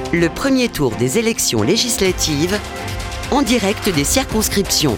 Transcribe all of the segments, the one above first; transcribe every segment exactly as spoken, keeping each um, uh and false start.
le premier tour des élections législatives en direct des circonscriptions.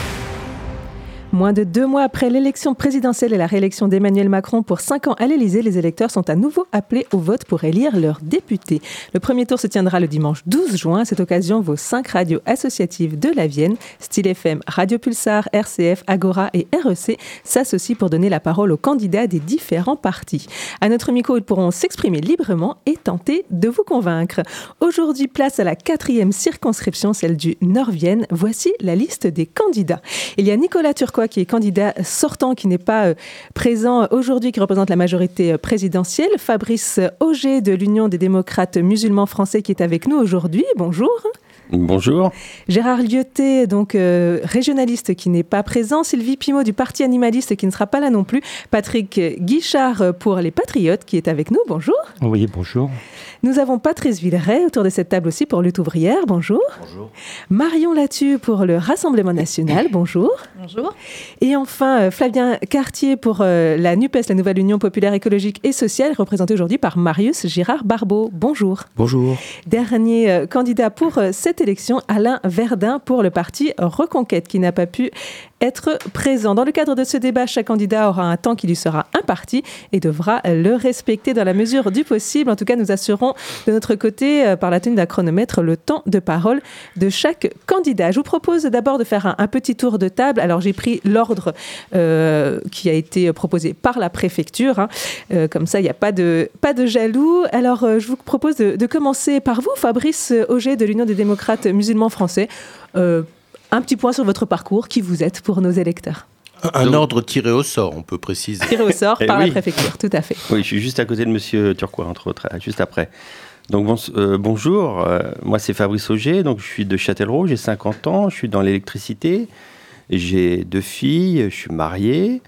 Moins de deux mois après l'élection présidentielle et la réélection d'Emmanuel Macron pour cinq ans à l'Élysée, les électeurs sont à nouveau appelés au vote pour élire leurs députés. Le premier tour se tiendra le dimanche douze juin. À cette occasion, vos cinq radios associatives de la Vienne, Style F M, Radio Pulsar, R C F, Agora et R E C, s'associent pour donner la parole aux candidats des différents partis. À notre micro, ils pourront s'exprimer librement et tenter de vous convaincre. Aujourd'hui, place à la quatrième circonscription, celle du Nord-Vienne. Voici la liste des candidats. Il y a Nicolas Turquois, qui est candidat sortant, qui n'est pas euh, présent aujourd'hui, qui représente la majorité euh, présidentielle. Fabrice Auger de l'Union des démocrates musulmans français qui est avec nous aujourd'hui. Bonjour. Bonjour. Gérard Lieutet, donc euh, régionaliste qui n'est pas présent. Sylvie Pimaud du Parti animaliste qui ne sera pas là non plus. Patrick Guichard pour les Patriotes qui est avec nous. Bonjour. Oui, bonjour. Nous avons Patrice Villeray autour de cette table aussi pour Lutte ouvrière. Bonjour. Bonjour. Marion Lattu pour le Rassemblement national. Bonjour. Bonjour. Et enfin, euh, Flavien Cartier pour euh, la NUPES, la Nouvelle Union populaire écologique et sociale, représentée aujourd'hui par Marius Girard-Barbeau. Bonjour. Bonjour. Dernier euh, candidat pour euh, cette élection, Alain Verdun pour le parti Reconquête, qui n'a pas pu être présent. Dans le cadre de ce débat, chaque candidat aura un temps qui lui sera imparti et devra le respecter dans la mesure du possible. En tout cas, nous assurons de notre côté, euh, par la tenue d'un chronomètre, le temps de parole de chaque candidat. Je vous propose d'abord de faire un, un petit tour de table. Alors, j'ai pris l'ordre euh, qui a été proposé par la préfecture. Hein. Euh, comme ça, il n'y a pas de, pas de jaloux. Alors, euh, je vous propose de, de commencer par vous, Fabrice Auger de l'Union des démocrates musulmans français. Euh, un petit point sur votre parcours, qui vous êtes pour nos électeurs. Un Donc, ordre tiré au sort, on peut préciser. Tiré au sort par oui. la préfecture, tout à fait. Oui, je suis juste à côté de Monsieur Turquois, entre autres, juste après. Donc bon, euh, bonjour, euh, moi c'est Fabrice Auger, donc je suis de Châtellerault, j'ai cinquante ans, je suis dans l'électricité, j'ai deux filles, je suis marié.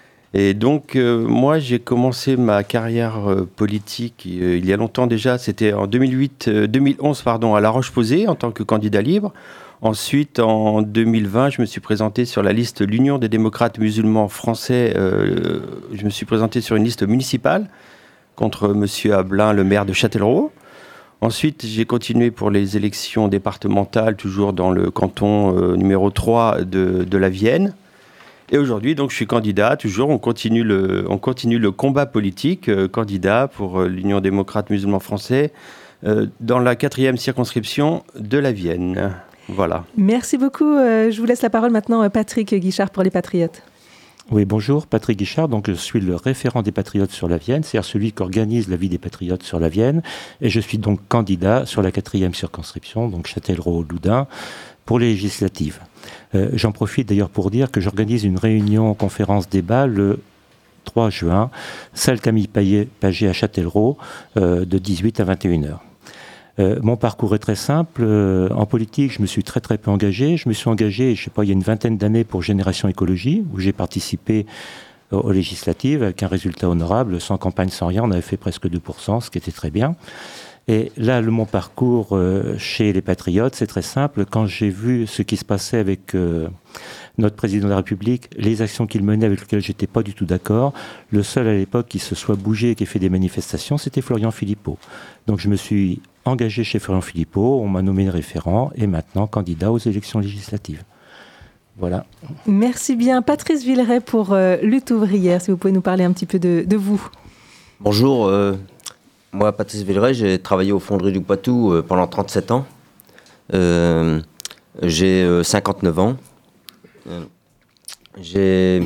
Et donc euh, moi j'ai commencé ma carrière euh, politique euh, il y a longtemps déjà, c'était en deux mille huit, euh, deux mille onze pardon, à La Roche-Posay en tant que candidat libre. Ensuite, en deux mille vingt, je me suis présenté sur la liste l'Union des démocrates musulmans français. Euh, je me suis présenté sur une liste municipale contre M. Abelin, le maire de Châtellerault. Ensuite, j'ai continué pour les élections départementales, toujours dans le canton euh, numéro trois de, de la Vienne. Et aujourd'hui, donc, je suis candidat, toujours, on continue le, on continue le combat politique, euh, candidat pour euh, l'Union démocrate musulmans français euh, dans la quatrième circonscription de la Vienne. Voilà. Merci beaucoup. Euh, je vous laisse la parole maintenant, Patrick Guichard pour les Patriotes. Oui, bonjour, Patrick Guichard. Donc, je suis le référent des Patriotes sur la Vienne, c'est-à-dire celui qui organise la vie des Patriotes sur la Vienne. Et je suis donc candidat sur la quatrième circonscription, donc Châtellerault-Loudun, pour les législatives. Euh, j'en profite d'ailleurs pour dire que j'organise une réunion conférence débat le trois juin, salle Camille Paget à Châtellerault, euh, de dix-huit à vingt et une heures. Euh, mon parcours est très simple. Euh, en politique, je me suis très très peu engagé. Je me suis engagé, je sais pas, il y a une vingtaine d'années pour Génération Écologie, où j'ai participé euh, aux législatives avec un résultat honorable, sans campagne, sans rien. On avait fait presque deux pour cent, ce qui était très bien. Et là, le, mon parcours euh, chez les Patriotes, c'est très simple. Quand j'ai vu ce qui se passait avec euh, notre président de la République, les actions qu'il menait avec lesquelles j'étais pas du tout d'accord, le seul à l'époque qui se soit bougé et qui ait fait des manifestations, c'était Florian Philippot. Donc je me suis engagé chez Florian Philippot, on m'a nommé référent et maintenant candidat aux élections législatives. Voilà. Merci bien. Patrice Villeray pour euh, Lutte ouvrière, si vous pouvez nous parler un petit peu de, de vous. Bonjour, euh, moi Patrice Villeray, j'ai travaillé aux Fonderies du Poitou euh, pendant trente-sept ans. Euh, j'ai euh, cinquante-neuf ans. Euh, j'ai...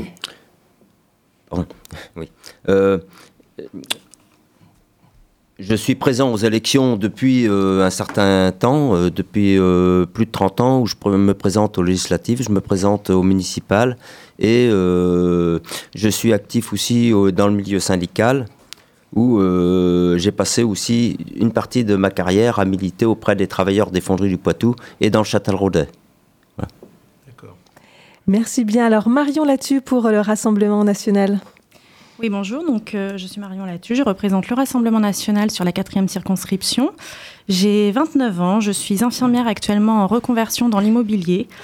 Pardon, oui. Euh, Je suis présent aux élections depuis euh, un certain temps, euh, depuis euh, plus de trente ans, où je me présente aux législatives, je me présente aux municipales et euh, je suis actif aussi euh, dans le milieu syndical, où euh, j'ai passé aussi une partie de ma carrière à militer auprès des travailleurs des Fonderies du Poitou et dans le Châtelleraudais. Voilà. D'accord. Merci bien. Alors Marion Lattu pour le Rassemblement national. Oui, bonjour. Donc, euh, je suis Marion Lattu. Je représente le Rassemblement national sur la quatrième circonscription. J'ai vingt-neuf ans. Je suis infirmière actuellement en reconversion dans l'immobilier.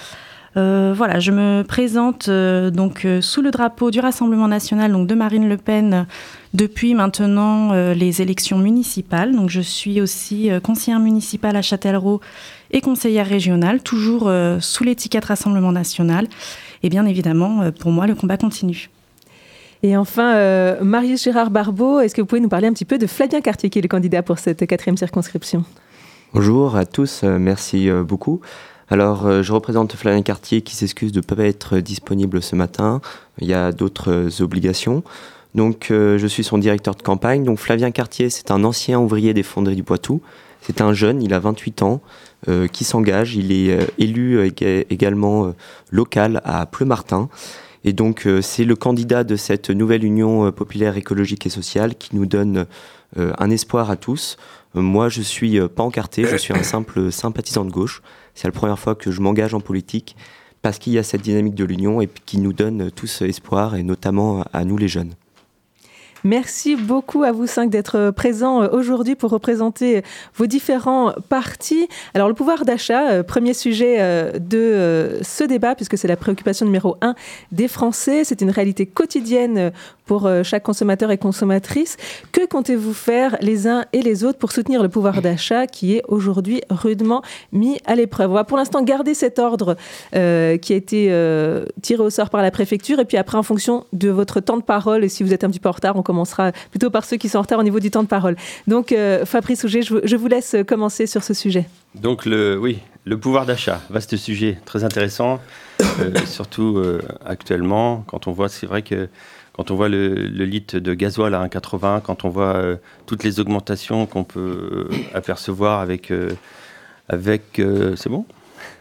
Euh, voilà, je me présente euh, donc euh, sous le drapeau du Rassemblement national, donc de Marine Le Pen, depuis maintenant euh, les élections municipales. Donc je suis aussi euh, conseillère municipale à Châtellerault et conseillère régionale, toujours euh, sous l'étiquette Rassemblement national. Et bien évidemment, euh, pour moi, le combat continue. Et enfin, euh, Marius Gérard Barbeau, est-ce que vous pouvez nous parler un petit peu de Flavien Cartier, qui est le candidat pour cette quatrième circonscription ? Bonjour à tous, euh, merci euh, beaucoup. Alors, euh, je représente Flavien Cartier qui s'excuse de ne pas être disponible ce matin. Il y a d'autres euh, obligations. Donc, euh, je suis son directeur de campagne. Donc, Flavien Cartier, c'est un ancien ouvrier des fonderies du Poitou. C'est un jeune, il a vingt-huit ans, euh, qui s'engage. Il est euh, élu euh, également euh, local à Pleumartin. Et donc, euh, c'est le candidat de cette nouvelle Union euh, populaire écologique et sociale qui nous donne euh, un espoir à tous. Euh, moi, je ne suis euh, pas encarté, je suis un simple sympathisant de gauche. C'est la première fois que je m'engage en politique parce qu'il y a cette dynamique de l'Union et qui nous donne tous espoir, et notamment à nous les jeunes. Merci beaucoup à vous cinq d'être présents aujourd'hui pour représenter vos différents partis. Alors, le pouvoir d'achat, premier sujet de ce débat, puisque c'est la préoccupation numéro un des Français. C'est une réalité quotidienne pour chaque consommateur et consommatrice. Que comptez-vous faire les uns et les autres pour soutenir le pouvoir d'achat qui est aujourd'hui rudement mis à l'épreuve ? On va pour l'instant garder cet ordre euh, qui a été euh, tiré au sort par la préfecture, et puis après, en fonction de votre temps de parole, et si vous êtes un petit peu en retard, on commencera plutôt par ceux qui sont en retard au niveau du temps de parole. Donc, euh, Fabrice Auger, je, je vous laisse commencer sur ce sujet. Donc, le, oui, le pouvoir d'achat, vaste sujet, très intéressant, euh, surtout euh, actuellement, quand on voit, c'est vrai que quand on voit le, le litre de gasoil à un virgule quatre-vingts, quand on voit euh, toutes les augmentations qu'on peut euh, apercevoir avec... Euh, avec euh, c'est bon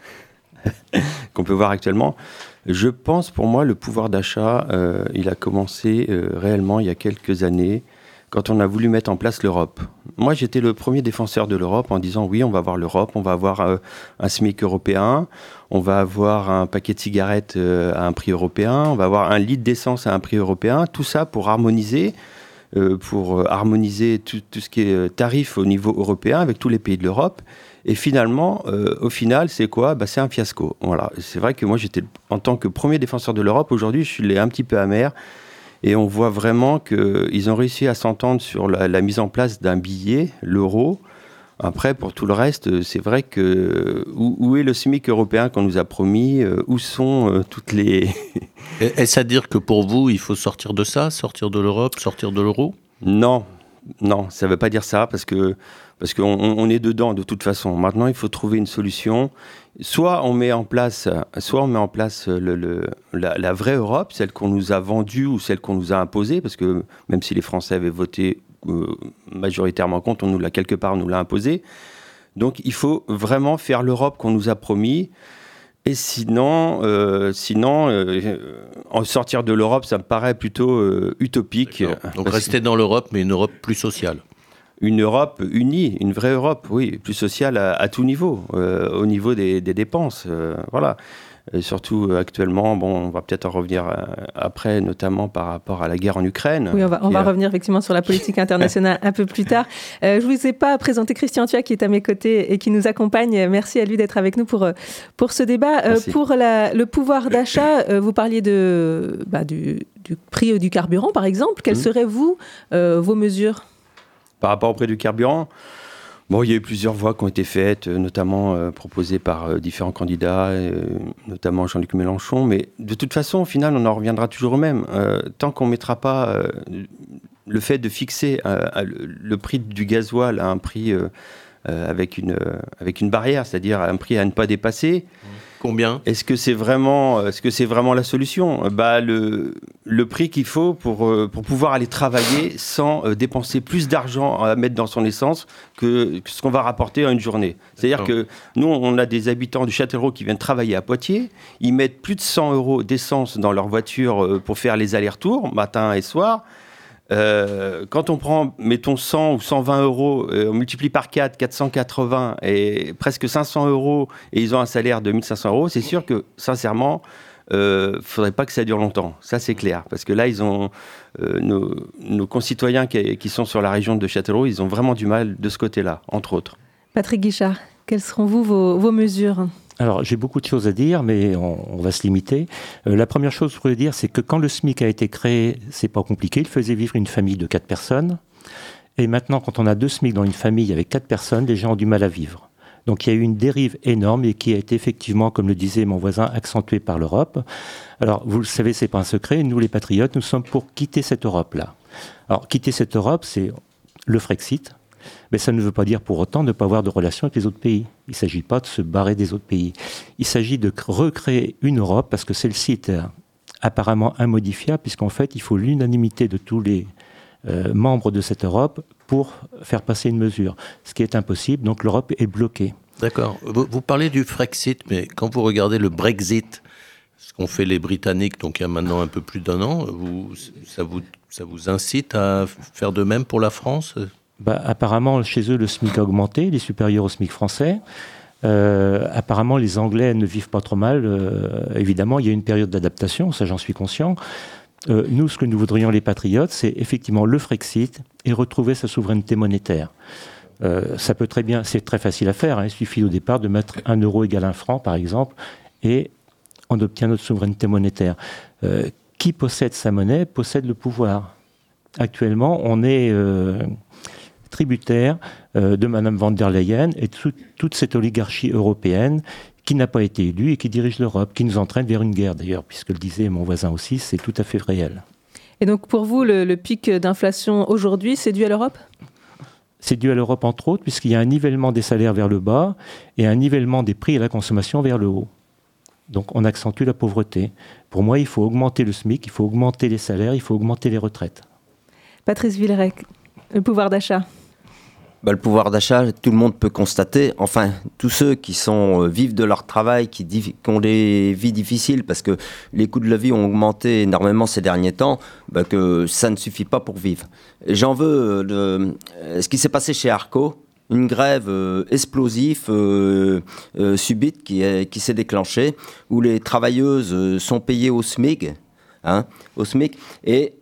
qu'on peut voir actuellement. Je pense, pour moi, le pouvoir d'achat, euh, il a commencé euh, réellement il y a quelques années, quand on a voulu mettre en place l'Europe. Moi, j'étais le premier défenseur de l'Europe en disant oui, on va avoir l'Europe, on va avoir euh, un SMIC européen, on va avoir un paquet de cigarettes euh, à un prix européen, on va avoir un litre d'essence à un prix européen, tout ça pour harmoniser, euh, pour euh, harmoniser tout, tout ce qui est euh, tarif au niveau européen avec tous les pays de l'Europe. Et finalement, euh, au final, c'est quoi ? Bah, c'est un fiasco. Voilà. C'est vrai que moi, j'étais, en tant que premier défenseur de l'Europe, aujourd'hui, je suis un petit peu amer. Et on voit vraiment qu'ils ont réussi à s'entendre sur la, la mise en place d'un billet, l'euro. Après, pour tout le reste, c'est vrai que... Où, où est le SMIC européen qu'on nous a promis ? Où sont euh, toutes les... Est-ce à dire que pour vous, il faut sortir de ça, sortir de l'Europe, sortir de l'euro ? Non, non, ça ne veut pas dire ça, parce que... Parce qu'on on est dedans de toute façon. Maintenant, il faut trouver une solution. Soit on met en place, soit on met en place le, le, la, la vraie Europe, celle qu'on nous a vendue ou celle qu'on nous a imposée, parce que même si les Français avaient voté euh, majoritairement contre, on nous l'a quelque part, on nous l'a imposée. Donc, il faut vraiment faire l'Europe qu'on nous a promis. Et sinon, euh, sinon euh, en sortir de l'Europe, ça me paraît plutôt euh, utopique. D'accord. Donc, rester dans l'Europe, mais une Europe plus sociale. Une Europe unie, une vraie Europe, oui, plus sociale à, à tout niveau, euh, au niveau des, des dépenses, euh, voilà. Et surtout euh, actuellement, bon, on va peut-être en revenir euh, après, notamment par rapport à la guerre en Ukraine. Oui, on va, on va a... revenir effectivement sur la politique internationale un peu plus tard. Euh, je ne vous ai pas présenté Christian Thuat qui est à mes côtés et qui nous accompagne. Merci à lui d'être avec nous pour, pour ce débat. Euh, pour la, le pouvoir d'achat, euh, vous parliez de, bah, du, du prix du carburant, par exemple. Quelles mmh. seraient, vous, euh, vos mesures ? Par rapport au prix du carburant, bon, il y a eu plusieurs voies qui ont été faites, notamment euh, proposées par euh, différents candidats, euh, notamment Jean-Luc Mélenchon. Mais de toute façon, au final, on en reviendra toujours au même. Euh, tant qu'on ne mettra pas euh, le fait de fixer euh, le, le prix du gasoil à un prix euh, euh, avec, une, euh, avec une barrière, c'est-à-dire un prix à ne pas dépasser... Combien ? Est-ce que c'est vraiment, est-ce que c'est vraiment la solution ? Bah, le, le prix qu'il faut pour, pour pouvoir aller travailler sans dépenser plus d'argent à mettre dans son essence que, que ce qu'on va rapporter en une journée. C'est-à-dire que nous, on a des habitants du Châtellerault qui viennent travailler à Poitiers. Ils mettent plus de cent euros d'essence dans leur voiture pour faire les allers-retours, matin et soir. Euh, quand on prend, mettons, cent ou cent vingt euros, euh, on multiplie par quatre, quatre cent quatre-vingts et presque cinq cents euros, et ils ont un salaire de mille cinq cents euros, c'est sûr que, sincèrement, il euh, ne faudrait pas que ça dure longtemps. Ça, c'est clair. Parce que là, ils ont, euh, nos, nos concitoyens qui, qui sont sur la région de Châtellerault, ils ont vraiment du mal de ce côté-là, entre autres. Patrick Guichard, quelles seront, vous, vos, vos mesures ? Alors, j'ai beaucoup de choses à dire, mais on, on va se limiter. Euh, la première chose que je voulais dire, c'est que quand le SMIC a été créé, c'est pas compliqué. Il faisait vivre une famille de quatre personnes. Et maintenant, quand on a deux SMIC dans une famille avec quatre personnes, les gens ont du mal à vivre. Donc, il y a eu une dérive énorme et qui a été effectivement, comme le disait mon voisin, accentuée par l'Europe. Alors, vous le savez, c'est pas un secret. Nous, les patriotes, nous sommes pour quitter cette Europe-là. Alors, quitter cette Europe, c'est le Frexit. Mais ça ne veut pas dire pour autant ne pas avoir de relations avec les autres pays. Il ne s'agit pas de se barrer des autres pays. Il s'agit de recréer une Europe, parce que celle-ci est euh, apparemment immodifiable, puisqu'en fait, il faut l'unanimité de tous les euh, membres de cette Europe pour faire passer une mesure. Ce qui est impossible, donc l'Europe est bloquée. D'accord. Vous, vous parlez du Frexit, mais quand vous regardez le Brexit, ce qu'ont fait les Britanniques, donc il y a maintenant un peu plus d'un an, vous, ça, vous, ça vous incite à faire de même pour la France ? Bah, apparemment, chez eux, le SMIC a augmenté, il est supérieur au SMIC français. Euh, apparemment, les Anglais ne vivent pas trop mal. Euh, évidemment, il y a une période d'adaptation, ça j'en suis conscient. Euh, nous, ce que nous voudrions, les patriotes, c'est effectivement le Frexit et retrouver sa souveraineté monétaire. Euh, ça peut très bien, c'est très facile à faire. Hein, il suffit au départ de mettre un euro égale un franc, par exemple, et on obtient notre souveraineté monétaire. Euh, qui possède sa monnaie possède le pouvoir. Actuellement, on est... Euh, tributaire euh, de Mme von der Leyen et de tout, toute cette oligarchie européenne qui n'a pas été élue et qui dirige l'Europe, qui nous entraîne vers une guerre d'ailleurs, puisque le disait mon voisin aussi, c'est tout à fait réel. Et donc pour vous, le, le pic d'inflation aujourd'hui, c'est dû à l'Europe ? C'est dû à l'Europe entre autres, puisqu'il y a un nivellement des salaires vers le bas et un nivellement des prix à la consommation vers le haut. Donc on accentue la pauvreté. Pour moi, il faut augmenter le SMIC, il faut augmenter les salaires, il faut augmenter les retraites. Patrice Villerec, le pouvoir d'achat. Bah, le pouvoir d'achat, tout le monde peut constater, enfin, tous ceux qui sont euh, vivent de leur travail, qui, qui ont des vies difficiles, parce que les coûts de la vie ont augmenté énormément ces derniers temps, bah, que ça ne suffit pas pour vivre. Et j'en veux euh, de, euh, ce qui s'est passé chez Arco, une grève euh, explosive, euh, euh, subite, qui, est, qui s'est déclenchée, où les travailleuses euh, sont payées au SMIC, hein, au SMIC, et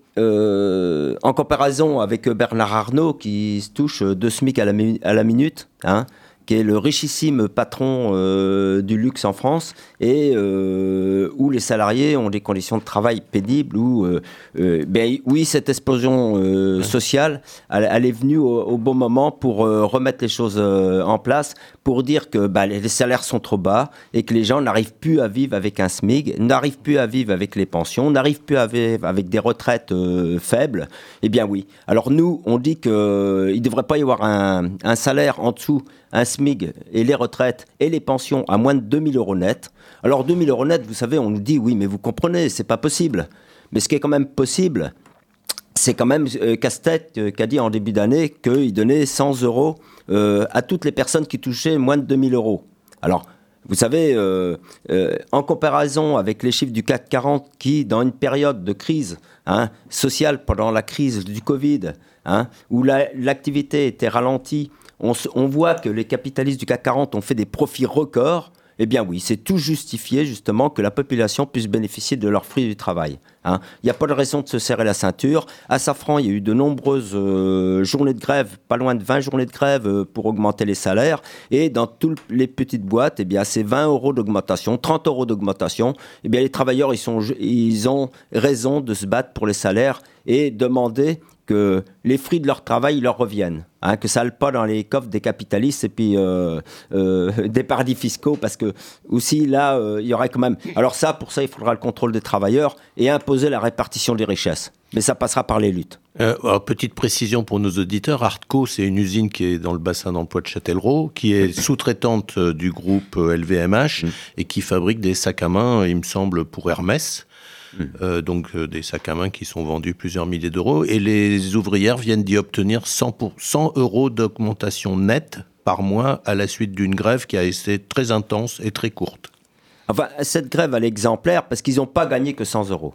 Euh, en comparaison avec Bernard Arnault qui se touche deux SMIC à la, mi- à la minute, hein, qui est le richissime patron euh, du luxe en France et euh, où les salariés ont des conditions de travail pénibles, où euh, euh, ben, oui, cette explosion euh, sociale, elle, elle est venue au, au bon moment pour euh, remettre les choses euh, en place, pour dire que bah, les salaires sont trop bas et que les gens n'arrivent plus à vivre avec un SMIC, n'arrivent plus à vivre avec les pensions, n'arrivent plus à vivre avec des retraites euh, faibles. Eh bien oui. Alors nous, on dit qu'il euh, ne devrait pas y avoir un, un salaire en dessous, un SMIC et les retraites et les pensions à moins de deux mille euros net. Alors deux mille euros net, vous savez, on nous dit oui, mais vous comprenez, c'est pas possible. Mais ce qui est quand même possible, c'est quand même euh, Casse-Tête euh, qui a dit en début d'année qu'il donnait cent euros euh, à toutes les personnes qui touchaient moins de deux mille euros. Alors, vous savez, euh, euh, en comparaison avec les chiffres du C A C quarante qui, dans une période de crise hein, sociale pendant la crise du Covid, hein, où la, l'activité était ralentie, on, on voit que les capitalistes du C A C quarante ont fait des profits records. Eh bien oui, c'est tout justifié justement que la population puisse bénéficier de leurs fruits du travail. Hein. Il n'y a pas de raison de se serrer la ceinture. À Safran, il y a eu de nombreuses euh, journées de grève, pas loin de vingt journées de grève euh, pour augmenter les salaires. Et dans toutes les petites boîtes, eh bien, c'est vingt euros d'augmentation, trente euros d'augmentation. Eh bien, les travailleurs, ils, sont, ils ont raison de se battre pour les salaires et demander que les fruits de leur travail leur reviennent, hein, que ça n'aille pas dans les coffres des capitalistes et puis euh, euh, des paradis fiscaux, parce que aussi là, euh, il y aurait quand même... Alors ça, pour ça, il faudra le contrôle des travailleurs et imposer la répartition des richesses. Mais ça passera par les luttes. Euh, alors, petite précision pour nos auditeurs, Artco, c'est une usine qui est dans le bassin d'emploi de Châtellerault, qui est sous-traitante du groupe L V M H mmh. et qui fabrique des sacs à main, il me semble, pour Hermès. Mmh. Euh, donc euh, des sacs à main qui sont vendus plusieurs milliers d'euros, et les ouvrières viennent d'y obtenir cent, pour cent euros d'augmentation nette par mois à la suite d'une grève qui a été très intense et très courte. Enfin, cette grève, elle est exemplaire parce qu'ils n'ont pas gagné que cent euros.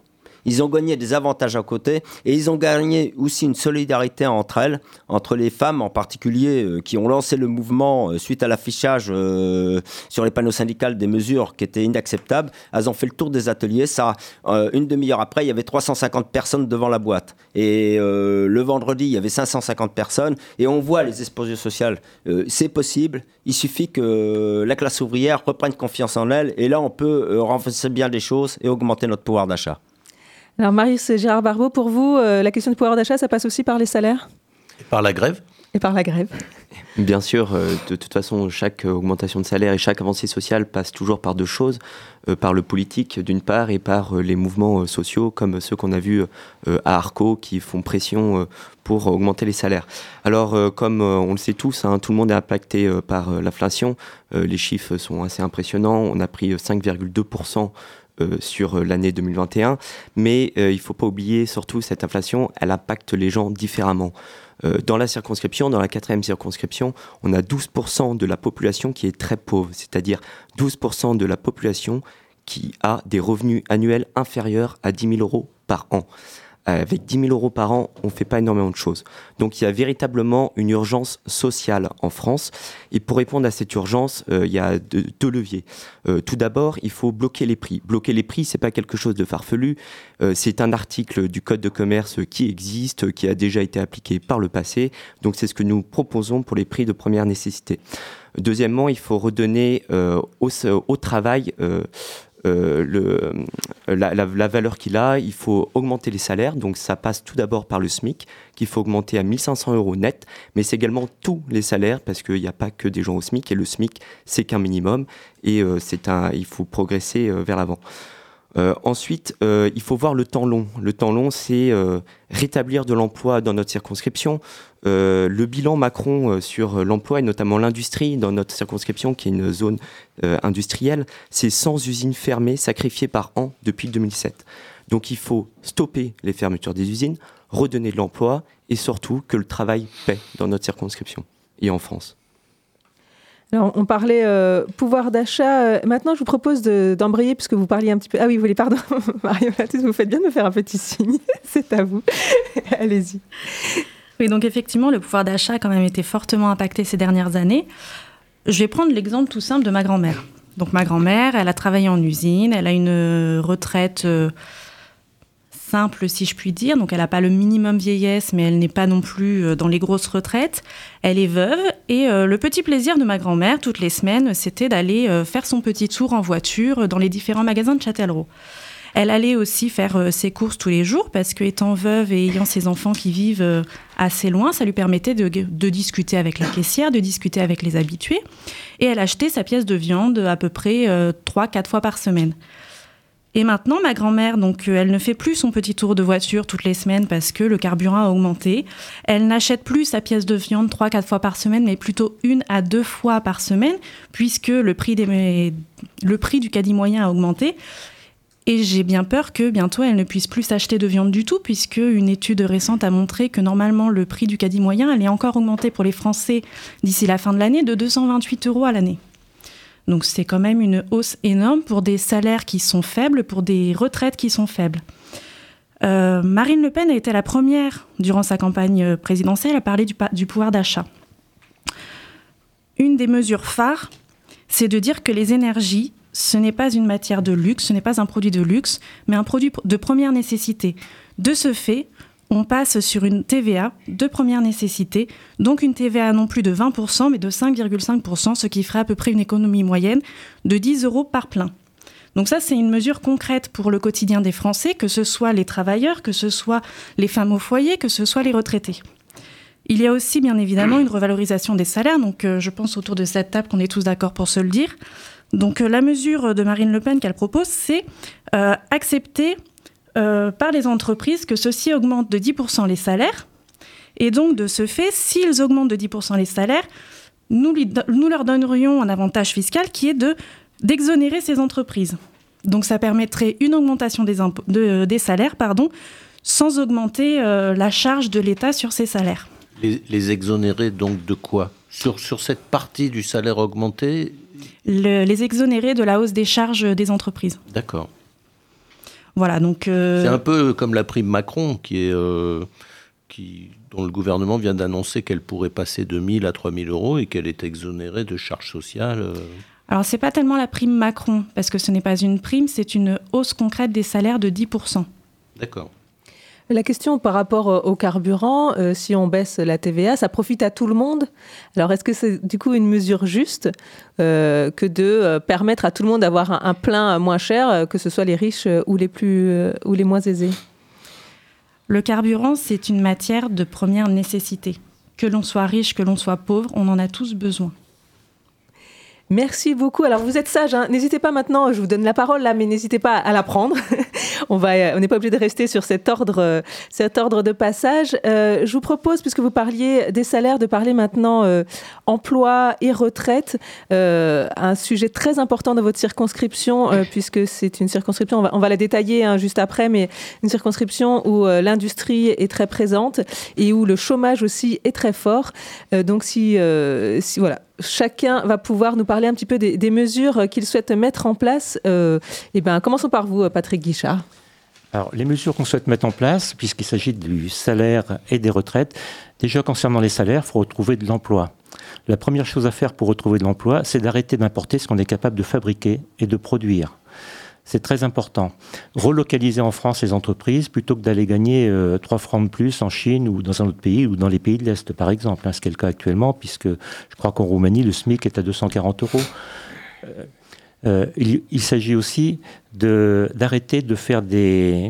ils ont gagné des avantages à côté et ils ont gagné aussi une solidarité entre elles, entre les femmes en particulier euh, qui ont lancé le mouvement euh, suite à l'affichage euh, sur les panneaux syndicaux des mesures qui étaient inacceptables. Elles ont fait le tour des ateliers. Ça, euh, une demi-heure après, il y avait trois cent cinquante personnes devant la boîte. Et euh, le vendredi, il y avait cinq cent cinquante personnes. Et on voit les expositions sociales. Euh, c'est possible. Il suffit que la classe ouvrière reprenne confiance en elle. Et là, on peut euh, renforcer bien les choses et augmenter notre pouvoir d'achat. Alors, Marius et Gérard Barbeau, pour vous, euh, la question du pouvoir d'achat, ça passe aussi par les salaires ? Et par la grève ? Et par la grève. Bien sûr, euh, de toute façon, chaque euh, augmentation de salaire et chaque avancée sociale passe toujours par deux choses, euh, par le politique d'une part et par euh, les mouvements euh, sociaux comme ceux qu'on a vus euh, à Arco qui font pression euh, pour augmenter les salaires. Alors, euh, comme euh, on le sait tous, hein, tout le monde est impacté euh, par euh, l'inflation. Euh, les chiffres sont assez impressionnants. On a pris euh, cinq virgule deux pour cent Euh, sur euh, l'année deux mille vingt et un, mais euh, il ne faut pas oublier surtout cette inflation, elle impacte les gens différemment. Euh, dans la circonscription, dans la quatrième circonscription, on a douze pour cent de la population qui est très pauvre, c'est-à-dire douze pour cent de la population qui a des revenus annuels inférieurs à dix mille euros par an. Avec dix mille euros par an, on ne fait pas énormément de choses. Donc il y a véritablement une urgence sociale en France. Et pour répondre à cette urgence, euh, il y a deux, deux leviers. Euh, tout d'abord, il faut bloquer les prix. Bloquer les prix, ce n'est pas quelque chose de farfelu. Euh, c'est un article du Code de commerce qui existe, qui a déjà été appliqué par le passé. Donc c'est ce que nous proposons pour les prix de première nécessité. Deuxièmement, il faut redonner euh, au, au travail euh, Euh, le, la, la, la valeur qu'il a. Il faut augmenter les salaires, donc ça passe tout d'abord par le SMIC qu'il faut augmenter à mille cinq cents euros net, mais c'est également tous les salaires parce qu'il n'y a pas que des gens au SMIC et le SMIC c'est qu'un minimum et euh, c'est un, il faut progresser euh, vers l'avant. Euh, ensuite, euh, il faut voir le temps long. Le temps long, c'est euh, rétablir de l'emploi dans notre circonscription. Euh, le bilan Macron euh, sur l'emploi et notamment l'industrie dans notre circonscription, qui est une zone euh, industrielle, c'est cent usines fermées, sacrifiées par an depuis deux mille sept. Donc il faut stopper les fermetures des usines, redonner de l'emploi et surtout que le travail paie dans notre circonscription et en France. Alors, on parlait euh, pouvoir d'achat. Maintenant, je vous propose de, d'embrayer, puisque vous parliez un petit peu... Ah oui, vous voulez, pardon, Mario Baptiste, vous faites bien de me faire un petit signe. C'est à vous. Allez-y. Oui, donc effectivement, le pouvoir d'achat a quand même été fortement impacté ces dernières années. Je vais prendre l'exemple tout simple de ma grand-mère. Donc ma grand-mère, elle a travaillé en usine, elle a une retraite... Euh, simple, si je puis dire. Donc, elle n'a pas le minimum vieillesse, mais elle n'est pas non plus dans les grosses retraites. Elle est veuve. Et euh, le petit plaisir de ma grand-mère, toutes les semaines, c'était d'aller euh, faire son petit tour en voiture dans les différents magasins de Châtellerault. Elle allait aussi faire euh, ses courses tous les jours parce qu'étant veuve et ayant ses enfants qui vivent euh, assez loin, ça lui permettait de, de discuter avec la caissière, de discuter avec les habitués. Et elle achetait sa pièce de viande à peu près euh, trois à quatre fois par semaine. Et maintenant, ma grand-mère, donc, euh, elle ne fait plus son petit tour de voiture toutes les semaines parce que le carburant a augmenté. Elle n'achète plus sa pièce de viande trois à quatre fois par semaine, mais plutôt une à deux fois par semaine, puisque le prix, des, le prix du caddie moyen a augmenté. Et j'ai bien peur que bientôt, elle ne puisse plus s'acheter de viande du tout, puisque une étude récente a montré que normalement, le prix du caddie moyen allait encore augmenter pour les Français d'ici la fin de l'année de deux cent vingt-huit euros à l'année. Donc c'est quand même une hausse énorme pour des salaires qui sont faibles, pour des retraites qui sont faibles. Euh, Marine Le Pen a été la première, durant sa campagne présidentielle, à parler du, du pouvoir d'achat. Une des mesures phares, c'est de dire que les énergies, ce n'est pas une matière de luxe, ce n'est pas un produit de luxe, mais un produit de première nécessité. De ce fait, on passe sur une T V A de première nécessité, donc une T V A non plus de vingt pour cent, mais de cinq virgule cinq pour cent, ce qui ferait à peu près une économie moyenne de dix euros par plein. Donc ça, c'est une mesure concrète pour le quotidien des Français, que ce soit les travailleurs, que ce soit les femmes au foyer, que ce soit les retraités. Il y a aussi, bien évidemment, une revalorisation des salaires, donc euh, je pense autour de cette table qu'on est tous d'accord pour se le dire. Donc euh, la mesure de Marine Le Pen qu'elle propose, c'est euh, accepter... Euh, par les entreprises que ceux-ci augmentent de dix pour cent les salaires. Et donc, de ce fait, s'ils augmentent de dix pour cent les salaires, nous, li- nous leur donnerions un avantage fiscal qui est de, d'exonérer ces entreprises. Donc, ça permettrait une augmentation des, imp- de, des salaires pardon, sans augmenter euh, la charge de l'État sur ces salaires. Les, les exonérer donc de quoi ? Sur, sur cette partie du salaire augmenté ? Le, les exonérer de la hausse des charges des entreprises. D'accord. Voilà, donc... Euh... C'est un peu comme la prime Macron, qui est, euh, qui, dont le gouvernement vient d'annoncer qu'elle pourrait passer de mille à trois mille euros et qu'elle est exonérée de charges sociales. Euh... Alors, ce n'est pas tellement la prime Macron, parce que ce n'est pas une prime, c'est une hausse concrète des salaires de dix pour cent. D'accord. La question par rapport au carburant, euh, si on baisse la T V A, ça profite à tout le monde. Alors, est-ce que c'est du coup une mesure juste euh, que de euh, permettre à tout le monde d'avoir un, un plein moins cher, euh, que ce soit les riches euh, ou, les plus, euh, ou les moins aisés ? Le carburant, c'est une matière de première nécessité. Que l'on soit riche, que l'on soit pauvre, on en a tous besoin. Merci beaucoup. Alors, vous êtes sage, hein. N'hésitez pas maintenant, je vous donne la parole là, mais n'hésitez pas à la prendre. on va, on n'est pas obligé de rester sur cet ordre, euh, cet ordre de passage. Euh, je vous propose, puisque vous parliez des salaires, de parler maintenant euh, emploi et retraite. Euh, un sujet très important dans votre circonscription, euh, puisque c'est une circonscription, on va, on va la détailler hein, juste après, mais une circonscription où euh, l'industrie est très présente et où le chômage aussi est très fort. Euh, donc, si, euh, si voilà. Chacun va pouvoir nous parler un petit peu des, des mesures qu'il souhaite mettre en place. Euh, et ben, commençons par vous, Patrick Guichard. Alors, les mesures qu'on souhaite mettre en place, puisqu'il s'agit du salaire et des retraites, déjà concernant les salaires, il faut retrouver de l'emploi. La première chose à faire pour retrouver de l'emploi, c'est d'arrêter d'importer ce qu'on est capable de fabriquer et de produire. C'est très important. Relocaliser en France les entreprises plutôt que d'aller gagner euh, trois francs de plus en Chine ou dans un autre pays ou dans les pays de l'Est, par exemple. Hein, ce qui est le cas actuellement, puisque je crois qu'en Roumanie, le SMIC est à deux cent quarante euros. Euh, euh, il, il s'agit aussi de, d'arrêter de faire des,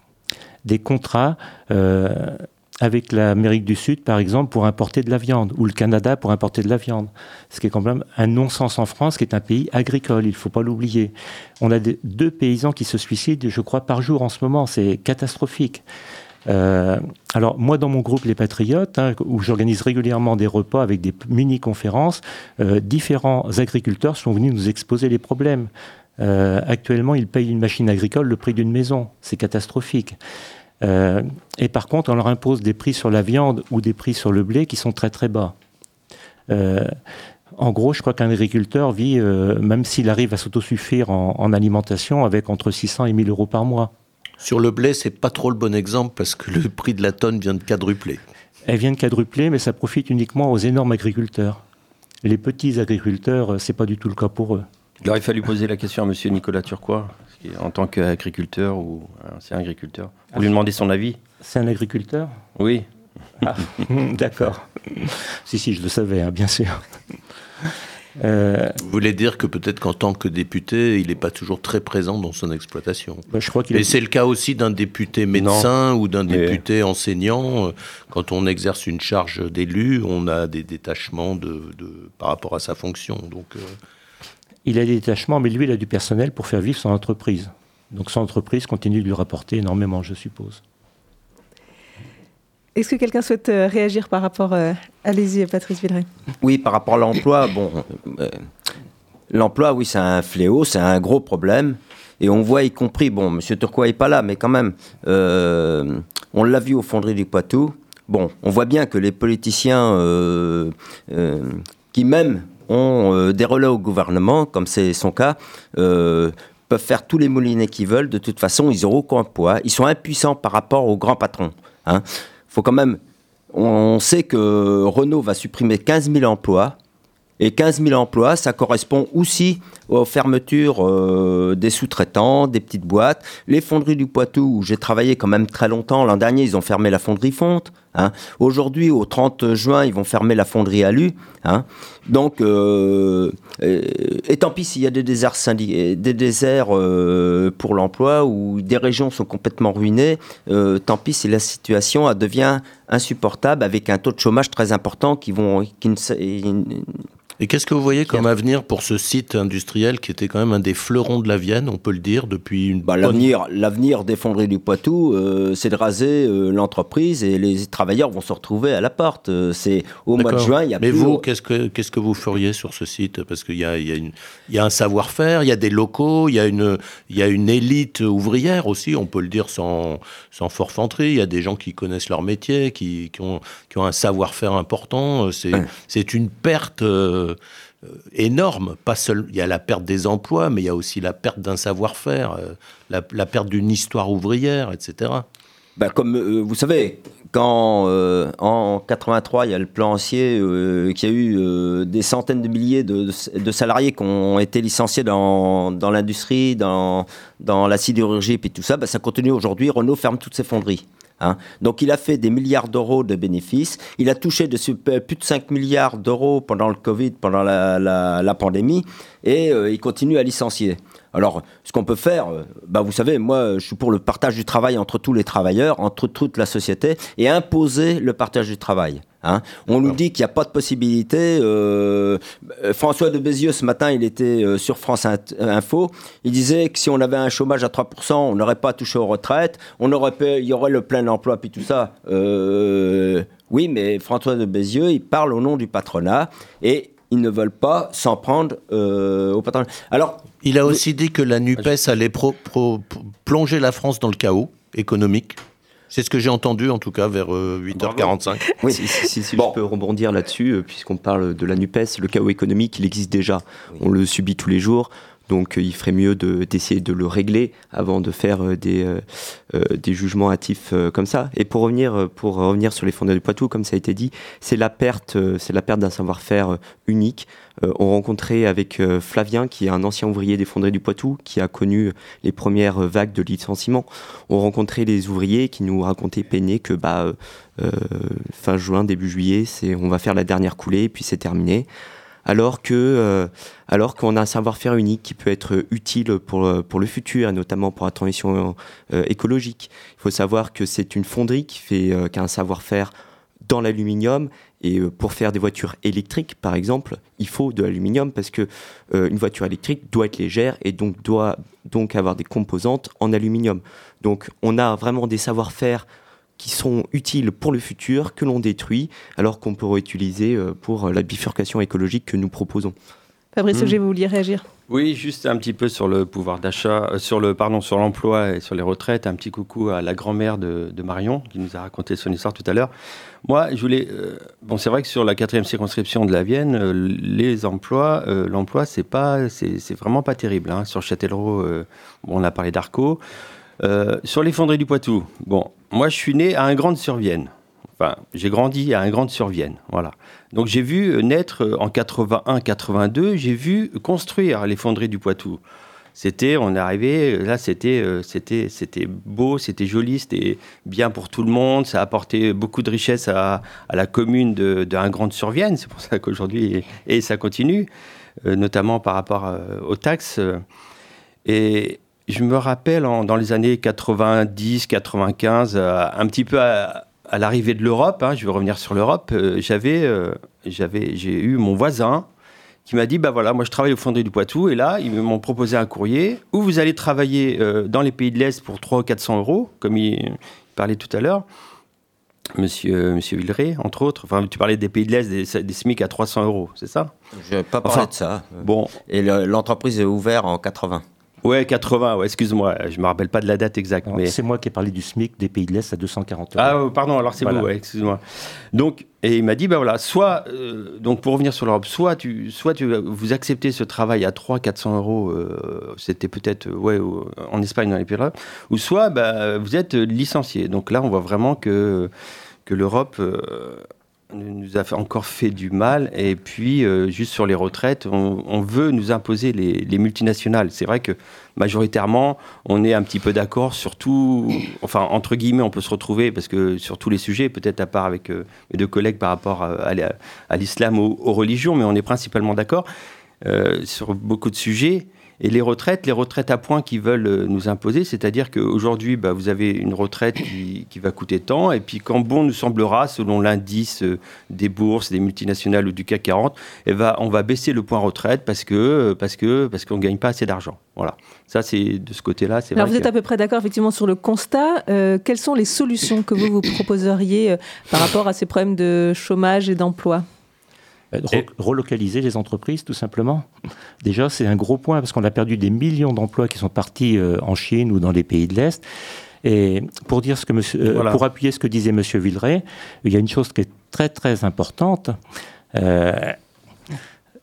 des contrats euh, avec l'Amérique du Sud, par exemple, pour importer de la viande, ou le Canada pour importer de la viande. Ce qui est quand même un non-sens en France, qui est un pays agricole, il ne faut pas l'oublier. On a des, deux paysans qui se suicident, je crois, par jour en ce moment. C'est catastrophique. Euh, alors, moi, dans mon groupe Les Patriotes, hein, où j'organise régulièrement des repas avec des mini-conférences, euh, différents agriculteurs sont venus nous exposer les problèmes. Euh, actuellement, ils payent une machine agricole le prix d'une maison. C'est catastrophique. Euh, et par contre, on leur impose des prix sur la viande ou des prix sur le blé qui sont très très bas. Euh, en gros, je crois qu'un agriculteur vit, euh, même s'il arrive à s'autosuffire en, en alimentation, avec entre six cents et mille euros par mois. Sur le blé, c'est pas trop le bon exemple parce que le prix de la tonne vient de quadrupler. Elle vient de quadrupler, mais ça profite uniquement aux énormes agriculteurs. Les petits agriculteurs, c'est pas du tout le cas pour eux. Il aurait fallu poser la question à M. Nicolas Turquois, en tant qu'agriculteur ou ancien agriculteur, pour ah, lui demander son avis. C'est un agriculteur ? Oui. Ah, d'accord. Si, si, je le savais, hein, bien sûr. Euh, Vous voulez dire que peut-être qu'en tant que député, il n'est pas toujours très présent dans son exploitation. Bah, je crois qu'il Et a... c'est le cas aussi d'un député médecin non. ou d'un député Mais... enseignant. Quand on exerce une charge d'élu, on a des détachements de, de, par rapport à sa fonction. Donc... Euh... Il a des détachements, mais lui, il a du personnel pour faire vivre son entreprise. Donc son entreprise continue de lui rapporter énormément, je suppose. Est-ce que quelqu'un souhaite euh, réagir par rapport... Euh... Allez-y, Patrice Villeray. Oui, par rapport à l'emploi, bon... Euh, l'emploi, oui, c'est un fléau, c'est un gros problème. Et on voit, y compris... Bon, M. Turquois n'est pas là, mais quand même, euh, on l'a vu aux Fonderies du Poitou. Bon, on voit bien que les politiciens euh, euh, qui même... ont euh, des relais au gouvernement, comme c'est son cas, euh, peuvent faire tous les moulinets qu'ils veulent. De toute façon, ils n'auront aucun poids. Ils sont impuissants par rapport aux grands patrons. Hein. Faut quand même... On sait que Renault va supprimer quinze mille emplois. Et quinze mille emplois, ça correspond aussi aux fermetures euh, des sous-traitants, des petites boîtes. Les fonderies du Poitou, où j'ai travaillé quand même très longtemps, l'an dernier, ils ont fermé la fonderie Fonte. Hein. Aujourd'hui, au trente juin, ils vont fermer la fonderie Alu. Hein. Donc, euh, et, et tant pis s'il y a des déserts, syndi- des déserts euh, pour l'emploi, ou des régions sont complètement ruinées, euh, tant pis si la situation devient insupportable, avec un taux de chômage très important qui vont... Qui ne, Et qu'est-ce que vous voyez comme avenir pour ce site industriel qui était quand même un des fleurons de la Vienne, on peut le dire, depuis une bah, bonne... l'avenir, l'avenir des fonderies du Poitou, euh, c'est de raser euh, l'entreprise et les travailleurs vont se retrouver à la porte. Euh, c'est au D'accord. mois de juin, il y a Mais plus... vous, qu'est-ce que, qu'est-ce que vous feriez sur ce site ? Parce qu'il y a, il y a une, il y a un savoir-faire, il y a des locaux, il y a une, il y a une élite ouvrière aussi, on peut le dire sans, sans forfanterie. Il y a des gens qui connaissent leur métier, qui, qui, ont, qui ont un savoir-faire important. C'est, ouais. c'est une perte... Euh, euh, énorme. Pas seul, il y a la perte des emplois, mais il y a aussi la perte d'un savoir-faire, euh, la, la perte d'une histoire ouvrière, et cetera. Ben, comme euh, vous savez, quand euh, en quatre-vingt-trois, il y a le plan Ancier, euh, qui a eu euh, des centaines de milliers de, de salariés qui ont été licenciés dans, dans l'industrie, dans, dans la sidérurgie, et puis tout ça, ben, ça continue aujourd'hui. Renault ferme toutes ses fonderies. Hein. Donc il a fait des milliards d'euros de bénéfices. Il a touché de, plus de cinq milliards d'euros pendant le Covid, pendant la, la, la pandémie, et euh, il continue à licencier. Alors, ce qu'on peut faire, bah vous savez, moi, je suis pour le partage du travail entre tous les travailleurs, entre toute la société, et imposer le partage du travail. Hein. On nous dit qu'il n'y a pas de possibilité. Euh, François de Bézieux, ce matin, il était euh, sur France Info. Il disait que si on avait un chômage à trois pour cent, on n'aurait pas touché aux retraites, on aurait, il y aurait le plein emploi, puis tout ça. Euh, oui, mais François de Bézieux, il parle au nom du patronat, et ils ne veulent pas s'en prendre euh, au patronat. Alors, il a aussi dit que la NUPES allait pro, pro, pro, plonger la France dans le chaos économique. C'est ce que j'ai entendu, en tout cas, vers euh, huit heures quarante-cinq. Oui, si, si, si, si bon. Je peux rebondir là-dessus, euh, puisqu'on parle de la NUPES, le chaos économique, il existe déjà. Oui. On le subit tous les jours. Donc euh, il ferait mieux de, d'essayer de le régler avant de faire euh, des, euh, euh, des jugements hâtifs euh, comme ça. Et pour revenir, pour revenir sur les fonderies du Poitou, comme ça a été dit, c'est la perte, euh, c'est la perte d'un savoir-faire euh, unique. Euh, on rencontrait avec euh, Flavien, qui est un ancien ouvrier des fonderies du Poitou, qui a connu les premières vagues de licenciements. On rencontrait les ouvriers qui nous racontaient peinés que bah, euh, fin juin, début juillet, c'est, on va faire la dernière coulée et puis c'est terminé. Alors que, euh, alors qu'on a un savoir-faire unique qui peut être utile pour, pour le futur, et notamment pour la transition euh, écologique. Il faut savoir que c'est une fonderie qui, fait, euh, qui a un savoir-faire dans l'aluminium, et euh, pour faire des voitures électriques, par exemple, il faut de l'aluminium parce que euh, une voiture électrique doit être légère et donc doit donc avoir des composantes en aluminium. Donc on a vraiment des savoir-faire qui sont utiles pour le futur, que l'on détruit, alors qu'on pourrait utiliser pour la bifurcation écologique que nous proposons. Fabrice Auger, mmh. vous vouliez réagir ? Oui, juste un petit peu sur le pouvoir d'achat, euh, sur le pardon, sur l'emploi et sur les retraites. Un petit coucou à la grand-mère de, de Marion qui nous a raconté son histoire tout à l'heure. Moi, je voulais. Euh, bon, c'est vrai que sur la quatrième circonscription de la Vienne, euh, les emplois, euh, l'emploi, c'est pas, c'est, c'est vraiment pas terrible. Hein. Sur Châtellerault, euh, bon, on a parlé d'Arco. Euh, sur les fonderies du Poitou, bon, moi je suis né à un Grande-sur-Vienne. Enfin, j'ai grandi à un Grande-sur-Vienne, voilà. Donc j'ai vu naître en quatre-vingt-un quatre-vingt-deux, j'ai vu construire les fonderies du Poitou. C'était, on est arrivé, là c'était, c'était, c'était beau, c'était joli, c'était bien pour tout le monde, ça a apporté beaucoup de richesse à, à la commune de, de un Grande-sur-Vienne, c'est pour ça qu'aujourd'hui, et, et ça continue, euh, notamment par rapport euh, aux taxes. Et je me rappelle, en, dans les années quatre-vingt-dix quatre-vingt-quinze, euh, un petit peu à, à l'arrivée de l'Europe, hein, je vais revenir sur l'Europe, euh, j'avais, euh, j'avais, j'ai eu mon voisin qui m'a dit, bah voilà, moi je travaille aux fonderies du Poitou, et là, ils m'ont proposé un courrier où vous allez travailler euh, dans les pays de l'Est pour trois cents ou quatre cents euros, comme il, il parlait tout à l'heure, monsieur, monsieur Villeray, entre autres. Enfin, tu parlais des pays de l'Est, des, des SMIC à trois cents euros, c'est ça ? Je n'ai pas parlé enfin, de ça. Bon. Et le, l'entreprise est ouverte en quatre-vingts. Ouais, quatre-vingts, ouais, excuse-moi, je ne me rappelle pas de la date exacte. Non, mais... C'est moi qui ai parlé du SMIC des pays de l'Est à deux cent quarante euros. Ah, pardon, alors c'est voilà. vous, ouais, excuse-moi. Donc, et il m'a dit, bah voilà, soit, euh, donc pour revenir sur l'Europe, soit, tu, soit tu, vous acceptez ce travail à trois cents à quatre cents euros, euh, c'était peut-être ouais, en Espagne dans les pays là, ou soit bah, vous êtes licencié. Donc là, on voit vraiment que, que l'Europe... Euh, nous a encore fait du mal. Et puis, euh, juste sur les retraites, on, on veut nous imposer les, les multinationales. C'est vrai que majoritairement, on est un petit peu d'accord sur tout... Enfin, entre guillemets, on peut se retrouver, parce que sur tous les sujets, peut-être à part avec euh, mes deux collègues par rapport à, à, à l'islam ou aux religions, mais on est principalement d'accord euh, sur beaucoup de sujets. Et les retraites, les retraites à points qu'ils veulent nous imposer, c'est-à-dire qu'aujourd'hui, bah, vous avez une retraite qui, qui va coûter tant, et puis quand bon nous semblera, selon l'indice des bourses, des multinationales ou du C A C quarante, eh ben, on va baisser le point retraite parce que parce que parce qu'on gagne pas assez d'argent. Voilà. Ça, c'est de ce côté-là. C'est Alors vrai vous êtes que... à peu près d'accord effectivement sur le constat. Euh, quelles sont les solutions que vous vous proposeriez euh, par rapport à ces problèmes de chômage et d'emploi ? Re- relocaliser les entreprises, tout simplement. Déjà, c'est un gros point, parce qu'on a perdu des millions d'emplois qui sont partis euh, en Chine ou dans les pays de l'Est. Et pour, dire ce que monsieur, euh, voilà. pour appuyer ce que disait M. Villeray, il y a une chose qui est très, très importante. Euh,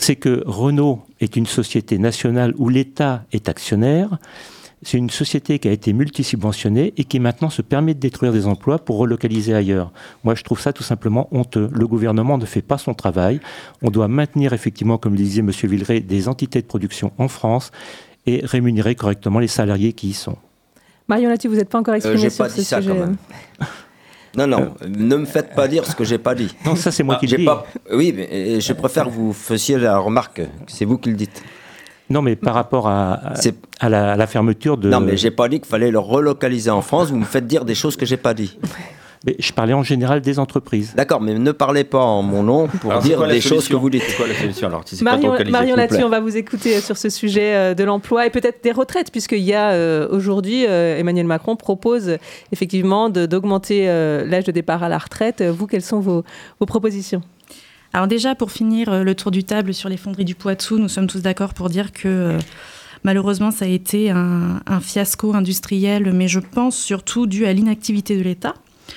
c'est que Renault est une société nationale où l'État est actionnaire. C'est une société qui a été multisubventionnée et qui maintenant se permet de détruire des emplois pour relocaliser ailleurs. Moi, je trouve ça tout simplement honteux. Le gouvernement ne fait pas son travail. On doit maintenir effectivement, comme le disait M. Villeray, des entités de production en France et rémunérer correctement les salariés qui y sont. Marion Laty, vous n'êtes pas encore exprimé euh, j'ai sur pas ce dit ça, sujet. quand même. Non, non, euh, ne me faites pas dire ce que j'ai pas dit. Non, ça c'est moi ah, qui le dis. Pas... Oui, mais je préfère que vous fassiez la remarque, c'est vous qui le dites. Non, mais par rapport à, à, à, la, à la fermeture de... Non, mais j'ai pas dit qu'il fallait le relocaliser en France, vous me faites dire des choses que j'ai pas dit. Mais je parlais en général des entreprises. D'accord, mais ne parlez pas en mon nom pour alors, dire des choses que vous dites. C'est quoi la solution alors si Marion, Marion Laty, on va vous écouter sur ce sujet de l'emploi et peut-être des retraites, puisqu'il y a euh, aujourd'hui, euh, Emmanuel Macron propose effectivement de, d'augmenter euh, l'âge de départ à la retraite. Vous, quelles sont vos, vos propositions ? Alors déjà, pour finir le tour du table sur les fonderies du Poitou, nous sommes tous d'accord pour dire que euh, malheureusement, ça a été un, un fiasco industriel, mais je pense surtout dû à l'inactivité de l'État.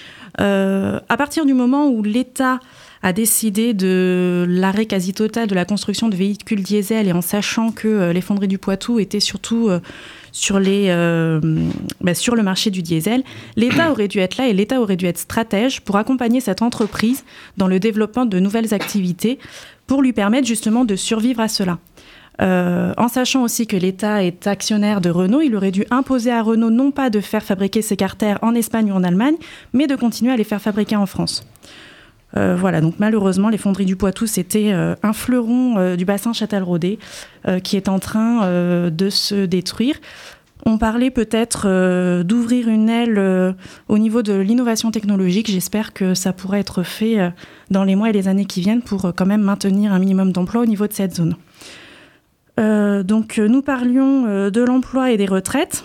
Euh, à partir du moment où l'État a décidé de l'arrêt quasi total de la construction de véhicules diesel et en sachant que euh, les fonderies du Poitou étaient surtout euh, sur, les, euh, bah, sur le marché du diesel, l'État aurait dû être là et l'État aurait dû être stratège pour accompagner cette entreprise dans le développement de nouvelles activités pour lui permettre justement de survivre à cela. Euh, en sachant aussi que l'État est actionnaire de Renault, il aurait dû imposer à Renault non pas de faire fabriquer ses carters en Espagne ou en Allemagne, mais de continuer à les faire fabriquer en France. Euh, voilà, donc malheureusement, les fonderies du Poitou, c'était euh, un fleuron euh, du bassin Châtelleraudais euh, qui est en train euh, de se détruire. On parlait peut-être euh, d'ouvrir une aile euh, au niveau de l'innovation technologique. J'espère que ça pourra être fait euh, dans les mois et les années qui viennent pour euh, quand même maintenir un minimum d'emplois au niveau de cette zone. Euh, donc nous parlions euh, de l'emploi et des retraites.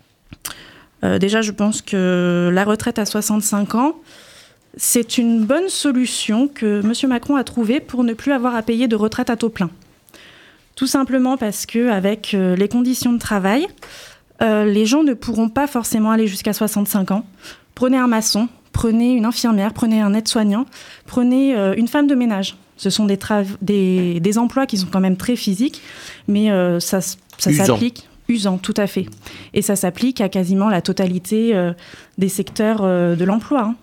Euh, déjà, je pense que la retraite à soixante-cinq ans, c'est une bonne solution que M. Macron a trouvée pour ne plus avoir à payer de retraite à taux plein. Tout simplement parce qu'avec euh, les conditions de travail, euh, les gens ne pourront pas forcément aller jusqu'à soixante-cinq ans. Prenez un maçon, prenez une infirmière, prenez un aide-soignant, prenez euh, une femme de ménage. Ce sont des, tra- des, des emplois qui sont quand même très physiques, mais euh, ça, ça s'applique... Usant, tout à fait. Et ça s'applique à quasiment la totalité euh, des secteurs euh, de l'emploi. Hein.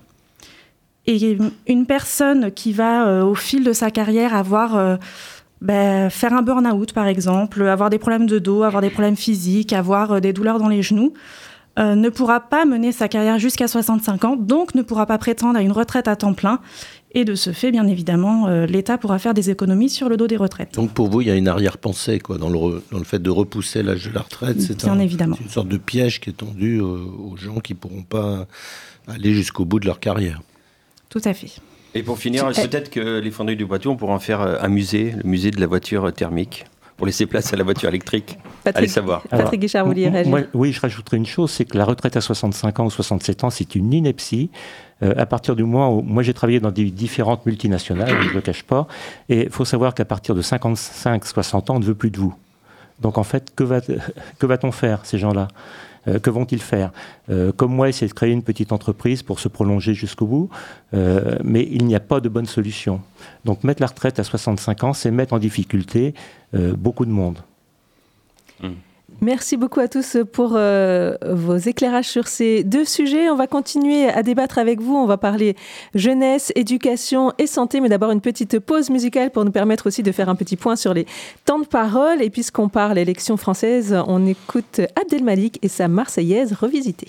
Et une personne qui va, euh, au fil de sa carrière, avoir... Euh, bah, faire un burn-out, par exemple, avoir des problèmes de dos, avoir des problèmes physiques, avoir euh, des douleurs dans les genoux, euh, ne pourra pas mener sa carrière jusqu'à soixante-cinq ans, donc ne pourra pas prétendre à une retraite à temps plein. Et de ce fait, bien évidemment, euh, l'État pourra faire des économies sur le dos des retraites. Donc pour vous, il y a une arrière-pensée quoi, dans, le re, dans le fait de repousser l'âge de la retraite. C'est, bien un, évidemment. c'est une sorte de piège qui est tendu euh, aux gens qui ne pourront pas aller jusqu'au bout de leur carrière. Tout à fait. Et pour finir, peut-être que les fonderies du Poitou, on pourra en faire un musée, le musée de la voiture thermique, pour laisser place à la voiture électrique. Patrick, Allez savoir. Patrick Guichard, vous vouliez réagir ? Moi, oui, je rajouterai une chose, c'est que la retraite à soixante-cinq ans ou soixante-sept ans, c'est une ineptie. Euh, à partir du moment où moi j'ai travaillé dans des différentes multinationales, je ne le cache pas, et il faut savoir qu'à partir de cinquante-cinq soixante ans, on ne veut plus de vous. Donc en fait, que, va, que va-t-on faire, ces gens-là ? Euh, que vont-ils faire ? euh, Comme moi, essayer de créer une petite entreprise pour se prolonger jusqu'au bout, euh, mais il n'y a pas de bonne solution. Donc mettre la retraite à soixante-cinq ans, c'est mettre en difficulté euh, beaucoup de monde. Mmh. Merci beaucoup à tous pour euh, vos éclairages sur ces deux sujets. On va continuer à débattre avec vous. On va parler jeunesse, éducation et santé. Mais d'abord, une petite pause musicale pour nous permettre aussi de faire un petit point sur les temps de parole. Et puisqu'on parle élection française, on écoute Abdel Malik et sa Marseillaise revisitée.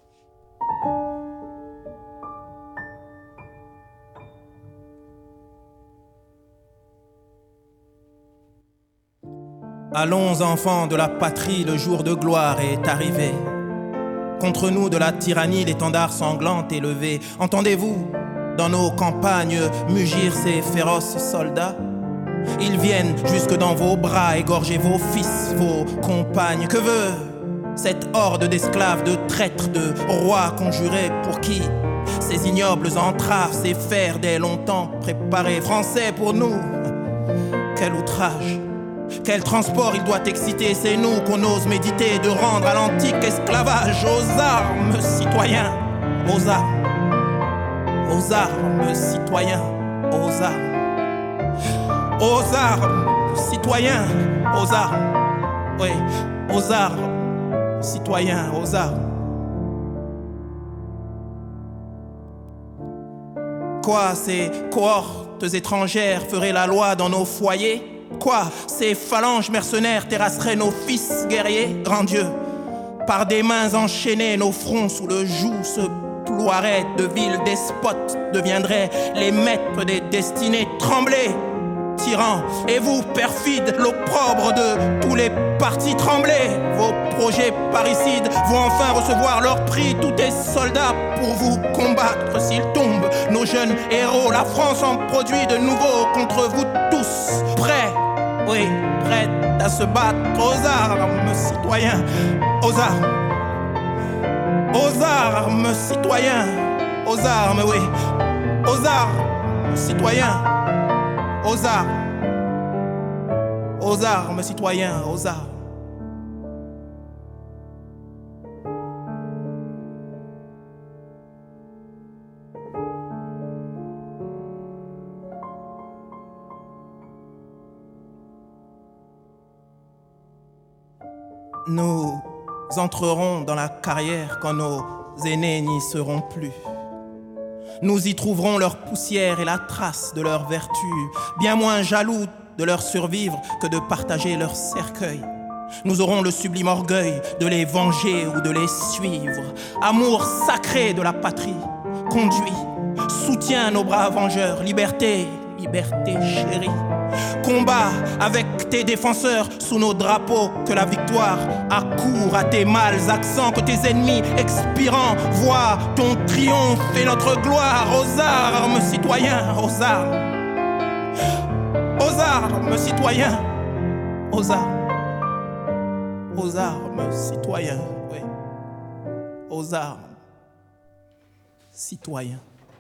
Allons enfants de la patrie, le jour de gloire est arrivé. Contre nous de la tyrannie, l'étendard sanglant est levé. Entendez-vous, dans nos campagnes, mugir ces féroces soldats ? Ils viennent jusque dans vos bras, égorger vos fils, vos compagnes. Que veut cette horde d'esclaves, de traîtres, de rois conjurés pour qui ces ignobles entraves, ces fers dès longtemps préparés? Français pour nous, quel outrage! Quel transport il doit exciter, c'est nous qu'on ose méditer de rendre à l'antique esclavage. Aux armes, citoyens, aux armes, aux armes, citoyens, aux armes, aux armes, citoyens, aux armes. Oui, aux armes, citoyens, aux armes. Quoi, ces cohortes étrangères feraient la loi dans nos foyers? Quoi, ces phalanges mercenaires terrasseraient nos fils guerriers? Grand Dieu, par des mains enchaînées, nos fronts sous le joug se ploieraient, de vils despotes deviendraient les maîtres des destinées. Tremblez, tyrans, et vous, perfides, l'opprobre de tous les partis, tremblez. Vos projets parricides vont enfin recevoir leur prix. Tous tes soldats pour vous combattre s'ils tombent. Nos jeunes héros, la France en produit de nouveau contre vous tous. Prêts, oui, prêts à se battre aux armes, citoyens, aux armes. Aux armes, citoyens, aux armes, oui, aux armes, citoyens, aux armes, aux armes, citoyens, aux armes. Nous entrerons dans la carrière quand nos aînés n'y seront plus. Nous y trouverons leur poussière et la trace de leur vertu, bien moins jaloux de leur survivre que de partager leur cercueil. Nous aurons le sublime orgueil de les venger ou de les suivre. Amour sacré de la patrie, conduit, soutient nos braves vengeurs, liberté, liberté chérie. Combat avec tes défenseurs sous nos drapeaux, que la victoire accourt à tes mâles accents, que tes ennemis expirants voient ton triomphe et notre gloire. Aux armes, citoyens, aux armes. Aux armes, citoyens, aux armes. Aux armes, citoyens, oui. Aux armes, citoyens.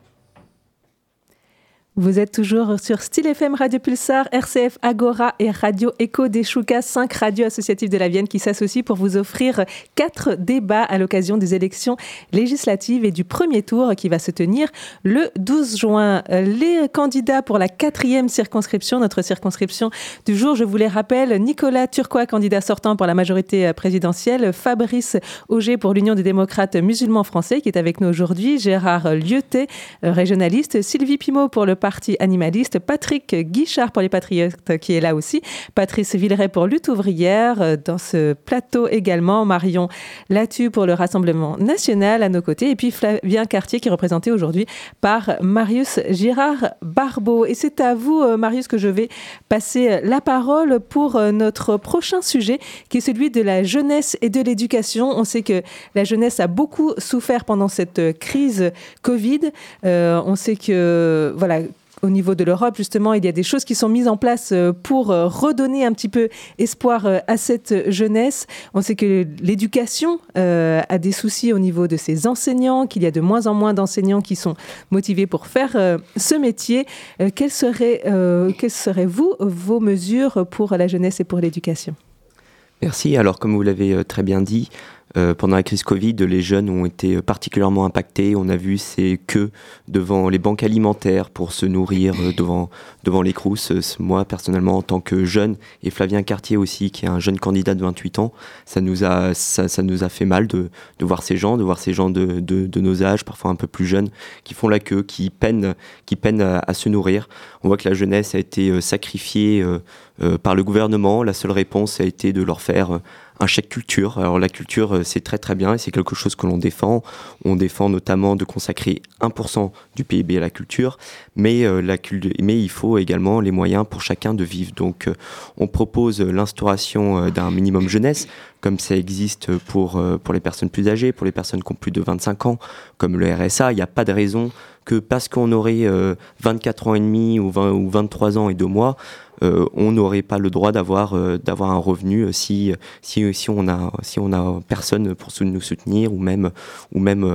Vous êtes toujours sur Style F M, Radio Pulsar, R C F Agora et Radio Écho des Choucas, cinq radios associatives de la Vienne qui s'associent pour vous offrir quatre débats à l'occasion des élections législatives et du premier tour qui va se tenir le douze juin. Les candidats pour la quatrième circonscription, notre circonscription du jour, je vous les rappelle, Nicolas Turquois, candidat sortant pour la majorité présidentielle, Fabrice Auger pour l'Union des démocrates musulmans français qui est avec nous aujourd'hui, Gérard Lieutet, régionaliste, Sylvie Pimeau pour le parti animaliste, Patrick Guichard pour les Patriotes qui est là aussi, Patrice Villeray pour Lutte ouvrière, dans ce plateau également, Marion Latu pour le Rassemblement national à nos côtés, et puis Flavien Cartier qui est représenté aujourd'hui par Marius Girard-Barbeau. Et c'est à vous, Marius, que je vais passer la parole pour notre prochain sujet qui est celui de la jeunesse et de l'éducation. On sait que la jeunesse a beaucoup souffert pendant cette crise Covid. Euh, on sait que, voilà, au niveau de l'Europe, justement, il y a des choses qui sont mises en place pour redonner un petit peu espoir à cette jeunesse. On sait que l'éducation euh, a des soucis au niveau de ses enseignants, qu'il y a de moins en moins d'enseignants qui sont motivés pour faire euh, ce métier. Euh, quelles seraient, euh, quelles seraient, vous, vos mesures pour la jeunesse et pour l'éducation ? Merci. Alors, comme vous l'avez très bien dit, Euh, pendant la crise Covid, les jeunes ont été particulièrement impactés. On a vu ces queues devant les banques alimentaires pour se nourrir euh, devant, devant les Crous. Moi, personnellement, en tant que jeune, et Flavien Cartier aussi, qui est un jeune candidat de vingt-huit ans, ça nous a, ça, ça nous a fait mal de, de voir ces gens, de voir ces gens de, de, de nos âges, parfois un peu plus jeunes, qui font la queue, qui peinent, qui peinent à, à se nourrir. On voit que la jeunesse a été euh, sacrifiée euh, euh, par le gouvernement. La seule réponse a été de leur faire... Euh, un chèque culture. Alors la culture, c'est très très bien et c'est quelque chose que l'on défend. On défend notamment de consacrer un pour cent du P I B à la culture, mais, euh, la cul- mais il faut également les moyens pour chacun de vivre. Donc euh, on propose l'instauration euh, d'un minimum jeunesse, comme ça existe pour, euh, pour les personnes plus âgées, pour les personnes qui ont plus de vingt-cinq ans, comme le R S A. Il n'y a pas de raison que parce qu'on aurait euh, vingt-quatre ans et demi ou, vingt, ou vingt-trois ans et deux mois, Euh, on n'aurait pas le droit d'avoir, euh, d'avoir un revenu si, si, si, on a, si on a personne pour nous soutenir ou même, ou même euh,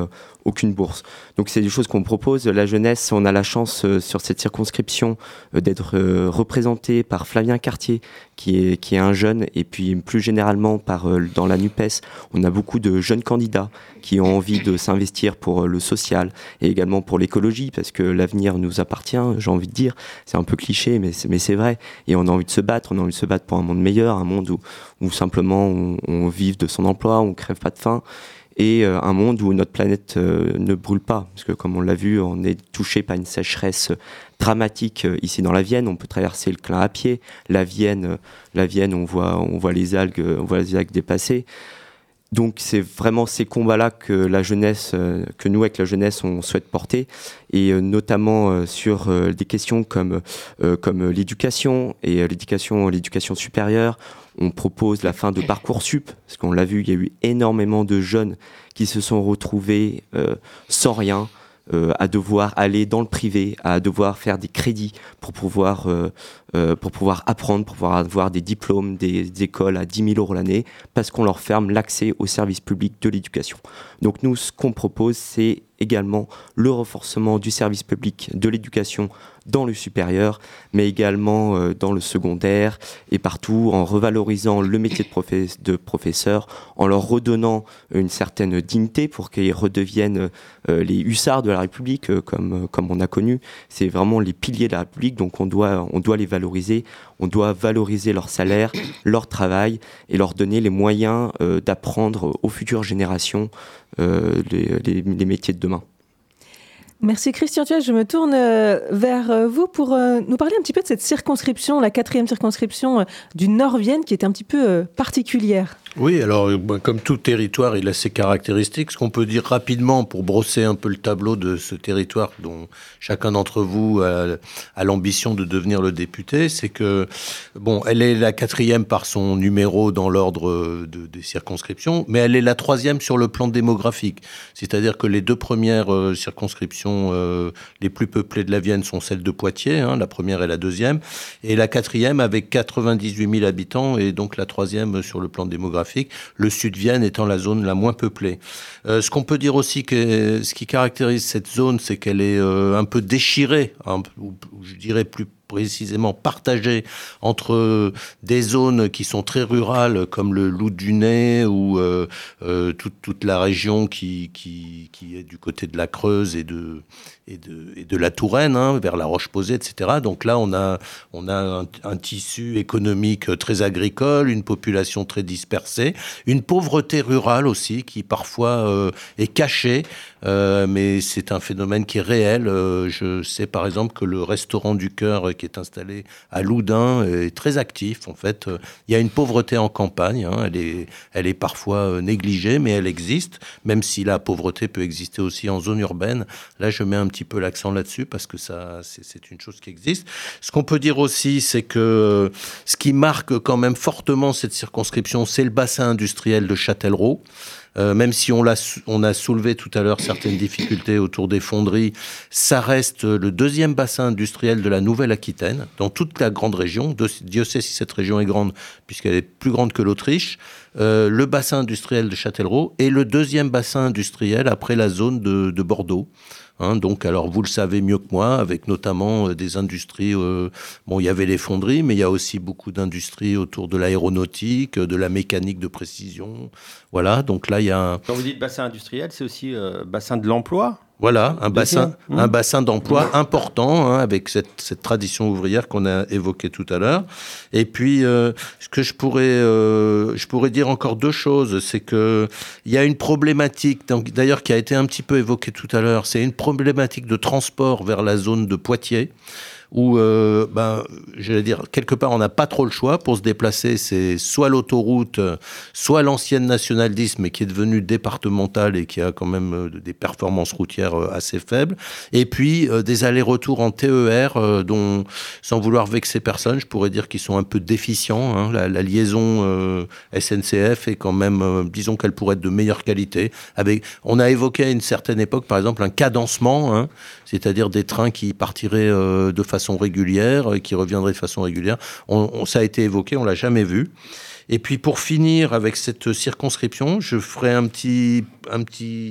aucune bourse. Donc c'est des choses qu'on propose. La jeunesse, on a la chance euh, sur cette circonscription euh, d'être euh, représenté par Flavien Cartier, qui est, qui est un jeune, et puis plus généralement par, euh, dans la NUPES, on a beaucoup de jeunes candidats qui ont envie de s'investir pour euh, le social et également pour l'écologie, parce que l'avenir nous appartient, j'ai envie de dire. C'est un peu cliché, mais c'est, mais c'est vrai. Et on a envie de se battre, on a envie de se battre pour un monde meilleur, un monde où, où simplement on, on vive de son emploi, on crève pas de faim, et euh, un monde où notre planète euh, ne brûle pas, parce que comme on l'a vu, on est touché par une sécheresse dramatique euh, ici dans la Vienne. On peut traverser le Clin à pied. La Vienne, euh, la Vienne, on voit, on voit les algues, on voit les algues dépasser. Donc c'est vraiment ces combats-là que la jeunesse, euh, que nous avec la jeunesse, on souhaite porter, et euh, notamment euh, sur euh, des questions comme euh, comme l'éducation et euh, l'éducation, l'éducation supérieure. On propose la fin de Parcoursup, parce qu'on l'a vu, il y a eu énormément de jeunes qui se sont retrouvés euh, sans rien, euh, à devoir aller dans le privé, à devoir faire des crédits pour pouvoir euh, euh, pour pouvoir apprendre, pour pouvoir avoir des diplômes, des, des écoles à dix mille euros l'année, parce qu'on leur ferme l'accès au service public de l'éducation. Donc nous, ce qu'on propose, c'est également le renforcement du service public de l'éducation dans le supérieur, mais également euh, dans le secondaire et partout, en revalorisant le métier de, professe- de professeur, en leur redonnant une certaine dignité pour qu'ils redeviennent euh, les hussards de la République, euh, comme, comme on a connu. C'est vraiment les piliers de la République, donc on doit, on doit les valoriser, on doit valoriser leur salaire, leur travail, et leur donner les moyens euh, d'apprendre aux futures générations euh, les, les, les métiers de demain. Merci Christian Thuel. Je me tourne vers vous pour nous parler un petit peu de cette circonscription, la quatrième circonscription du Nord-Vienne, qui est un petit peu particulière. Oui, alors comme tout territoire, il a ses caractéristiques. Ce qu'on peut dire rapidement pour brosser un peu le tableau de ce territoire dont chacun d'entre vous a, a l'ambition de devenir le député, c'est que, bon, elle est la quatrième par son numéro dans l'ordre de, des circonscriptions, mais elle est la troisième sur le plan démographique. C'est-à-dire que les deux premières euh, circonscriptions euh, les plus peuplées de la Vienne sont celles de Poitiers, hein, la première et la deuxième, et la quatrième avec quatre-vingt-dix-huit mille habitants, et donc la troisième sur le plan démographique. Le Sud-Vienne étant la zone la moins peuplée. Euh, ce qu'on peut dire aussi, que ce qui caractérise cette zone, c'est qu'elle est euh, un peu déchirée, hein, ou, ou je dirais plus précisément partagée entre des zones qui sont très rurales comme le Loup-du-Nez ou euh, euh, toute, toute la région qui, qui, qui est du côté de la Creuse et de, et de, et de la Touraine, hein, vers la Roche-Posay, et cetera. Donc là, on a, on a un, un tissu économique très agricole, une population très dispersée, une pauvreté rurale aussi qui parfois euh, est cachée, euh, mais c'est un phénomène qui est réel. Euh, je sais par exemple que le Restaurant du Cœur qui est installé à Loudun est très actif. En fait, il y a une pauvreté en campagne, hein, elle est, elle est parfois négligée, mais elle existe, même si la pauvreté peut exister aussi en zone urbaine. Là, je mets un petit peu l'accent là-dessus parce que ça, c'est, c'est une chose qui existe. Ce qu'on peut dire aussi, c'est que ce qui marque quand même fortement cette circonscription, c'est le bassin industriel de Châtellerault. Euh, même si on, l'a, on a soulevé tout à l'heure certaines difficultés autour des fonderies, ça reste le deuxième bassin industriel de la Nouvelle-Aquitaine, dans toute la grande région. Dieu sait si cette région est grande, puisqu'elle est plus grande que l'Autriche. Euh, le bassin industriel de Châtellerault est le deuxième bassin industriel après la zone de, de Bordeaux. Hein, donc, alors, vous le savez mieux que moi, avec notamment euh, des industries. Euh, bon, il y avait les fonderies, mais il y a aussi beaucoup d'industries autour de l'aéronautique, de la mécanique de précision. Voilà, donc là, il y a un... Quand vous dites bassin industriel, c'est aussi euh, bassin de l'emploi ? Voilà, un bassin, mmh. un bassin d'emploi important, hein, avec cette, cette tradition ouvrière qu'on a évoquée tout à l'heure. Et puis, euh, ce que je pourrais, euh, je pourrais dire encore deux choses, c'est que il y a une problématique, donc, d'ailleurs, qui a été un petit peu évoquée tout à l'heure, c'est une problématique de transport vers la zone de Poitiers, où, euh, ben, j'allais dire, quelque part, on n'a pas trop le choix pour se déplacer. C'est soit l'autoroute, soit l'ancienne nationale dix, mais qui est devenue départementale et qui a quand même des performances routières assez faibles. Et puis, euh, des allers-retours en T E R, euh, dont, sans vouloir vexer personne, je pourrais dire qu'ils sont un peu déficients. Hein. La, la liaison euh, S N C F est quand même, euh, disons qu'elle pourrait être de meilleure qualité. Avec, on a évoqué à une certaine époque, par exemple, un cadencement, hein, c'est-à-dire des trains qui partiraient euh, de façon régulière, qui reviendrait de façon régulière. On, on, ça a été évoqué, on l'a jamais vu. Et puis pour finir avec cette circonscription, je ferai un petit, un petit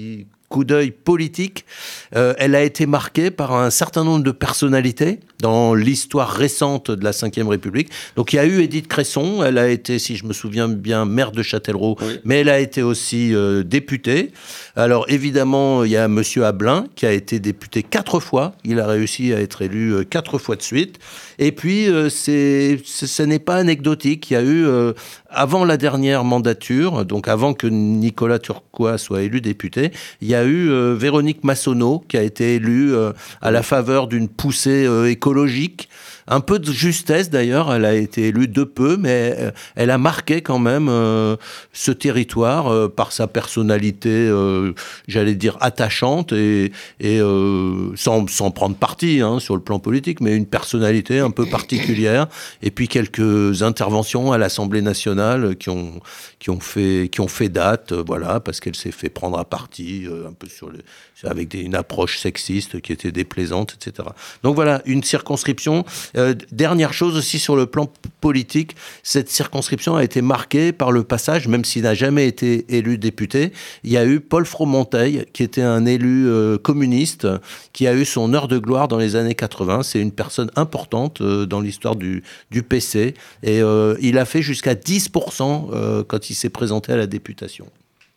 coup d'œil politique, euh, elle a été marquée par un certain nombre de personnalités dans l'histoire récente de la cinquième République. Donc il y a eu Édith Cresson, elle a été, si je me souviens bien, maire de Châtellerault, oui. mais elle a été aussi euh, députée. Alors évidemment, il y a Monsieur Ablin qui a été député quatre fois, il a réussi à être élu euh, quatre fois de suite. Et puis, euh, c'est, c'est, ce n'est pas anecdotique, il y a eu, euh, avant la dernière mandature, donc avant que Nicolas Turquois soit élu député, il y a eu euh, Véronique Massonneau qui a été élue euh, à la faveur d'une poussée euh, écologique. Un peu de justesse d'ailleurs, elle a été élue de peu, mais euh, elle a marqué quand même euh, ce territoire euh, par sa personnalité, euh, j'allais dire, attachante et, et euh, sans, sans prendre parti hein, sur le plan politique, mais une personnalité un peu particulière. Et puis quelques interventions à l'Assemblée nationale qui ont, qui ont, fait, qui ont fait date, euh, voilà, parce qu'elle s'est fait prendre à partie euh, un peu sur le, avec des, une approche sexiste qui était déplaisante, et cetera. Donc voilà, une circonscription. Euh, dernière chose aussi sur le plan politique, cette circonscription a été marquée par le passage, même s'il n'a jamais été élu député, il y a eu Paul Fromonteil, qui était un élu euh, communiste, qui a eu son heure de gloire dans les années quatre-vingts. C'est une personne importante euh, dans l'histoire du, du P C, et euh, il a fait jusqu'à dix pour cent euh, quand il s'est présenté à la députation.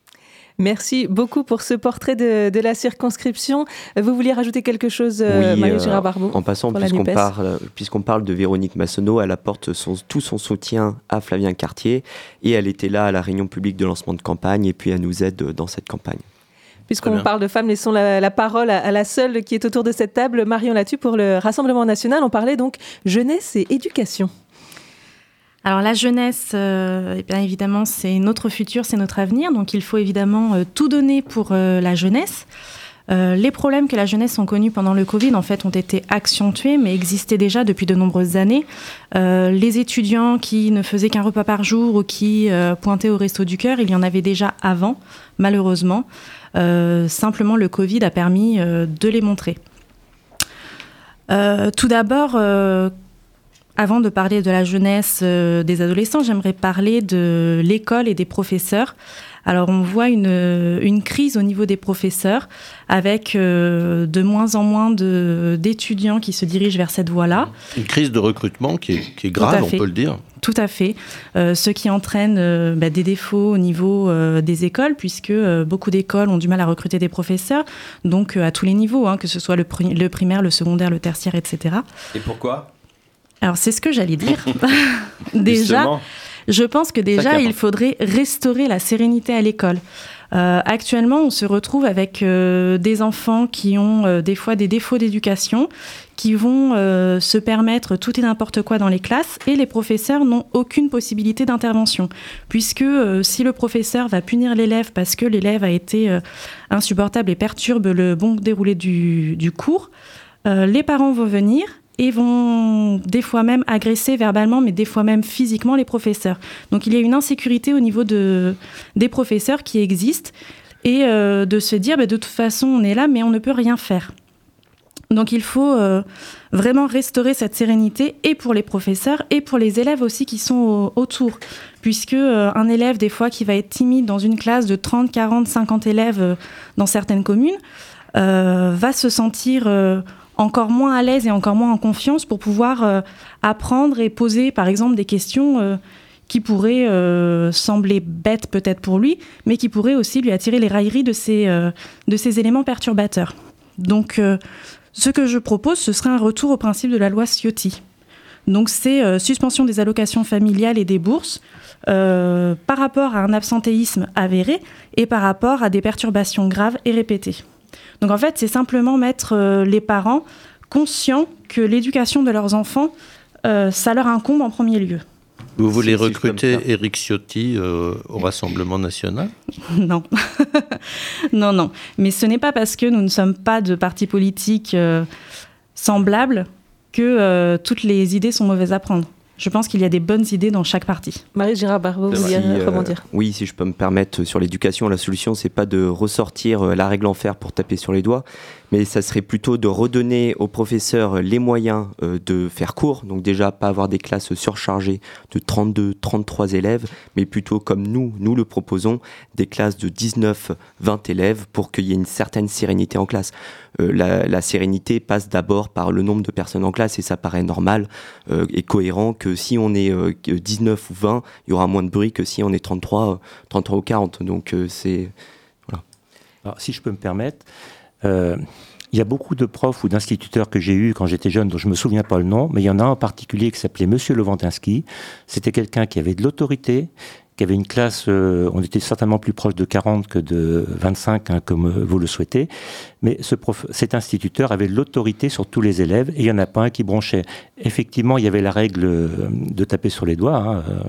Merci beaucoup pour ce portrait de, de la circonscription. Vous vouliez rajouter quelque chose, euh, oui, Marie-Gérard Barbeau? En passant, puisqu'on parle, puisqu'on parle de Véronique Massonneau, elle apporte son, tout son soutien à Flavien Cartier et elle était là à la réunion publique de lancement de campagne et puis elle nous aide dans cette campagne. Puisqu'on parle de femmes, laissons la, la parole à, à la seule qui est autour de cette table. Marion Latu, pour le Rassemblement national, on parlait donc jeunesse et éducation. Alors la jeunesse, euh, eh bien évidemment, c'est notre futur, c'est notre avenir. Donc il faut évidemment euh, tout donner pour euh, la jeunesse. Euh, les problèmes que la jeunesse ont connus pendant le Covid, en fait, ont été accentués, mais existaient déjà depuis de nombreuses années. Euh, les étudiants qui ne faisaient qu'un repas par jour ou qui euh, pointaient au Resto du Cœur, il y en avait déjà avant, malheureusement. Euh, simplement, le Covid a permis euh, de les montrer. Euh, tout d'abord... Euh, Avant de parler de la jeunesse euh, des adolescents, j'aimerais parler de l'école et des professeurs. Alors, on voit une, une crise au niveau des professeurs avec euh, de moins en moins de, d'étudiants qui se dirigent vers cette voie-là. Une crise de recrutement qui est, qui est grave, on peut le dire. Tout à fait. Euh, ce qui entraîne euh, bah, des défauts au niveau euh, des écoles, puisque euh, beaucoup d'écoles ont du mal à recruter des professeurs, donc euh, à tous les niveaux, hein, que ce soit le, pri- le primaire, le secondaire, le tertiaire, et cetera. Et pourquoi ? Alors, c'est ce que j'allais dire. Déjà, Justement. je pense que déjà, il faudrait restaurer la sérénité à l'école. Euh, actuellement, on se retrouve avec euh, des enfants qui ont euh, des fois des défauts d'éducation, qui vont euh, se permettre tout et n'importe quoi dans les classes, et les professeurs n'ont aucune possibilité d'intervention. Puisque euh, si le professeur va punir l'élève parce que l'élève a été euh, insupportable et perturbe le bon déroulé du, du cours, euh, les parents vont venir et vont des fois même agresser verbalement, mais des fois même physiquement les professeurs. Donc il y a une insécurité au niveau de, des professeurs qui existent, et euh, de se dire, bah, de toute façon, on est là, mais on ne peut rien faire. Donc il faut euh, vraiment restaurer cette sérénité, et pour les professeurs, et pour les élèves aussi qui sont au, autour. Puisque euh, un élève, des fois, qui va être timide dans une classe de trente, quarante, cinquante élèves euh, dans certaines communes, euh, va se sentir... Euh, encore moins à l'aise et encore moins en confiance pour pouvoir euh, apprendre et poser, par exemple, des questions euh, qui pourraient euh, sembler bêtes peut-être pour lui, mais qui pourraient aussi lui attirer les railleries de ces, euh, de ces éléments perturbateurs. Donc, euh, ce que je propose, ce serait un retour au principe de la loi Ciotti. Donc, c'est euh, suspension des allocations familiales et des bourses euh, par rapport à un absentéisme avéré et par rapport à des perturbations graves et répétées. Donc en fait, c'est simplement mettre euh, les parents conscients que l'éducation de leurs enfants, euh, ça leur incombe en premier lieu. Vous voulez si, recruter si Éric Ciotti euh, au Rassemblement national ? Non. non, non. Mais ce n'est pas parce que nous ne sommes pas de partis politiques euh, semblables que euh, toutes les idées sont mauvaises à prendre. je pense qu'il y a des bonnes idées dans chaque partie. Marie Girard-Barbeau, vous vouliez Si, rebondir. euh, Oui, si je peux me permettre, sur l'éducation, la solution, c'est pas de ressortir euh, la règle en fer pour taper sur les doigts, mais ça serait plutôt de redonner aux professeurs les moyens euh, de faire cours. Donc déjà, pas avoir des classes surchargées de trente-deux, trente-trois élèves, mais plutôt comme nous, nous le proposons, des classes de dix-neuf, vingt élèves pour qu'il y ait une certaine sérénité en classe. Euh, la, la sérénité passe d'abord par le nombre de personnes en classe et ça paraît normal euh, et cohérent que si on est euh, dix-neuf ou vingt, il y aura moins de bruit que si on est trente-trois, trente-trois ou quarante. Donc euh, c'est... Voilà. Alors, si je peux me permettre, euh, il y a beaucoup de profs ou d'instituteurs que j'ai eus quand j'étais jeune, dont je ne me souviens pas le nom, mais il y en a un en particulier qui s'appelait Monsieur Levantinski. C'était quelqu'un qui avait de l'autorité, qui avait une classe, euh, on était certainement plus proche de quarante que de vingt-cinq, hein, comme euh, vous le souhaitez, mais ce prof, cet instituteur avait de l'autorité sur tous les élèves, et il n'y en a pas un qui bronchait. Effectivement, il y avait la règle euh, de taper sur les doigts, hein, euh,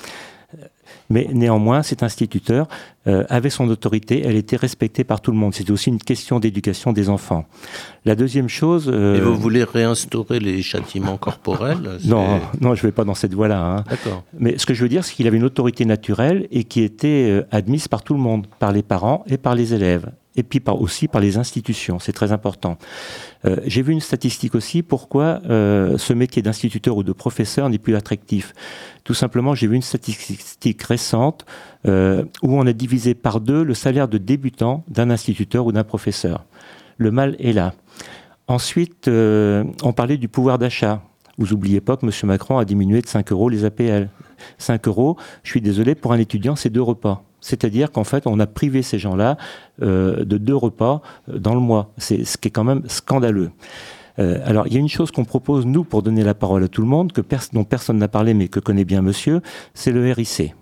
mais néanmoins, cet instituteur euh, avait son autorité, elle était respectée par tout le monde. C'était aussi une question d'éducation des enfants. La deuxième chose... Euh, Et vous voulez réinstaurer les châtiments corporels? Non, non, je ne vais pas dans cette voie-là. Hein. D'accord. Mais ce que je veux dire, c'est qu'il avait une autorité naturelle et qui était euh, admise par tout le monde, par les parents et par les élèves. Et puis par, aussi par les institutions, c'est très important. Euh, j'ai vu une statistique aussi, pourquoi euh, ce métier d'instituteur ou de professeur n'est plus attractif. Tout simplement, j'ai vu une statistique récente euh, où on a divisé par deux le salaire de débutant d'un instituteur ou d'un professeur. Le mal est là. Ensuite, euh, on parlait du pouvoir d'achat. Vous n'oubliez pas que M. Macron a diminué de cinq euros les A P L. cinq euros, je suis désolé, pour un étudiant, c'est deux repas. C'est-à-dire qu'en fait, on a privé ces gens-là euh, de deux repas dans le mois. C'est ce qui est quand même scandaleux. Euh, alors, il y a une chose qu'on propose, nous, pour donner la parole à tout le monde, que pers- dont personne n'a parlé, mais que connaît bien monsieur, c'est le R I C.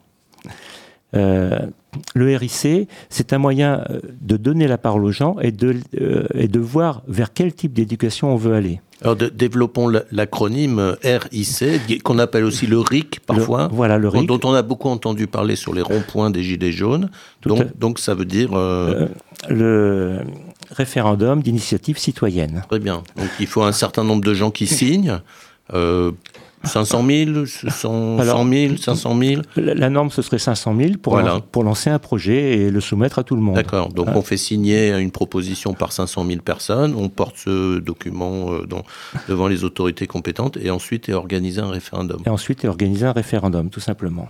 Euh, le R I C, c'est un moyen de donner la parole aux gens et de, euh, et de voir vers quel type d'éducation on veut aller. Alors, de, développons l'acronyme R I C, qu'on appelle aussi le R I C parfois, le, voilà, le R I C. Dont on a beaucoup entendu parler sur les ronds-points des Gilets jaunes. Donc, à... donc ça veut dire... Euh... Euh, le référendum d'initiative citoyenne. Très bien. Donc il faut un certain nombre de gens qui signent. Euh, cinq cent mille, cent mille, cinq cent mille. La, la norme, ce serait cinq cent mille pour, voilà. lan- pour lancer un projet et le soumettre à tout le monde. D'accord. Donc hein? On fait signer une proposition par cinq cent mille personnes, on porte ce document euh, dans, devant les autorités compétentes et ensuite est organisé un référendum. Et ensuite est organisé un référendum, tout simplement.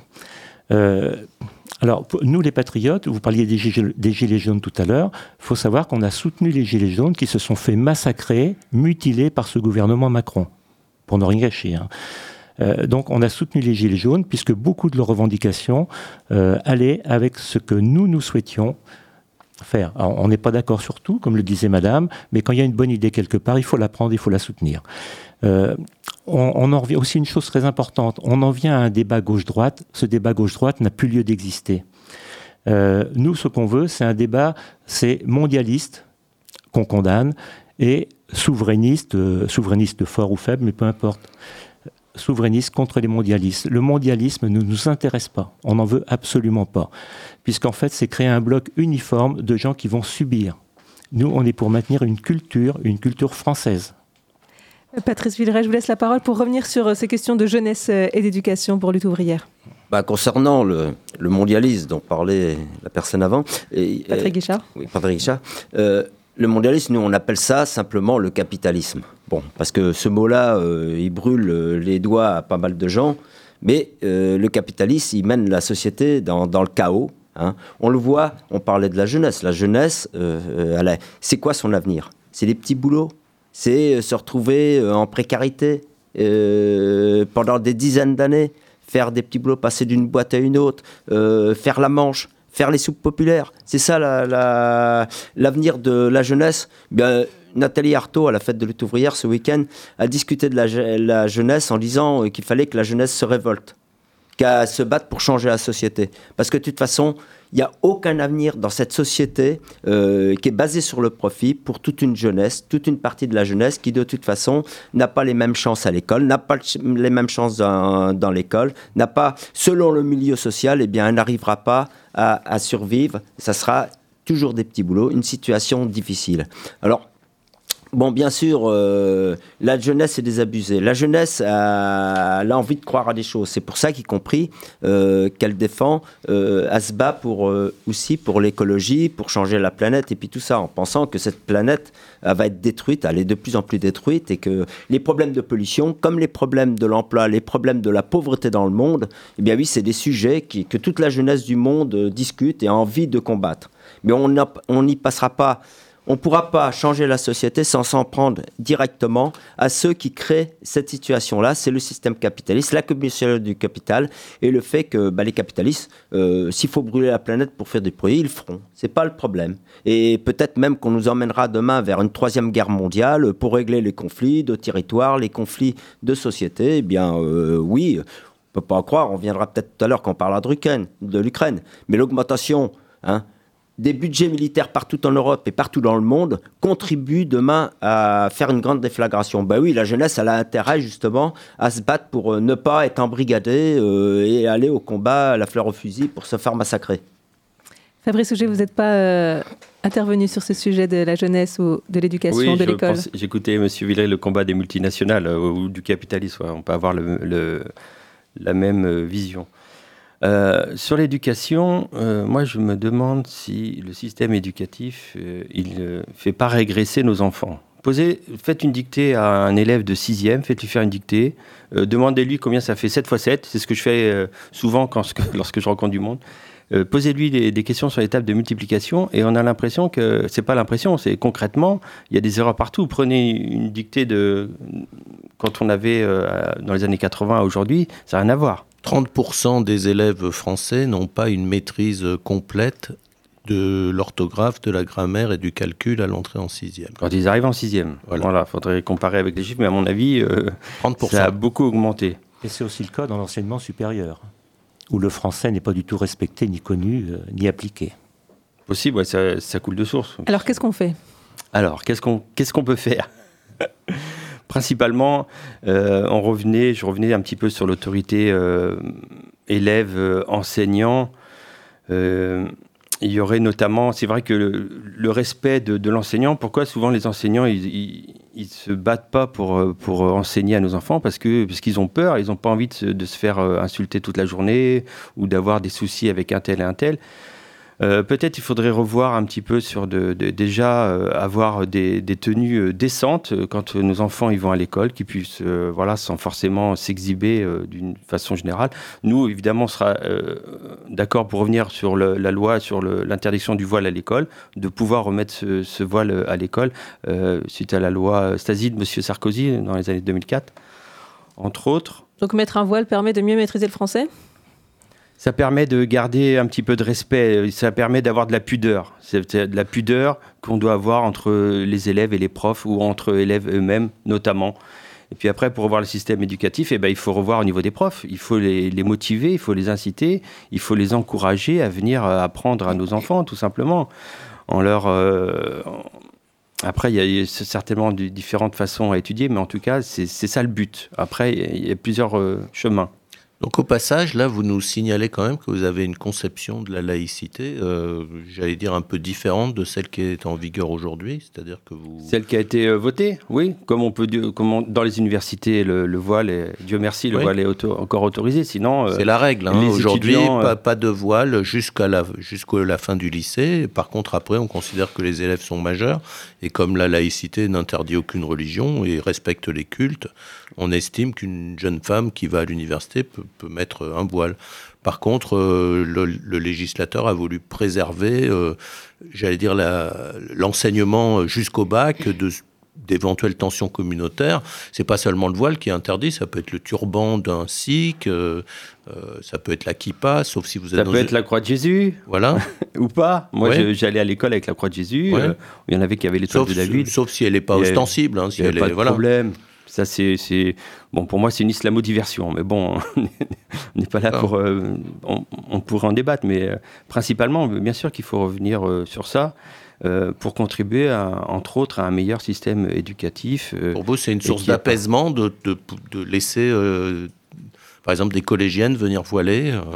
Euh, alors, nous les patriotes, vous parliez des gilets, des gilets jaunes tout à l'heure, il faut savoir qu'on a soutenu les gilets jaunes qui se sont fait massacrer, mutilés par ce gouvernement Macron. Pour ne rien gâcher. Hein. Euh, donc on a soutenu les Gilets jaunes puisque beaucoup de leurs revendications euh, allaient avec ce que nous, nous souhaitions faire. Alors, on n'est pas d'accord sur tout, comme le disait madame, mais quand il y a une bonne idée quelque part, il faut la prendre, il faut la soutenir. Euh, on, on en revient aussi à une chose très importante. On en vient à un débat gauche-droite. Ce débat gauche-droite n'a plus lieu d'exister. Euh, nous, ce qu'on veut, c'est un débat, c'est mondialiste, qu'on condamne, et souverainiste, euh, souverainiste fort ou faible, mais peu importe. Souverainiste contre les mondialistes. Le mondialisme ne nous intéresse pas. On n'en veut absolument pas. Puisqu'en fait, c'est créer un bloc uniforme de gens qui vont subir. Nous, on est pour maintenir une culture, une culture française. Patrice Villeray, je vous laisse la parole pour revenir sur ces questions de jeunesse et d'éducation pour Lutte ouvrière. Bah, concernant le, le mondialisme dont parlait la personne avant... Et, Patrick Guichard. Euh, oui, Patrick Guichard. Euh, le mondialisme, nous, on appelle ça simplement le capitalisme. Bon, parce que ce mot-là, euh, il brûle les doigts à pas mal de gens, mais euh, le capitalisme, il mène la société dans, dans le chaos. Hein. On le voit, on parlait de la jeunesse. La jeunesse, euh, elle a, c'est quoi son avenir? C'est des petits boulots. C'est se retrouver en précarité euh, pendant des dizaines d'années, faire des petits boulots, passer d'une boîte à une autre, euh, faire la manche, faire les soupes populaires. C'est ça la, la, l'avenir de la jeunesse. Bien, Nathalie Arthaud, à la fête de Lutte ouvrière ce week-end, a discuté de la, la jeunesse en disant qu'il fallait que la jeunesse se révolte, qu'elle se batte pour changer la société. Parce que de toute façon, il n'y a aucun avenir dans cette société euh, qui est basée sur le profit pour toute une jeunesse, toute une partie de la jeunesse qui, de toute façon, n'a pas les mêmes chances à l'école, n'a pas les mêmes chances dans, dans l'école, n'a pas, selon le milieu social, eh bien, elle n'arrivera pas à, à survivre. Ça sera toujours des petits boulots, une situation difficile. Alors, Bon, bien sûr, euh, la jeunesse est désabusée. La jeunesse a, elle a envie de croire à des choses. C'est pour ça qu'y compris euh, qu'elle défend, euh, elle se bat pour, euh, aussi pour l'écologie, pour changer la planète et puis tout ça, en pensant que cette planète elle va être détruite, elle est de plus en plus détruite et que les problèmes de pollution, comme les problèmes de l'emploi, les problèmes de la pauvreté dans le monde, eh bien oui, c'est des sujets qui, que toute la jeunesse du monde euh, discute et a envie de combattre. Mais on n'y passera pas. On ne pourra pas changer la société sans s'en prendre directement à ceux qui créent cette situation-là. C'est le système capitaliste, la commission du capital et le fait que bah, les capitalistes, euh, s'il faut brûler la planète pour faire des produits, ils le feront. Ce n'est pas le problème. Et peut-être même qu'on nous emmènera demain vers une troisième guerre mondiale pour régler les conflits de territoire, les conflits de société. Eh bien, euh, oui, on ne peut pas en croire. On viendra peut-être tout à l'heure quand on parlera de l'Ukraine. De l'Ukraine. Mais l'augmentation... Hein, des budgets militaires partout en Europe et partout dans le monde contribuent demain à faire une grande déflagration. Ben oui, la jeunesse, elle a intérêt justement à se battre pour ne pas être embrigadée euh, et aller au combat à la fleur au fusil pour se faire massacrer. Fabrice Auger, vous n'êtes pas euh, intervenu sur ce sujet de la jeunesse ou de l'éducation, oui, de l'école. Pense, j'écoutais M. Villeret, le combat des multinationales euh, ou du capitalisme. Ouais, on peut avoir le, le, la même euh, vision. Euh, sur l'éducation, euh, moi je me demande si le système éducatif, euh, il ne euh, fait pas régresser nos enfants. Posez, faites une dictée à un élève de sixième, faites-lui faire une dictée, euh, demandez-lui combien ça fait sept fois sept, c'est ce que je fais euh, souvent quand, lorsque je rencontre du monde. Euh, posez-lui des, des questions sur les tables de multiplication et on a l'impression que, c'est pas l'impression, c'est concrètement, il y a des erreurs partout. Prenez une dictée de, quand on avait euh, dans les années quatre-vingts à aujourd'hui, ça n'a rien à voir. trente pour cent des élèves français n'ont pas une maîtrise complète de l'orthographe, de la grammaire et du calcul à l'entrée en sixième. Quand ils arrivent en sixième. Voilà, voilà, faudrait comparer avec les chiffres, mais à mon avis, euh, trente pour cent. Ça a beaucoup augmenté. Et c'est aussi le cas dans l'enseignement supérieur, où le français n'est pas du tout respecté, ni connu, euh, ni appliqué. Possible, ouais, ça, ça coule de source. Alors, qu'est-ce qu'on fait ? Alors, qu'est-ce qu'on, qu'est-ce qu'on peut faire ? Principalement, euh, on revenait, je revenais un petit peu sur l'autorité euh, élève, euh, enseignant. Euh, il y aurait notamment, c'est vrai que le, le respect de, de l'enseignant, pourquoi souvent les enseignants, ils ne se battent pas pour, pour enseigner à nos enfants parce, que, parce qu'ils ont peur, ils n'ont pas envie de se, de se faire insulter toute la journée ou d'avoir des soucis avec un tel et un tel. Euh, peut-être il faudrait revoir un petit peu sur de, de, déjà euh, avoir des, des tenues décentes quand nos enfants ils vont à l'école, qu'ils puissent euh, voilà, sans forcément s'exhiber euh, d'une façon générale. Nous, évidemment, on sera euh, d'accord pour revenir sur le, la loi sur le, l'interdiction du voile à l'école, de pouvoir remettre ce, ce voile à l'école euh, suite à la loi Stasi de M. Sarkozy dans les années deux mille quatre, entre autres. Donc mettre un voile permet de mieux maîtriser le français ? Ça permet de garder un petit peu de respect, ça permet d'avoir de la pudeur. C'est de la pudeur qu'on doit avoir entre les élèves et les profs ou entre élèves eux-mêmes notamment. Et puis après, pour revoir le système éducatif, eh ben, il faut revoir au niveau des profs. Il faut les, les motiver, il faut les inciter, il faut les encourager à venir apprendre à nos enfants, tout simplement. En leur, euh, après, il y a certainement différentes façons à étudier, mais en tout cas, c'est, c'est ça le but. Après, il y a plusieurs euh, chemins. Donc au passage, là, vous nous signalez quand même que vous avez une conception de la laïcité, euh, j'allais dire un peu différente de celle qui est en vigueur aujourd'hui, c'est-à-dire que vous... Celle qui a été euh, votée, oui, comme on peut, comme on, dans les universités, le, le voile, est, Dieu merci, le oui. voile est auto, encore autorisé, sinon... Euh, c'est la règle, hein. Aujourd'hui, étudiants, pas, pas de voile jusqu'à la, jusqu'à la fin du lycée. Par contre, après, on considère que les élèves sont majeurs, et comme la laïcité n'interdit aucune religion et respecte les cultes, on estime qu'une jeune femme qui va à l'université peut, peut mettre un voile. Par contre, euh, le, le législateur a voulu préserver, euh, j'allais dire, la, l'enseignement jusqu'au bac de, d'éventuelles tensions communautaires. C'est pas seulement le voile qui est interdit, ça peut être le turban d'un sikh, euh, euh, ça peut être la kippa, sauf si vous êtes... Ça dans peut une... être la croix de Jésus, voilà, ou pas. Moi, ouais. je, j'allais à l'école avec la croix de Jésus, ouais. euh, il y en avait qui avaient l'étoile de David. Sauf si elle n'est pas ostensible. Hein, si il n'y a elle pas est, de voilà. problème. Ça, c'est, c'est... Bon, pour moi, c'est une islamodiversion. Mais bon, on n'est pas là ah. pour... Euh, on, on pourrait en débattre. Mais euh, principalement, bien sûr qu'il faut revenir euh, sur ça euh, pour contribuer, à, entre autres, à un meilleur système éducatif. Euh, pour vous, c'est une source d'apaisement de, de, de laisser, euh, par exemple, des collégiennes venir voiler euh...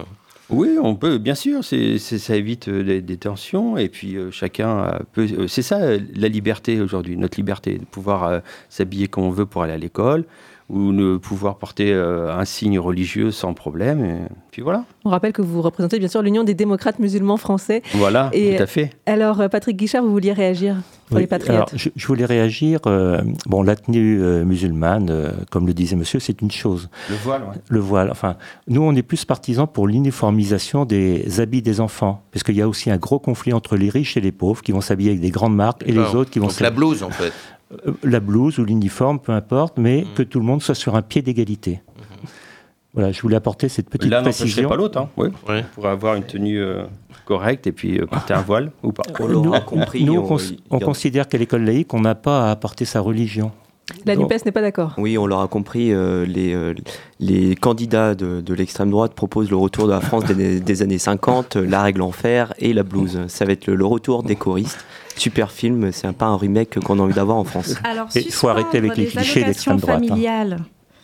Oui, on peut, bien sûr, c'est, c'est, ça évite euh, des, des tensions, et puis euh, chacun euh, peut... euh, c'est ça, euh, la liberté aujourd'hui, notre liberté, de pouvoir euh, s'habiller comme on veut pour aller à l'école, ou de pouvoir porter euh, un signe religieux sans problème, et puis voilà. On rappelle que vous représentez bien sûr l'Union des démocrates musulmans français. Voilà, et tout à fait. Alors, Patrick Guichard, vous vouliez réagir pour oui, les patriotes? alors, je, je voulais réagir. Euh, bon, la tenue euh, musulmane, euh, comme le disait monsieur, c'est une chose. Le voile, oui. Le voile. Enfin, nous, on est plus partisans pour l'uniformisation des habits des enfants, parce qu'il y a aussi un gros conflit entre les riches et les pauvres qui vont s'habiller avec des grandes marques et Alors, les autres qui vont donc la blouse, en fait. La blouse ou l'uniforme, peu importe, mais Mmh. que tout le monde soit sur un pied d'égalité. Mmh. Voilà, je voulais apporter cette petite L'un précision. n'empêcherait pas l'autre, hein. Oui. Ouais. Pour avoir une tenue euh, correcte et puis euh, porter un voile ou pas. On l'aura compris. Nous, on, on- cons- il y on en- considère qu'à l'école laïque, on n'a pas à apporter sa religion. La Donc- NUPES n'est pas d'accord. Oui, on l'aura compris, euh, les, euh, les candidats de, de l'extrême droite proposent le retour de la France des, des années cinquante, la règle en fer et la blouse. Ça va être le, le retour des choristes. Super film, c'est un, pas un remake qu'on a envie d'avoir en France. Alors, Et il faut arrêter avec les suspendre clichés des allocations d'extrême droite, hein. familiales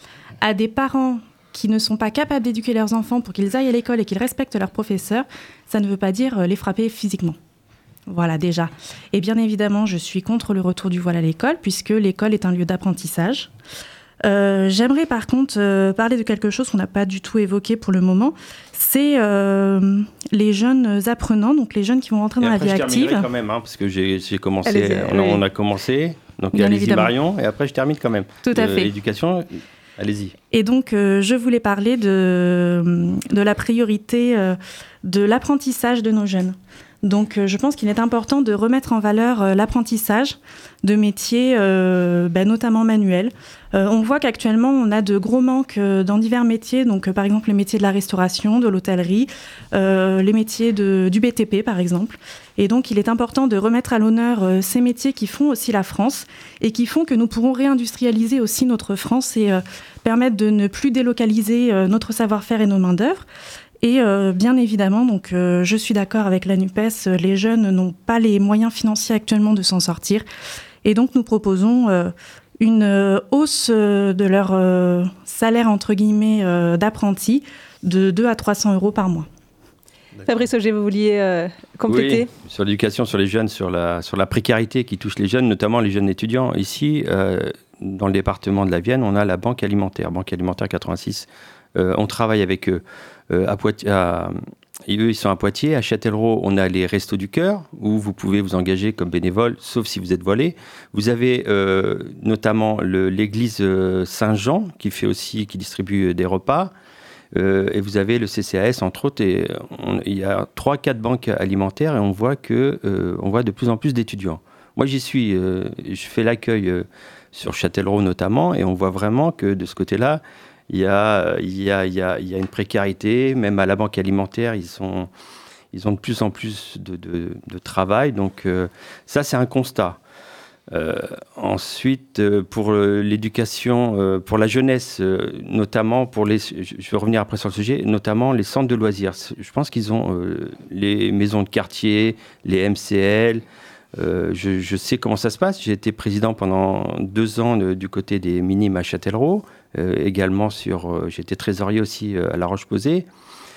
à des parents qui ne sont pas capables d'éduquer leurs enfants pour qu'ils aillent à l'école et qu'ils respectent leurs professeurs, ça ne veut pas dire euh, les frapper physiquement. Voilà, déjà. Et bien évidemment, je suis contre le retour du voile à l'école, puisque l'école est un lieu d'apprentissage. Euh, j'aimerais par contre euh, parler de quelque chose qu'on n'a pas du tout évoqué pour le moment, c'est euh, les jeunes apprenants, donc les jeunes qui vont rentrer Et dans après, la vie je active. terminerai quand même, hein, parce que j'ai, j'ai commencé, Allez-y, on, oui. on a commencé, donc Bien allez-y évidemment. Marion, et après je termine quand même. Tout à Euh, fait. L'éducation, allez-y. Et donc, euh, je voulais parler de, de la priorité euh, de l'apprentissage de nos jeunes. Donc, euh, je pense qu'il est important de remettre en valeur euh, l'apprentissage de métiers, euh, ben, notamment manuels. Euh, on voit qu'actuellement, on a de gros manques euh, dans divers métiers. Donc, euh, par exemple, les métiers de la restauration, de l'hôtellerie, euh, les métiers de, du B T P, par exemple. Et donc, il est important de remettre à l'honneur euh, ces métiers qui font aussi la France et qui font que nous pourrons réindustrialiser aussi notre France et euh, permettre de ne plus délocaliser euh, notre savoir-faire et nos main-d'œuvre. Et euh, bien évidemment, donc, euh, je suis d'accord avec la NUPES, euh, les jeunes n'ont pas les moyens financiers actuellement de s'en sortir. Et donc, nous proposons euh, une euh, hausse euh, de leur euh, salaire, entre guillemets, euh, d'apprenti de deux à trois cents euros par mois. Fabrice Auger, vous vouliez euh, compléter? Oui, sur l'éducation, sur les jeunes, sur la, sur la précarité qui touche les jeunes, notamment les jeunes étudiants. Ici, euh, dans le département de la Vienne, on a la Banque alimentaire, Banque alimentaire quatre-vingt-six. Euh, on travaille avec eux. Euh, à Poitiers, à, et eux, ils sont à Poitiers. À Châtellerault, on a les Restos du Cœur, où vous pouvez vous engager comme bénévole, sauf si vous êtes voilé. Vous avez euh, notamment le, l'église euh, Saint-Jean, qui fait aussi, qui distribue des repas. Euh, et vous avez le C C A S, entre autres. Et on, il y a trois, quatre banques alimentaires, et on voit que euh, on voit de plus en plus d'étudiants. Moi, j'y suis. Euh, je fais l'accueil euh, sur Châtellerault notamment, et on voit vraiment que de ce côté-là, Il y, a, il, y a, il, y a, il y a une précarité, même à la banque alimentaire, ils, sont, ils ont de plus en plus de, de, de travail. Donc euh, ça, c'est un constat. Euh, ensuite, euh, pour l'éducation, euh, pour la jeunesse, euh, notamment pour les... Je vais revenir après sur le sujet, notamment les centres de loisirs. Je pense qu'ils ont euh, les maisons de quartier, les M C L... Euh, je, je sais comment ça se passe. J'ai été président pendant deux ans de, du côté des Minimes à Châtellerault. Euh, également, sur, euh, j'ai été trésorier aussi euh, à La Roche-Posay.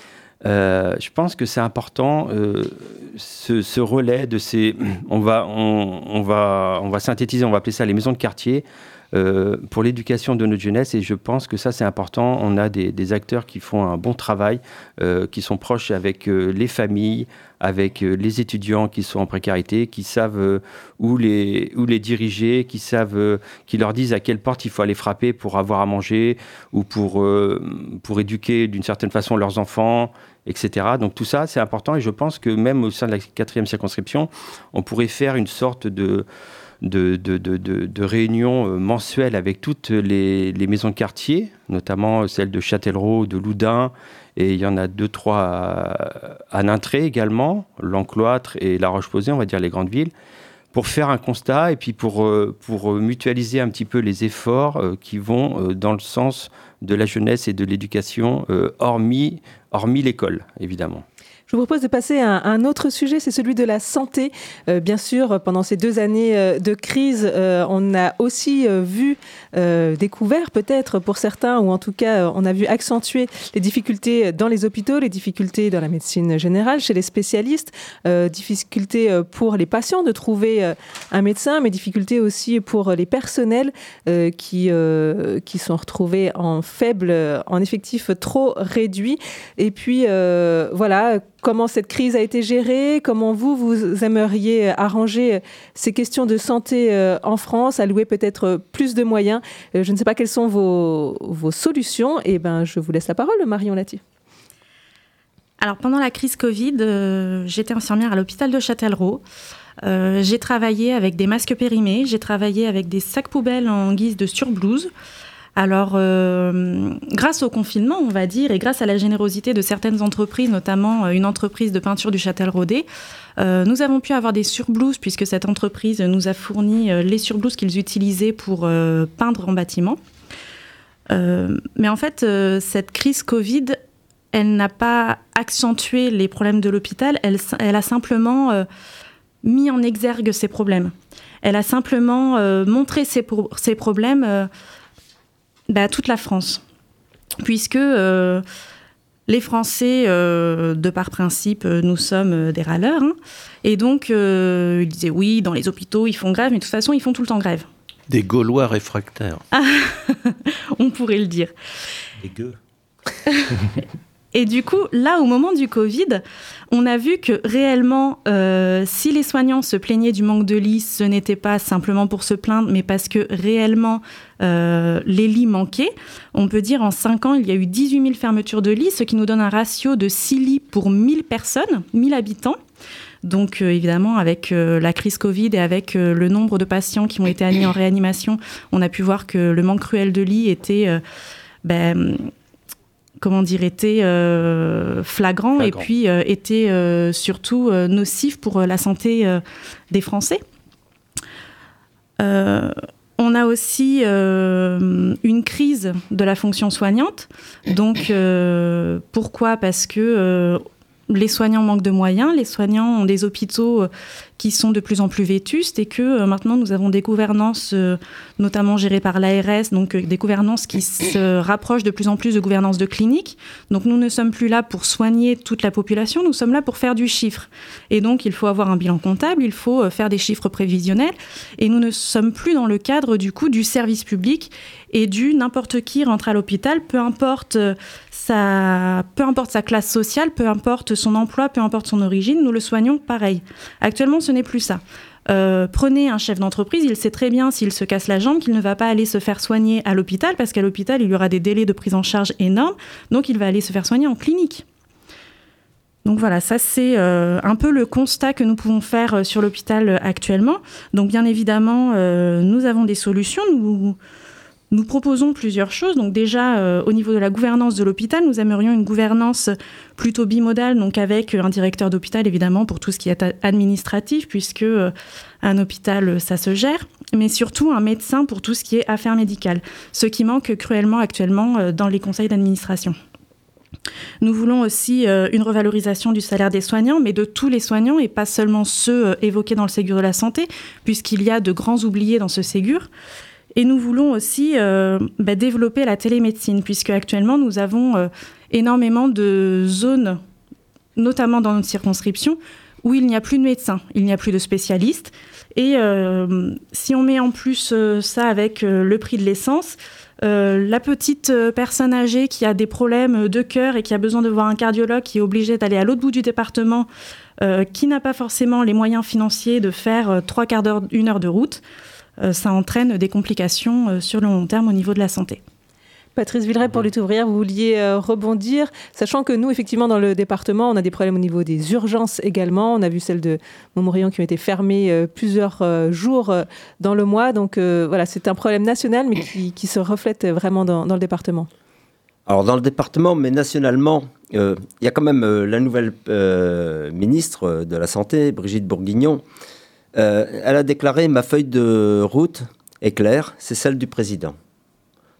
Euh, je pense que c'est important euh, ce, ce relais de ces. On va, on, on va, on va synthétiser. On va appeler ça les maisons de quartier. Euh, pour l'éducation de notre jeunesse, et je pense que ça c'est important. On a des, des acteurs qui font un bon travail, euh, qui sont proches avec euh, les familles, avec euh, les étudiants qui sont en précarité, qui savent euh, où, les, où les diriger, qui savent, euh, qui leur disent à quelle porte il faut aller frapper pour avoir à manger ou pour, euh, pour éduquer d'une certaine façon leurs enfants, et cetera. Donc tout ça c'est important, et je pense que même au sein de la quatrième circonscription, on pourrait faire une sorte de De, de, de, de, de réunions mensuelles avec toutes les, les maisons de quartier, notamment celles de Châtellerault, de Loudun, et il y en a deux, trois à, à Nintré également, l'Encloître et La Roche-Posay, on va dire les grandes villes, pour faire un constat et puis pour, pour mutualiser un petit peu les efforts qui vont dans le sens de la jeunesse et de l'éducation, hormis, hormis l'école, évidemment. Je vous propose de passer à un autre sujet, c'est celui de la santé. Euh, bien sûr, pendant ces deux années euh, de crise, euh, on a aussi euh, vu, euh, découvert peut-être pour certains, ou en tout cas, euh, on a vu accentuer les difficultés dans les hôpitaux, les difficultés dans la médecine générale, chez les spécialistes, euh, difficultés pour les patients de trouver euh, un médecin, mais difficultés aussi pour les personnels euh, qui, euh, qui sont retrouvés en faible, en effectif trop réduit. Et puis, euh, voilà, comment cette crise a été gérée, comment vous, vous aimeriez arranger ces questions de santé en France, allouer peut-être plus de moyens. Je ne sais pas quelles sont vos, vos solutions. Et ben, je vous laisse la parole, Marion Lati. Alors, pendant la crise Covid, euh, j'étais infirmière à l'hôpital de Châtellerault. Euh, j'ai travaillé avec des masques périmés, j'ai travaillé avec des sacs poubelles en guise de surblouse. Alors, euh, grâce au confinement, on va dire, et grâce à la générosité de certaines entreprises, notamment une entreprise de peinture du Châtelleraudais, euh, nous avons pu avoir des surblouses, puisque cette entreprise nous a fourni euh, les surblouses qu'ils utilisaient pour euh, peindre en bâtiment. Euh, mais en fait, euh, cette crise Covid, elle n'a pas accentué les problèmes de l'hôpital, elle, elle a simplement euh, mis en exergue ces problèmes. Elle a simplement euh, montré ces, pro- ces problèmes euh, bah, à toute la France. Puisque euh, les Français, euh, de par principe, euh, nous sommes euh, des râleurs. Hein, et donc, euh, ils disaient oui, dans les hôpitaux, ils font grève, mais de toute façon, ils font tout le temps grève. Des Gaulois réfractaires. Ah, on pourrait le dire. Des gueux. Et du coup, là, au moment du Covid, on a vu que réellement, euh, si les soignants se plaignaient du manque de lits, ce n'était pas simplement pour se plaindre, mais parce que réellement, euh, les lits manquaient. On peut dire en cinq ans, il y a eu dix-huit mille fermetures de lits, ce qui nous donne un ratio de six lits pour mille personnes, mille habitants. Donc euh, évidemment, avec euh, la crise Covid et avec euh, le nombre de patients qui ont été admis en réanimation, on a pu voir que le manque cruel de lits était... Euh, ben, comment dire, était euh, flagrant, flagrant et puis euh, était euh, surtout euh, nocif pour euh, la santé euh, des Français. Euh, on a aussi euh, une crise de la fonction soignante. Donc, euh, pourquoi ? Parce que euh, les soignants manquent de moyens, les soignants ont des hôpitaux euh, qui sont de plus en plus vétustes et que euh, maintenant nous avons des gouvernances, euh, notamment gérées par l'A R S, donc euh, des gouvernances qui se rapprochent de plus en plus de gouvernances de cliniques. Donc nous ne sommes plus là pour soigner toute la population, nous sommes là pour faire du chiffre. Et donc il faut avoir un bilan comptable, il faut euh, faire des chiffres prévisionnels et nous ne sommes plus dans le cadre du coup du service public et du n'importe qui rentre à l'hôpital, peu importe euh, sa, peu importe sa classe sociale, peu importe son emploi, peu importe son origine, nous le soignons pareil. Actuellement, ce n'est plus ça. Euh, prenez un chef d'entreprise, il sait très bien s'il se casse la jambe qu'il ne va pas aller se faire soigner à l'hôpital parce qu'à l'hôpital, il y aura des délais de prise en charge énormes, donc il va aller se faire soigner en clinique. Donc voilà, ça c'est euh, un peu le constat que nous pouvons faire euh, sur l'hôpital actuellement. Donc bien évidemment, euh, nous avons des solutions, nous... Nous proposons plusieurs choses. Donc déjà, euh, au niveau de la gouvernance de l'hôpital, nous aimerions une gouvernance plutôt bimodale, donc avec un directeur d'hôpital, évidemment, pour tout ce qui est administratif, puisque euh, un hôpital, ça se gère, mais surtout un médecin pour tout ce qui est affaires médicales, ce qui manque cruellement actuellement euh, dans les conseils d'administration. Nous voulons aussi euh, une revalorisation du salaire des soignants, mais de tous les soignants et pas seulement ceux euh, évoqués dans le Ségur de la santé, puisqu'il y a de grands oubliés dans ce Ségur. Et nous voulons aussi euh, bah, développer la télémédecine, puisque actuellement nous avons euh, énormément de zones, notamment dans notre circonscription, où il n'y a plus de médecins, il n'y a plus de spécialistes. Et euh, si on met en plus euh, ça avec euh, le prix de l'essence, euh, la petite euh, personne âgée qui a des problèmes de cœur et qui a besoin de voir un cardiologue, qui est obligée d'aller à l'autre bout du département, euh, qui n'a pas forcément les moyens financiers de faire euh, trois quarts d'heure, une heure de route, Euh, ça entraîne des complications euh, sur le long terme au niveau de la santé. Patrice Villeray, pour Lutte ouvrière, vous vouliez euh, rebondir, sachant que nous, effectivement, dans le département, on a des problèmes au niveau des urgences également. On a vu celles de Montmorillon qui ont été fermées euh, plusieurs euh, jours euh, dans le mois. Donc euh, voilà, c'est un problème national, mais qui, qui se reflète vraiment dans, dans le département. Alors dans le département, mais nationalement, il euh, y a quand même euh, la nouvelle euh, ministre de la Santé, Brigitte Bourguignon. Euh, elle a déclaré « Ma feuille de route est claire, c'est celle du président ».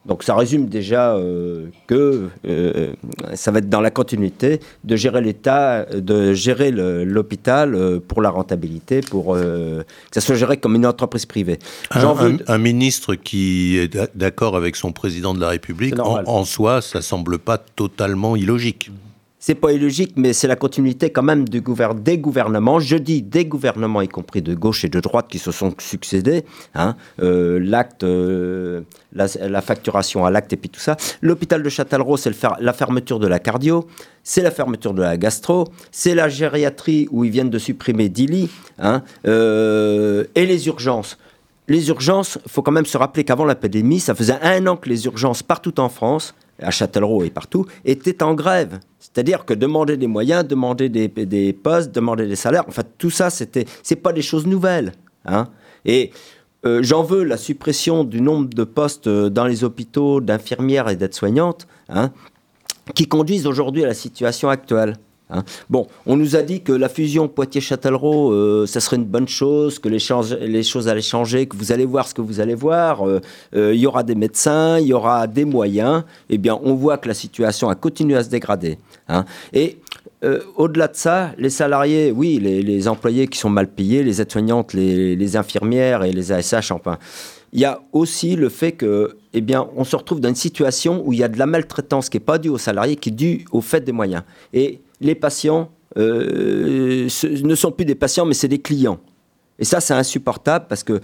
Donc ça résume déjà euh, que euh, ça va être dans la continuité de gérer l'État, de gérer le, l'hôpital euh, pour la rentabilité, pour euh, que ça soit géré comme une entreprise privée. Un, J'en veux... un, un ministre qui est d'accord avec son président de la République, en, en soi, ça semble pas totalement illogique. C'est pas illogique, mais c'est la continuité quand même du gouver- des gouvernements. Je dis des gouvernements, y compris de gauche et de droite, qui se sont succédés. Hein, euh, l'acte, euh, la, la facturation à l'acte et puis tout ça. L'hôpital de Châtellerault, c'est le fer- la fermeture de la cardio, c'est la fermeture de la gastro, c'est la gériatrie où ils viennent de supprimer dix lits, hein, euh, et les urgences. Les urgences, il faut quand même se rappeler qu'avant la pandémie, ça faisait un an que les urgences partout en France, à Châtellerault et partout, étaient en grève. C'est-à-dire que demander des moyens, demander des, des postes, demander des salaires, enfin tout ça, c'était, c'est pas des choses nouvelles. Hein. Et euh, j'en veux la suppression du nombre de postes dans les hôpitaux d'infirmières et d'aides-soignantes, hein, qui conduisent aujourd'hui à la situation actuelle. Hein. Bon, on nous a dit que la fusion Poitiers-Châtellerault, euh, ça serait une bonne chose, que les, change- les choses allaient changer, que vous allez voir ce que vous allez voir. Il euh, euh, y aura des médecins, il y aura des moyens. Eh bien, on voit que la situation a continué à se dégrader. Hein. Et euh, au-delà de ça, les salariés, oui, les, les employés qui sont mal payés, les aides-soignantes, les, les infirmières et les A S H, enfin... Il y a aussi le fait que, eh bien, on se retrouve dans une situation où il y a de la maltraitance qui n'est pas due aux salariés, qui est due au fait des moyens. Et les patients euh, ce, ne sont plus des patients, mais c'est des clients. Et ça, c'est insupportable parce que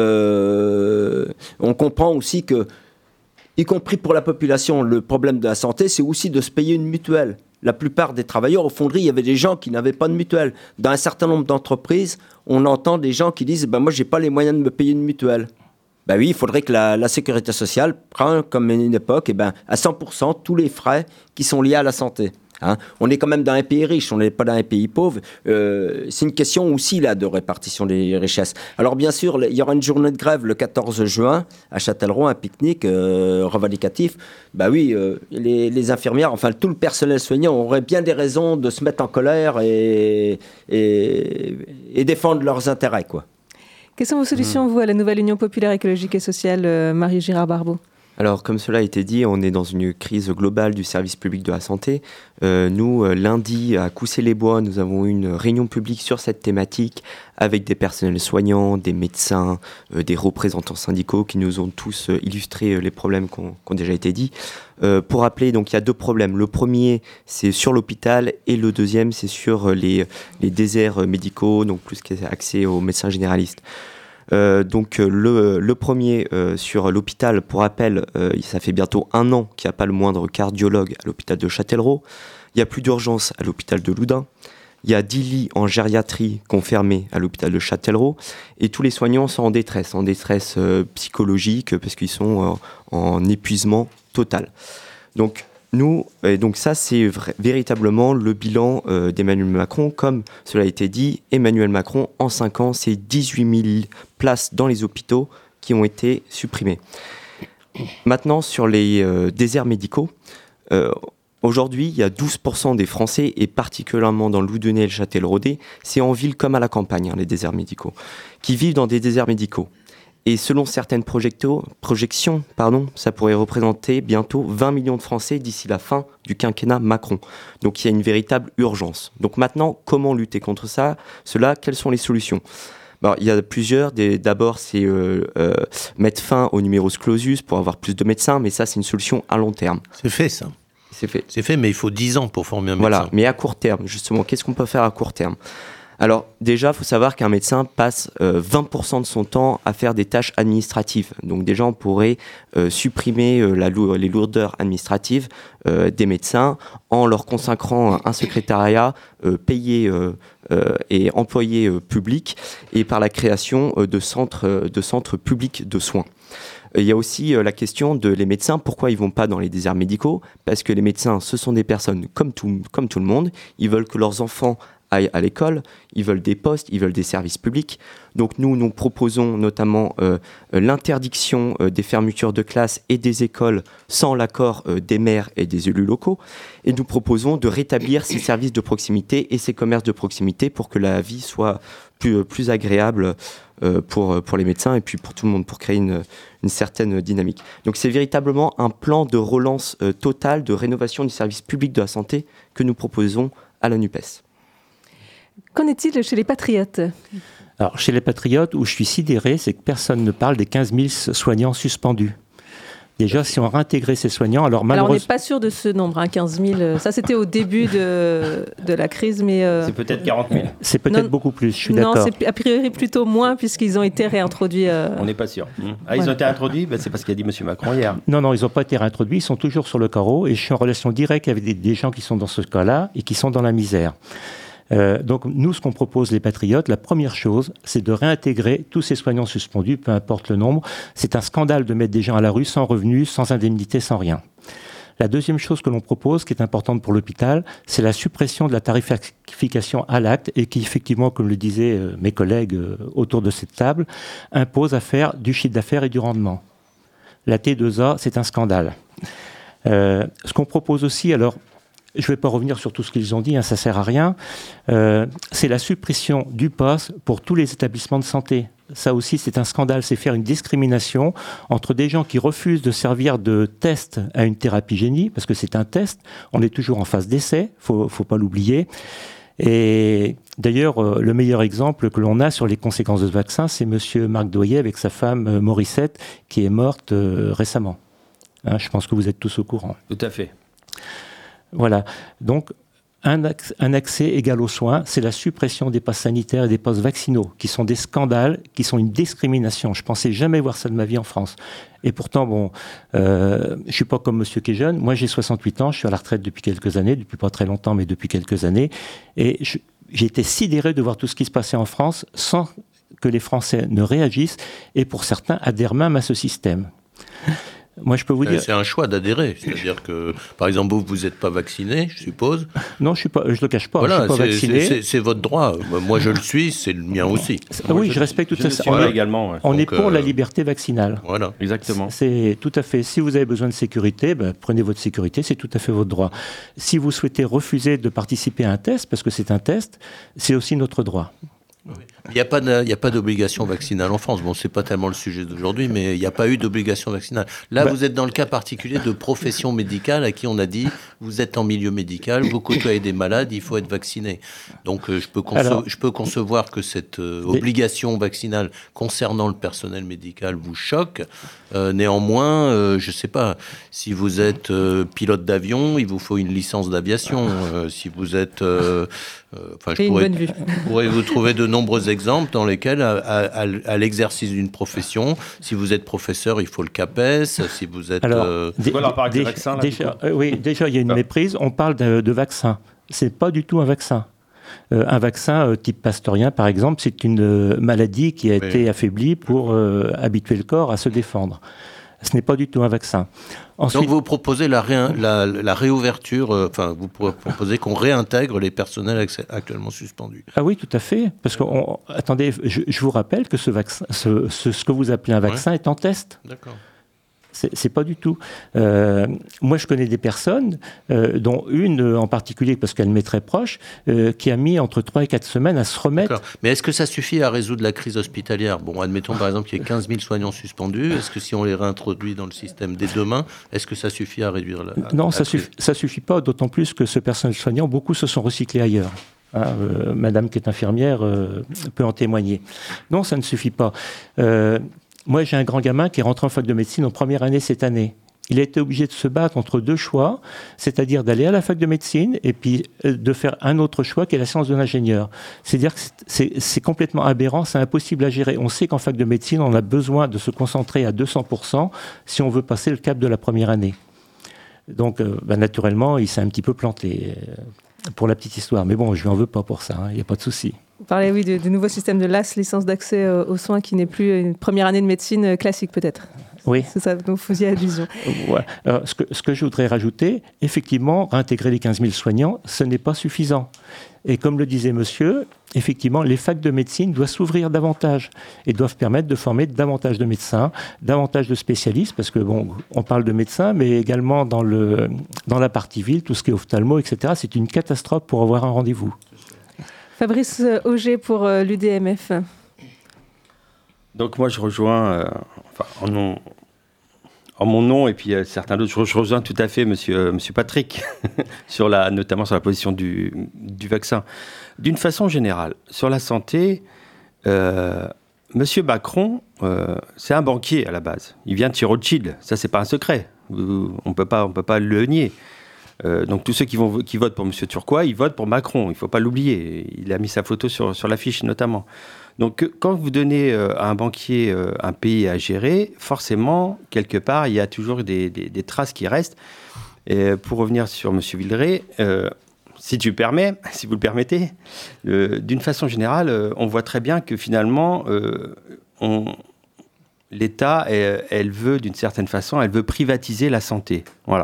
euh, on comprend aussi que, y compris pour la population, le problème de la santé, c'est aussi de se payer une mutuelle. La plupart des travailleurs, aux fonderies, il y avait des gens qui n'avaient pas de mutuelle. Dans un certain nombre d'entreprises, on entend des gens qui disent ben, « moi, je n'ai pas les moyens de me payer une mutuelle ». Ben oui, il faudrait que la, la sécurité sociale prenne, comme une époque, eh ben, à cent pour cent tous les frais qui sont liés à la santé. Hein. On est quand même dans un pays riche, on n'est pas dans un pays pauvre. Euh, c'est une question aussi là, de répartition des richesses. Alors bien sûr, il y aura une journée de grève le quatorze juin à Châtellerault, un pique-nique euh, revendicatif. Ben oui, euh, les, les infirmières, enfin tout le personnel soignant aurait bien des raisons de se mettre en colère et, et, et défendre leurs intérêts, quoi. Quelles sont vos solutions, vous, à la nouvelle Union populaire écologique et sociale, euh, Marie Girard-Barbeau ? Alors, comme cela a été dit, on est dans une crise globale du service public de la santé. Euh, nous, euh, lundi, à Coussay-les-Bois, nous avons eu une réunion publique sur cette thématique avec des personnels soignants, des médecins, euh, des représentants syndicaux qui nous ont tous euh, illustré euh, les problèmes qui ont déjà été dits. Euh, pour rappeler, donc il y a deux problèmes. Le premier, c'est sur l'hôpital, et le deuxième, c'est sur les, les déserts médicaux, donc plus accès aux médecins généralistes. Euh, donc le, le premier euh, sur l'hôpital, pour rappel, euh, ça fait bientôt un an qu'il n'y a pas le moindre cardiologue à l'hôpital de Châtellerault. Il n'y a plus d'urgence à l'hôpital de Loudun. Il y a dix lits en gériatrie confirmés à l'hôpital de Châtellerault. Et tous les soignants sont en détresse, en détresse euh, psychologique, parce qu'ils sont euh, en épuisement total. Donc, Nous, et donc ça, c'est vrai, véritablement le bilan euh, d'Emmanuel Macron. Comme cela a été dit, Emmanuel Macron, en cinq ans, c'est dix-huit mille places dans les hôpitaux qui ont été supprimées. Maintenant, sur les euh, déserts médicaux, euh, aujourd'hui, il y a douze pour cent des Français, et particulièrement dans le Loudunais et le Châtelleraudais, c'est en ville comme à la campagne, hein, les déserts médicaux, qui vivent dans des déserts médicaux. Et selon certaines projections, pardon, ça pourrait représenter bientôt vingt millions de Français d'ici la fin du quinquennat Macron. Donc il y a une véritable urgence. Donc maintenant, comment lutter contre ça ? Cela, quelles sont les solutions ? Alors, il y a plusieurs. Des, d'abord, c'est euh, euh, mettre fin au numerus clausus pour avoir plus de médecins, mais ça, c'est une solution à long terme. C'est fait, ça. C'est fait. C'est fait, mais il faut dix ans pour former un médecin. Voilà, mais à court terme, justement, qu'est-ce qu'on peut faire à court terme ? Alors déjà, il faut savoir qu'un médecin passe euh, vingt pour cent de son temps à faire des tâches administratives. Donc déjà, on pourrait euh, supprimer euh, la lou- les lourdeurs administratives euh, des médecins en leur consacrant un secrétariat euh, payé euh, euh, et employé euh, public, et par la création euh, de centres, euh, de centres publics de soins. Il y a aussi euh, la question de les médecins, pourquoi ils ne vont pas dans les déserts médicaux ? Parce que les médecins, ce sont des personnes comme tout, comme tout le monde, ils veulent que leurs enfants aillent à l'école, ils veulent des postes, ils veulent des services publics. Donc nous, nous proposons notamment euh, l'interdiction euh, des fermetures de classes et des écoles sans l'accord euh, des maires et des élus locaux. Et nous proposons de rétablir ces services de proximité et ces commerces de proximité pour que la vie soit plus, plus agréable euh, pour, pour les médecins et puis pour tout le monde, pour créer une, une certaine dynamique. Donc c'est véritablement un plan de relance euh, totale, de rénovation du service public de la santé que nous proposons à la NUPES. Qu'en est-il chez les Patriotes ? Alors, chez les Patriotes, où je suis sidéré, c'est que personne ne parle des quinze mille soignants suspendus. Déjà, si on réintégrait ces soignants, alors malheureusement... Alors, on n'est pas sûr de ce nombre, hein, quinze mille. Ça, c'était au début de, de la crise, mais... Euh... C'est peut-être quarante mille. C'est peut-être non, beaucoup plus, je suis non, d'accord. Non, c'est a priori plutôt moins, puisqu'ils ont été réintroduits... Euh... On n'est pas sûr. Mmh. Ah, ils voilà. ont été introduits ben, c'est parce qu'a dit M. Macron hier. Non, non, ils n'ont pas été réintroduits, ils sont toujours sur le carreau, et je suis en relation directe avec des, des gens qui sont dans ce cas-là, et qui sont dans la misère. Euh, donc nous, ce qu'on propose les Patriotes, la première chose, c'est de réintégrer tous ces soignants suspendus, peu importe le nombre. C'est un scandale de mettre des gens à la rue sans revenus, sans indemnité, sans rien. La deuxième chose que l'on propose, qui est importante pour l'hôpital, c'est la suppression de la tarification à l'acte et qui, effectivement, comme le disaient euh, mes collègues euh, autour de cette table, impose à faire du chiffre d'affaires et du rendement. La T deux A, c'est un scandale. Euh, ce qu'on propose aussi, alors... Je ne vais pas revenir sur tout ce qu'ils ont dit, hein, ça ne sert à rien. Euh, c'est la suppression du pass pour tous les établissements de santé. Ça aussi, c'est un scandale. C'est faire une discrimination entre des gens qui refusent de servir de test à une thérapie génie, parce que c'est un test. On est toujours en phase d'essai, il ne faut pas l'oublier. Et d'ailleurs, euh, le meilleur exemple que l'on a sur les conséquences de ce vaccin, c'est M. Marc Doyer avec sa femme euh, Morissette, qui est morte euh, récemment. Hein, je pense que vous êtes tous au courant. Tout à fait. Voilà, donc un, accès, un accès égal aux soins, c'est la suppression des passes sanitaires et des passes vaccinaux, qui sont des scandales, qui sont une discrimination. Je ne pensais jamais voir ça de ma vie en France. Et pourtant, bon, euh, je ne suis pas comme monsieur qui est jeune. Moi, j'ai soixante-huit ans, je suis à la retraite depuis quelques années, depuis pas très longtemps, mais depuis quelques années. Et je, j'ai été sidéré de voir tout ce qui se passait en France sans que les Français ne réagissent et pour certains adhèrent même à ce système. Moi, je peux vous dire... C'est un choix d'adhérer. C'est-à-dire que, par exemple, vous, vous n'êtes pas vacciné, je suppose. Non, je ne le cache pas. Voilà, je suis pas c'est, vacciné. C'est, c'est, c'est votre droit. Moi, je le suis, c'est le mien aussi. Moi, oui, je, je respecte tout ça. On, est, également, ouais. on Donc, est pour euh... la liberté vaccinale. Voilà, exactement. C'est, c'est tout à fait... Si vous avez besoin de sécurité, ben, prenez votre sécurité, c'est tout à fait votre droit. Si vous souhaitez refuser de participer à un test, parce que c'est un test, c'est aussi notre droit. Oui. Il n'y a pas de, il n'y a pas d'obligation vaccinale en France. Bon, c'est pas tellement le sujet d'aujourd'hui, mais il n'y a pas eu d'obligation vaccinale. Là, bah, vous êtes dans le cas particulier de profession médicale à qui on a dit vous êtes en milieu médical, vous côtoyez des malades, il faut être vacciné. Donc, euh, je peux conce- Alors, je peux concevoir que cette euh, obligation vaccinale concernant le personnel médical vous choque. Euh, néanmoins, euh, je ne sais pas, si vous êtes euh, pilote d'avion, il vous faut une licence d'aviation. Euh, si vous êtes, euh, euh, enfin, je pourrais, pourrais vous trouver de nombreux exemples dans lesquels, à, à, à l'exercice d'une profession, si vous êtes professeur, il faut le CAPES. Si vous êtes, alors, euh... dé- voilà, on parle dé- du vaccin. Là, déjà, euh, oui, déjà, il y a une méprise. On parle de, de vaccin. C'est pas du tout un vaccin. Euh, un vaccin euh, type pastorien, par exemple, c'est une euh, maladie qui a oui. été affaiblie pour euh, habituer le corps à se défendre. Ce n'est pas du tout un vaccin. Ensuite, donc vous proposez la, ré, la, la réouverture, euh, enfin vous proposez qu'on réintègre les personnels actuellement suspendus. Ah oui, tout à fait. Parce que, on, attendez, je, je vous rappelle que ce, vaccin, ce, ce, ce que vous appelez un vaccin ouais. est en test. D'accord. C'est, c'est pas du tout. Euh, moi, je connais des personnes, euh, dont une en particulier, parce qu'elle m'est très proche, euh, qui a mis entre trois et quatre semaines à se remettre. D'accord. Mais est-ce que ça suffit à résoudre la crise hospitalière ? Bon, admettons par exemple qu'il y ait quinze mille soignants suspendus. Est-ce que si on les réintroduit dans le système dès demain, est-ce que ça suffit à réduire la... Non, la ça, crise suffit, ça suffit pas, d'autant plus que ce personnel soignant, beaucoup se sont recyclés ailleurs. Hein, euh, madame qui est infirmière euh, peut en témoigner. Non, ça ne suffit pas. Euh, Moi, j'ai un grand gamin qui est rentré en fac de médecine en première année cette année. Il a été obligé de se battre entre deux choix, c'est-à-dire d'aller à la fac de médecine et puis de faire un autre choix qui est la science de l'ingénieur. C'est-à-dire que c'est, c'est complètement aberrant, c'est impossible à gérer. On sait qu'en fac de médecine, on a besoin de se concentrer à deux cents pour cent si on veut passer le cap de la première année. Donc, euh, bah, naturellement, il s'est un petit peu planté. pour la petite histoire. Mais bon, je lui en veux pas pour ça, il hein, n'y a pas de souci. Vous parlez, oui, du, du nouveau système de L A S, licence d'accès euh, aux soins, qui n'est plus une première année de médecine euh, classique, peut-être. Oui. C'est ça, donc vous y allusion. Ouais. Alors, ce, que, ce que je voudrais rajouter, effectivement, réintégrer les quinze mille soignants, ce n'est pas suffisant. Et comme le disait monsieur, effectivement, les facs de médecine doivent s'ouvrir davantage et doivent permettre de former davantage de médecins, davantage de spécialistes, parce que, bon, on parle de médecins, mais également dans, le, dans la partie ville, tout ce qui est ophtalmo, et cetera, c'est une catastrophe pour avoir un rendez-vous. Fabrice Auger pour euh, l'U D M F. Donc moi, je rejoins, euh, enfin, en, nom, en mon nom et puis euh, certains d'autres, je, je rejoins tout à fait Monsieur, euh, monsieur Patrick, sur la, notamment sur la position du, du vaccin. D'une façon générale, sur la santé, euh, Monsieur Macron, euh, c'est un banquier à la base. Il vient de Rothschild, ça c'est pas un secret. On peut pas, on peut pas le nier. Euh, donc tous ceux qui, vont, qui votent pour M. Turquois, ils votent pour Macron, il ne faut pas l'oublier. Il a mis sa photo sur, sur l'affiche notamment. Donc quand vous donnez euh, à un banquier euh, un pays à gérer, forcément, quelque part, il y a toujours des, des, des traces qui restent. Et pour revenir sur M. Villeray, euh, si tu permets, si vous le permettez, euh, d'une façon générale, euh, on voit très bien que finalement, euh, on, l'État, elle, elle veut d'une certaine façon, elle veut privatiser la santé. Voilà.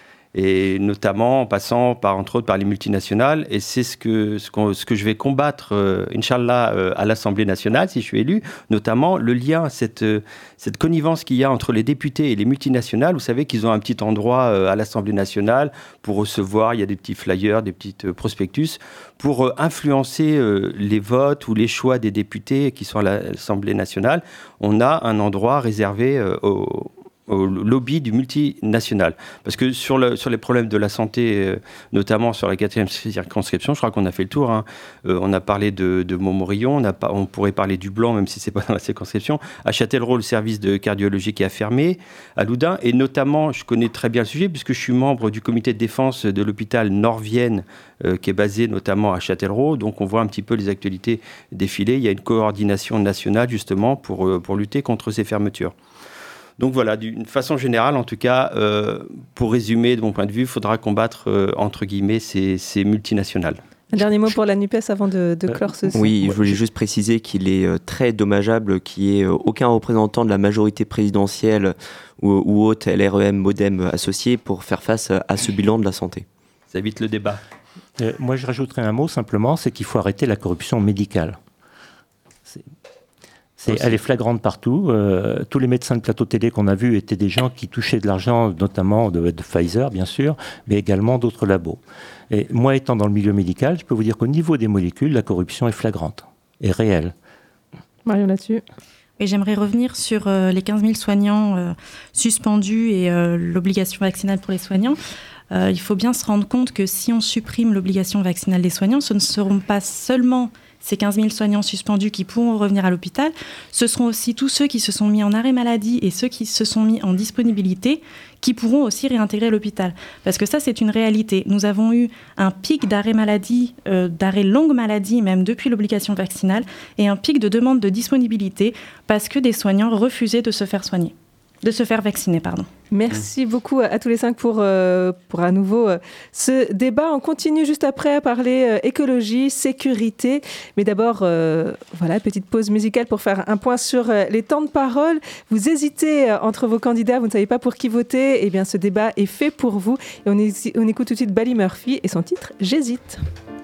Et notamment en passant par, entre autres, par les multinationales. Et c'est ce que, ce, qu'on, ce que je vais combattre, euh, Inch'Allah, euh, à l'Assemblée nationale, si je suis élu, notamment le lien, cette, euh, cette connivence qu'il y a entre les députés et les multinationales. Vous savez qu'ils ont un petit endroit euh, à l'Assemblée nationale pour recevoir, il y a des petits flyers, des petits euh, prospectus, pour euh, influencer euh, les votes ou les choix des députés qui sont à l'Assemblée nationale. On a un endroit réservé euh, aux... au lobby du multinational. Parce que sur, le, sur les problèmes de la santé, euh, notamment sur la quatrième circonscription, je crois qu'on a fait le tour. Hein. Euh, on a parlé de, de Montmorillon, on, a pas, on pourrait parler du Blanc, même si ce n'est pas dans la circonscription. À Châtellerault, le service de cardiologie qui a fermé. À Loudun, et notamment, je connais très bien le sujet, puisque je suis membre du comité de défense de l'hôpital Nord-Vienne, euh, qui est basé notamment à Châtellerault. Donc on voit un petit peu les actualités défiler. Il y a une coordination nationale, justement, pour, euh, pour lutter contre ces fermetures. Donc voilà, d'une façon générale, en tout cas, euh, pour résumer, de mon point de vue, il faudra combattre, euh, entre guillemets, ces, ces multinationales. Un dernier mot pour la NUPES avant de, de clore ce... Oui, je voulais juste préciser qu'il est euh, très dommageable qu'il n'y ait euh, aucun représentant de la majorité présidentielle ou, ou autre L R E M, MoDem associé pour faire face à ce bilan de la santé. Ça évite le débat. Euh, moi, je rajouterais un mot simplement, c'est qu'il faut arrêter la corruption médicale. C'est... C'est, elle est flagrante partout. Euh, tous les médecins de plateau télé qu'on a vus étaient des gens qui touchaient de l'argent, notamment de, de Pfizer, bien sûr, mais également d'autres labos. Et moi, étant dans le milieu médical, je peux vous dire qu'au niveau des molécules, la corruption est flagrante et réelle. Marion, là-dessus. Et j'aimerais revenir sur euh, les quinze mille soignants euh, suspendus et euh, l'obligation vaccinale pour les soignants. Euh, il faut bien se rendre compte que si on supprime l'obligation vaccinale des soignants, ce ne seront pas seulement ces quinze mille soignants suspendus qui pourront revenir à l'hôpital, ce seront aussi tous ceux qui se sont mis en arrêt maladie et ceux qui se sont mis en disponibilité qui pourront aussi réintégrer l'hôpital. Parce que ça, c'est une réalité. Nous avons eu un pic d'arrêt maladie, euh, d'arrêt longue maladie, même depuis l'obligation vaccinale, et un pic de demande de disponibilité parce que des soignants refusaient de se faire soigner. De se faire vacciner, pardon. Merci beaucoup à tous les cinq pour, euh, pour à nouveau euh, ce débat. On continue juste après à parler euh, écologie, sécurité. Mais d'abord, euh, voilà, petite pause musicale pour faire un point sur euh, les temps de parole. Vous hésitez euh, entre vos candidats, vous ne savez pas pour qui voter. Eh bien, ce débat est fait pour vous. Et on, est, on écoute tout de suite Bally Murphy et son titre « J'hésite ».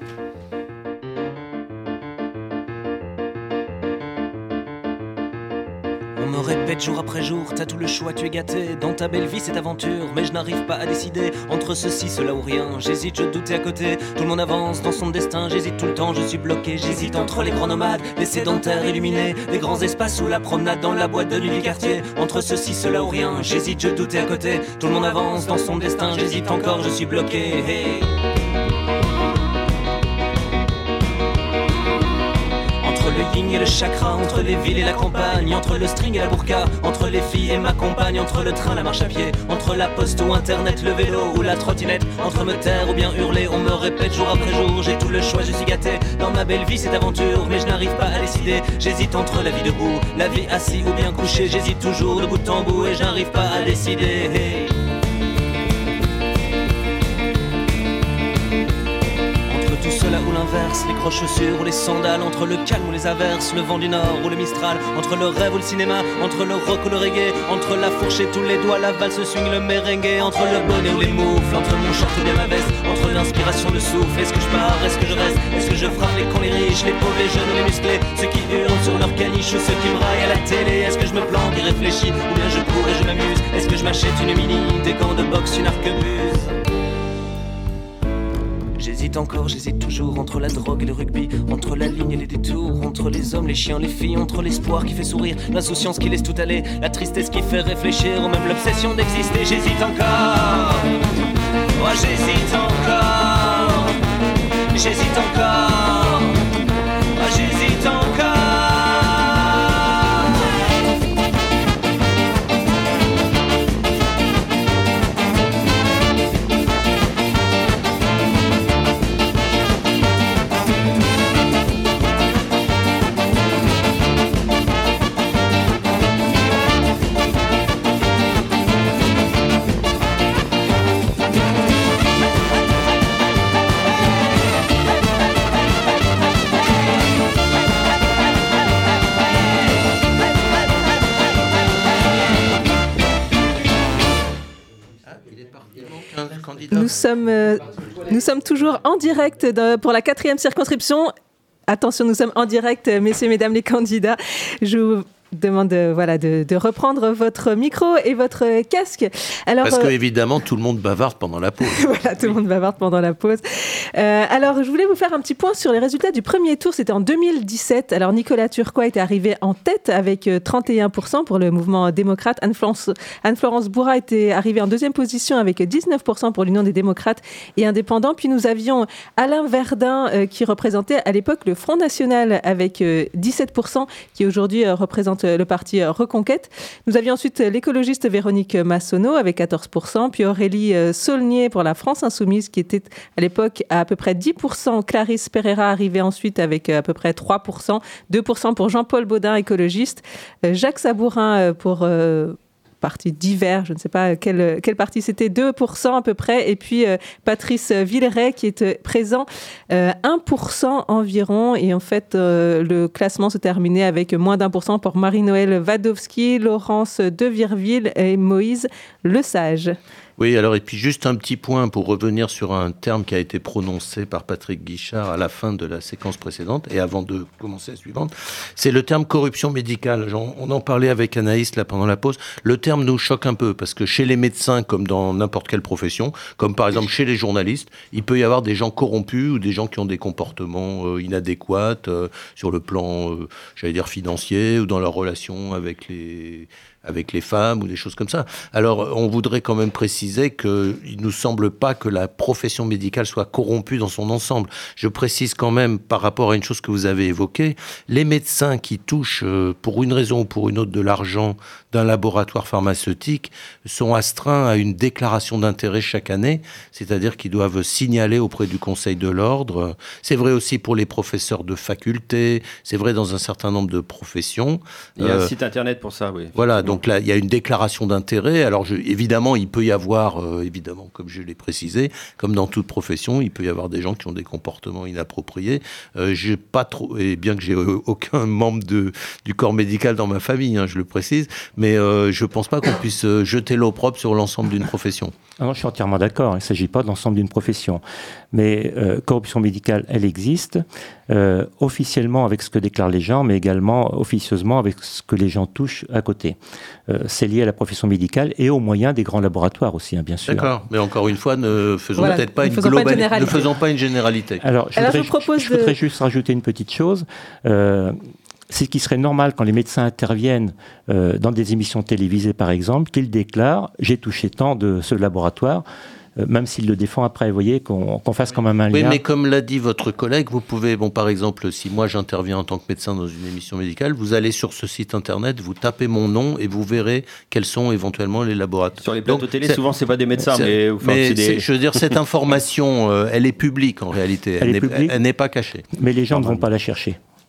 On me répète jour après jour, t'as tout le choix, tu es gâté. Dans ta belle vie, cette aventure, mais je n'arrive pas à décider entre ceci, cela ou rien. J'hésite, je doute et à côté, tout le monde avance dans son destin. J'hésite tout le temps, je suis bloqué. J'hésite entre les grands nomades, les sédentaires illuminés, les grands espaces ou la promenade dans la boîte de nuit du quartier. Entre ceci, cela ou rien, j'hésite, je doute et à côté, tout le monde avance dans son destin. J'hésite encore, je suis bloqué. Hey. Entre le yin et le chakra, entre les villes et la campagne, entre le string et la burqa, entre les filles et ma compagne, entre le train, la marche à pied, entre la poste ou internet, le vélo ou la trottinette, entre me taire ou bien hurler, on me répète jour après jour, j'ai tout le choix, je suis gâté, dans ma belle vie cette aventure, mais je n'arrive pas à décider, j'hésite entre la vie debout, la vie assis ou bien couché, j'hésite toujours de bout en bout et j'arrive pas à décider. Hey. la ou l'inverse, les grosses chaussures ou les sandales, entre le calme ou les averses, le vent du nord ou le mistral, entre le rêve ou le cinéma, entre le rock ou le reggae, entre la fourchette ou les doigts, la valse swing, le merengue, entre le bonnet ou les moufles, entre mon short ou bien ma veste, entre l'inspiration, le souffle, est-ce que je pars, est-ce que je reste, est-ce que je frappe les cons, les riches, les pauvres, les jeunes ou les musclés, ceux qui hurlent sur leur caniche ou ceux qui me raillent à la télé, est-ce que je me planque et réfléchis, ou bien je cours et je m'amuse, est-ce que je m'achète une mini, des gants de boxe, une arquebuse. J'hésite encore, j'hésite toujours entre la drogue et le rugby, entre la ligne et les détours, entre les hommes, les chiens, les filles, entre l'espoir qui fait sourire, l'insouciance qui laisse tout aller, la tristesse qui fait réfléchir, ou même l'obsession d'exister. J'hésite encore, oh j'hésite encore, j'hésite encore, oh j'hésite encore. Nous sommes, euh, nous sommes toujours en direct de, pour la quatrième circonscription. Attention, nous sommes en direct, messieurs, mesdames les candidats. Je vous demande de, voilà, de, de reprendre votre micro et votre casque. Alors, Parce que, euh, évidemment, tout le monde bavarde pendant la pause. Voilà, tout le monde bavarde pendant la pause. Euh, alors, je voulais vous faire un petit point sur les résultats du premier tour. C'était en deux mille dix-sept. Alors, Nicolas Turquois était arrivé en tête avec trente et un pour cent pour le mouvement démocrate. Anne-Florence, Anne-Florence Bourrat était arrivée en deuxième position avec dix-neuf pour cent pour l'Union des démocrates et indépendants. Puis, nous avions Alain Verdun euh, qui représentait à l'époque le Front National avec euh, dix-sept pour cent, qui aujourd'hui euh, représente le parti Reconquête. Nous avions ensuite l'écologiste Véronique Massonneau avec quatorze pour cent, puis Aurélie Saulnier pour la France Insoumise qui était à l'époque à à peu près dix pour cent. Clarisse Pereira arrivait ensuite avec à peu près trois pour cent, deux pour cent pour Jean-Paul Baudin, écologiste, Jacques Sabourin pour... Euh, parti divers, je ne sais pas quel, quel parti c'était, deux pour cent à peu près, et puis euh, Patrice Villeray qui est présent, euh, un pour cent environ, et en fait euh, le classement se terminait avec moins d'un pour cent pour Marie-Noëlle Wadowski, Laurence de Virville et Moïse Lesage. Oui, alors et puis juste un petit point pour revenir sur un terme qui a été prononcé par Patrick Guichard à la fin de la séquence précédente et avant de commencer la suivante, c'est le terme corruption médicale. Genre, on en parlait avec Anaïs là pendant la pause. Le terme nous choque un peu parce que chez les médecins, comme dans n'importe quelle profession, comme par exemple chez les journalistes, il peut y avoir des gens corrompus ou des gens qui ont des comportements euh, inadéquats euh, sur le plan, euh, j'allais dire financier ou dans leur relation avec les avec les femmes ou des choses comme ça. Alors, on voudrait quand même préciser qu'il ne nous semble pas que la profession médicale soit corrompue dans son ensemble. Je précise quand même, par rapport à une chose que vous avez évoquée, les médecins qui touchent, euh, pour une raison ou pour une autre, de l'argent d'un laboratoire pharmaceutique sont astreints à une déclaration d'intérêt chaque année, c'est-à-dire qu'ils doivent signaler auprès du Conseil de l'Ordre. C'est vrai aussi pour les professeurs de faculté, c'est vrai dans un certain nombre de professions. Il y a euh, un site internet pour ça, oui. Voilà, donc là, il y a une déclaration d'intérêt. Alors, je, évidemment, il peut y avoir, euh, évidemment, comme je l'ai précisé, comme dans toute profession, il peut y avoir des gens qui ont des comportements inappropriés. Euh, j'ai pas trop, et bien que j'ai aucun membre de, du corps médical dans ma famille, hein, je le précise, mais euh, je pense pas qu'on puisse euh, jeter l'opprobre sur l'ensemble d'une profession. Ah non, je suis entièrement d'accord. Il ne s'agit pas de l'ensemble d'une profession. Mais euh, corruption médicale, elle existe, euh, officiellement avec ce que déclarent les gens, mais également officieusement avec ce que les gens touchent à côté. Euh, c'est lié à la profession médicale et aux moyens des grands laboratoires aussi, hein, bien sûr. D'accord, mais encore une fois, ne faisons voilà, peut-être pas, une globali- pas une ne faisons pas une généralité. Alors, je, Alors, voudrais, je, vous propose je, je de... voudrais juste rajouter une petite chose. Euh, c'est ce qui serait normal quand les médecins interviennent euh, dans des émissions télévisées, par exemple, qu'ils déclarent « j'ai touché tant de ce laboratoire », euh, même s'il le défend après. Vous voyez, qu'on, qu'on fasse quand même un lien. Oui, mais comme l'a dit votre collègue, vous pouvez, bon, par exemple, si moi j'interviens en tant que médecin dans une émission médicale, vous allez sur ce site internet, vous tapez mon nom et vous verrez quels sont éventuellement les laboratoires. Sur les plateaux Donc, télé, c'est, souvent c'est pas des médecins, c'est, mais, enfin, mais c'est des... c'est, je veux dire, cette information, euh, elle est publique en réalité, elle, elle, est n'est, publique, elle n'est pas cachée. Mais les gens ne vont pas la chercher.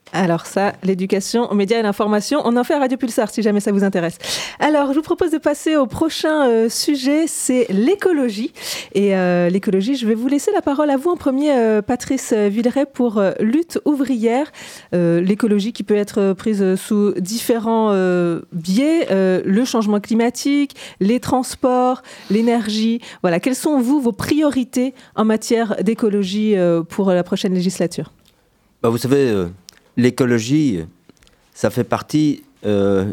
Alors ça, l'éducation aux médias et l'information, on en fait à Radio Pulsar si jamais ça vous intéresse. Alors, je vous propose de passer au prochain euh, sujet, c'est l'écologie. Et euh, l'écologie, je vais vous laisser la parole à vous en premier, euh, Patrice Villeray, pour euh, Lutte ouvrière. Euh, l'écologie qui peut être prise sous différents euh, biais, euh, le changement climatique, les transports, l'énergie. Voilà, quelles sont, vous, vos priorités en matière d'écologie euh, pour la prochaine législature ? Bah, vous savez... Euh... L'écologie, ça fait partie euh,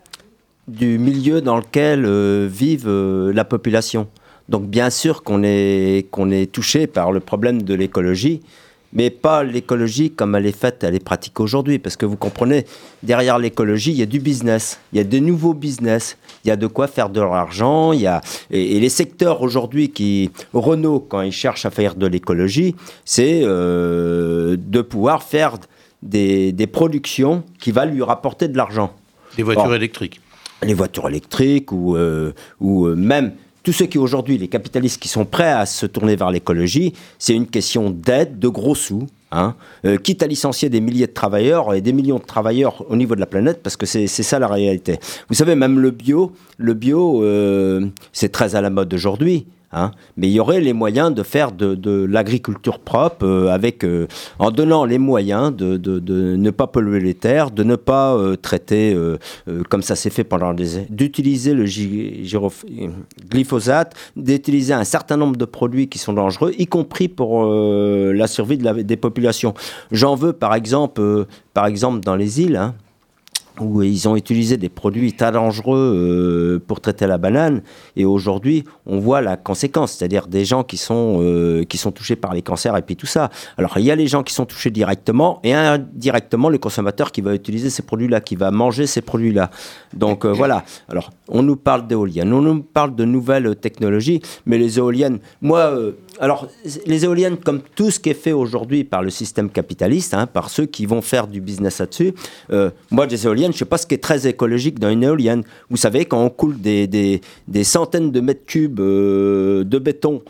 du milieu dans lequel euh, vive euh, la population. Donc bien sûr qu'on est, qu'on est touché par le problème de l'écologie, mais pas l'écologie comme elle est faite, elle est pratique aujourd'hui. Parce que vous comprenez, derrière l'écologie, il y a du business, il y a de nouveaux business, il y a de quoi faire de l'argent. Il y a, et, et les secteurs aujourd'hui qui... Renault, quand il cherche à faire de l'écologie, c'est euh, de pouvoir faire... Des, des productions qui va lui rapporter de l'argent. Les voitures Or, électriques. Les voitures électriques ou, euh, ou euh, même tous ceux qui aujourd'hui, les capitalistes qui sont prêts à se tourner vers l'écologie, c'est une question d'aide, de gros sous, hein, euh, quitte à licencier des milliers de travailleurs et des millions de travailleurs au niveau de la planète, parce que c'est, c'est ça la réalité. Vous savez, même le bio, le bio euh, c'est très à la mode aujourd'hui. Hein, mais il y aurait les moyens de faire de, de l'agriculture propre euh, avec, euh, en donnant les moyens de, de, de ne pas polluer les terres, de ne pas euh, traiter, euh, euh, comme ça s'est fait pendant des années, d'utiliser le gy- gyrof- glyphosate, d'utiliser un certain nombre de produits qui sont dangereux, y compris pour euh, la survie de la, des populations. J'en veux par exemple, euh, par exemple dans les îles, hein, où ils ont utilisé des produits très dangereux euh, pour traiter la banane. Et aujourd'hui, on voit la conséquence, c'est-à-dire des gens qui sont, euh, qui sont touchés par les cancers et puis tout ça. Alors, il y a les gens qui sont touchés directement et indirectement, le consommateur qui va utiliser ces produits-là, qui va manger ces produits-là. Donc, euh, voilà. Alors, on nous parle d'éoliennes, on nous parle de nouvelles technologies, mais les éoliennes, moi... Euh, alors, les éoliennes, comme tout ce qui est fait aujourd'hui par le système capitaliste, hein, par ceux qui vont faire du business là-dessus, euh, moi, des éoliennes, je ne sais pas ce qui est très écologique dans une éolienne. Vous savez, quand on coule des, des, des centaines de mètres cubes euh, de béton,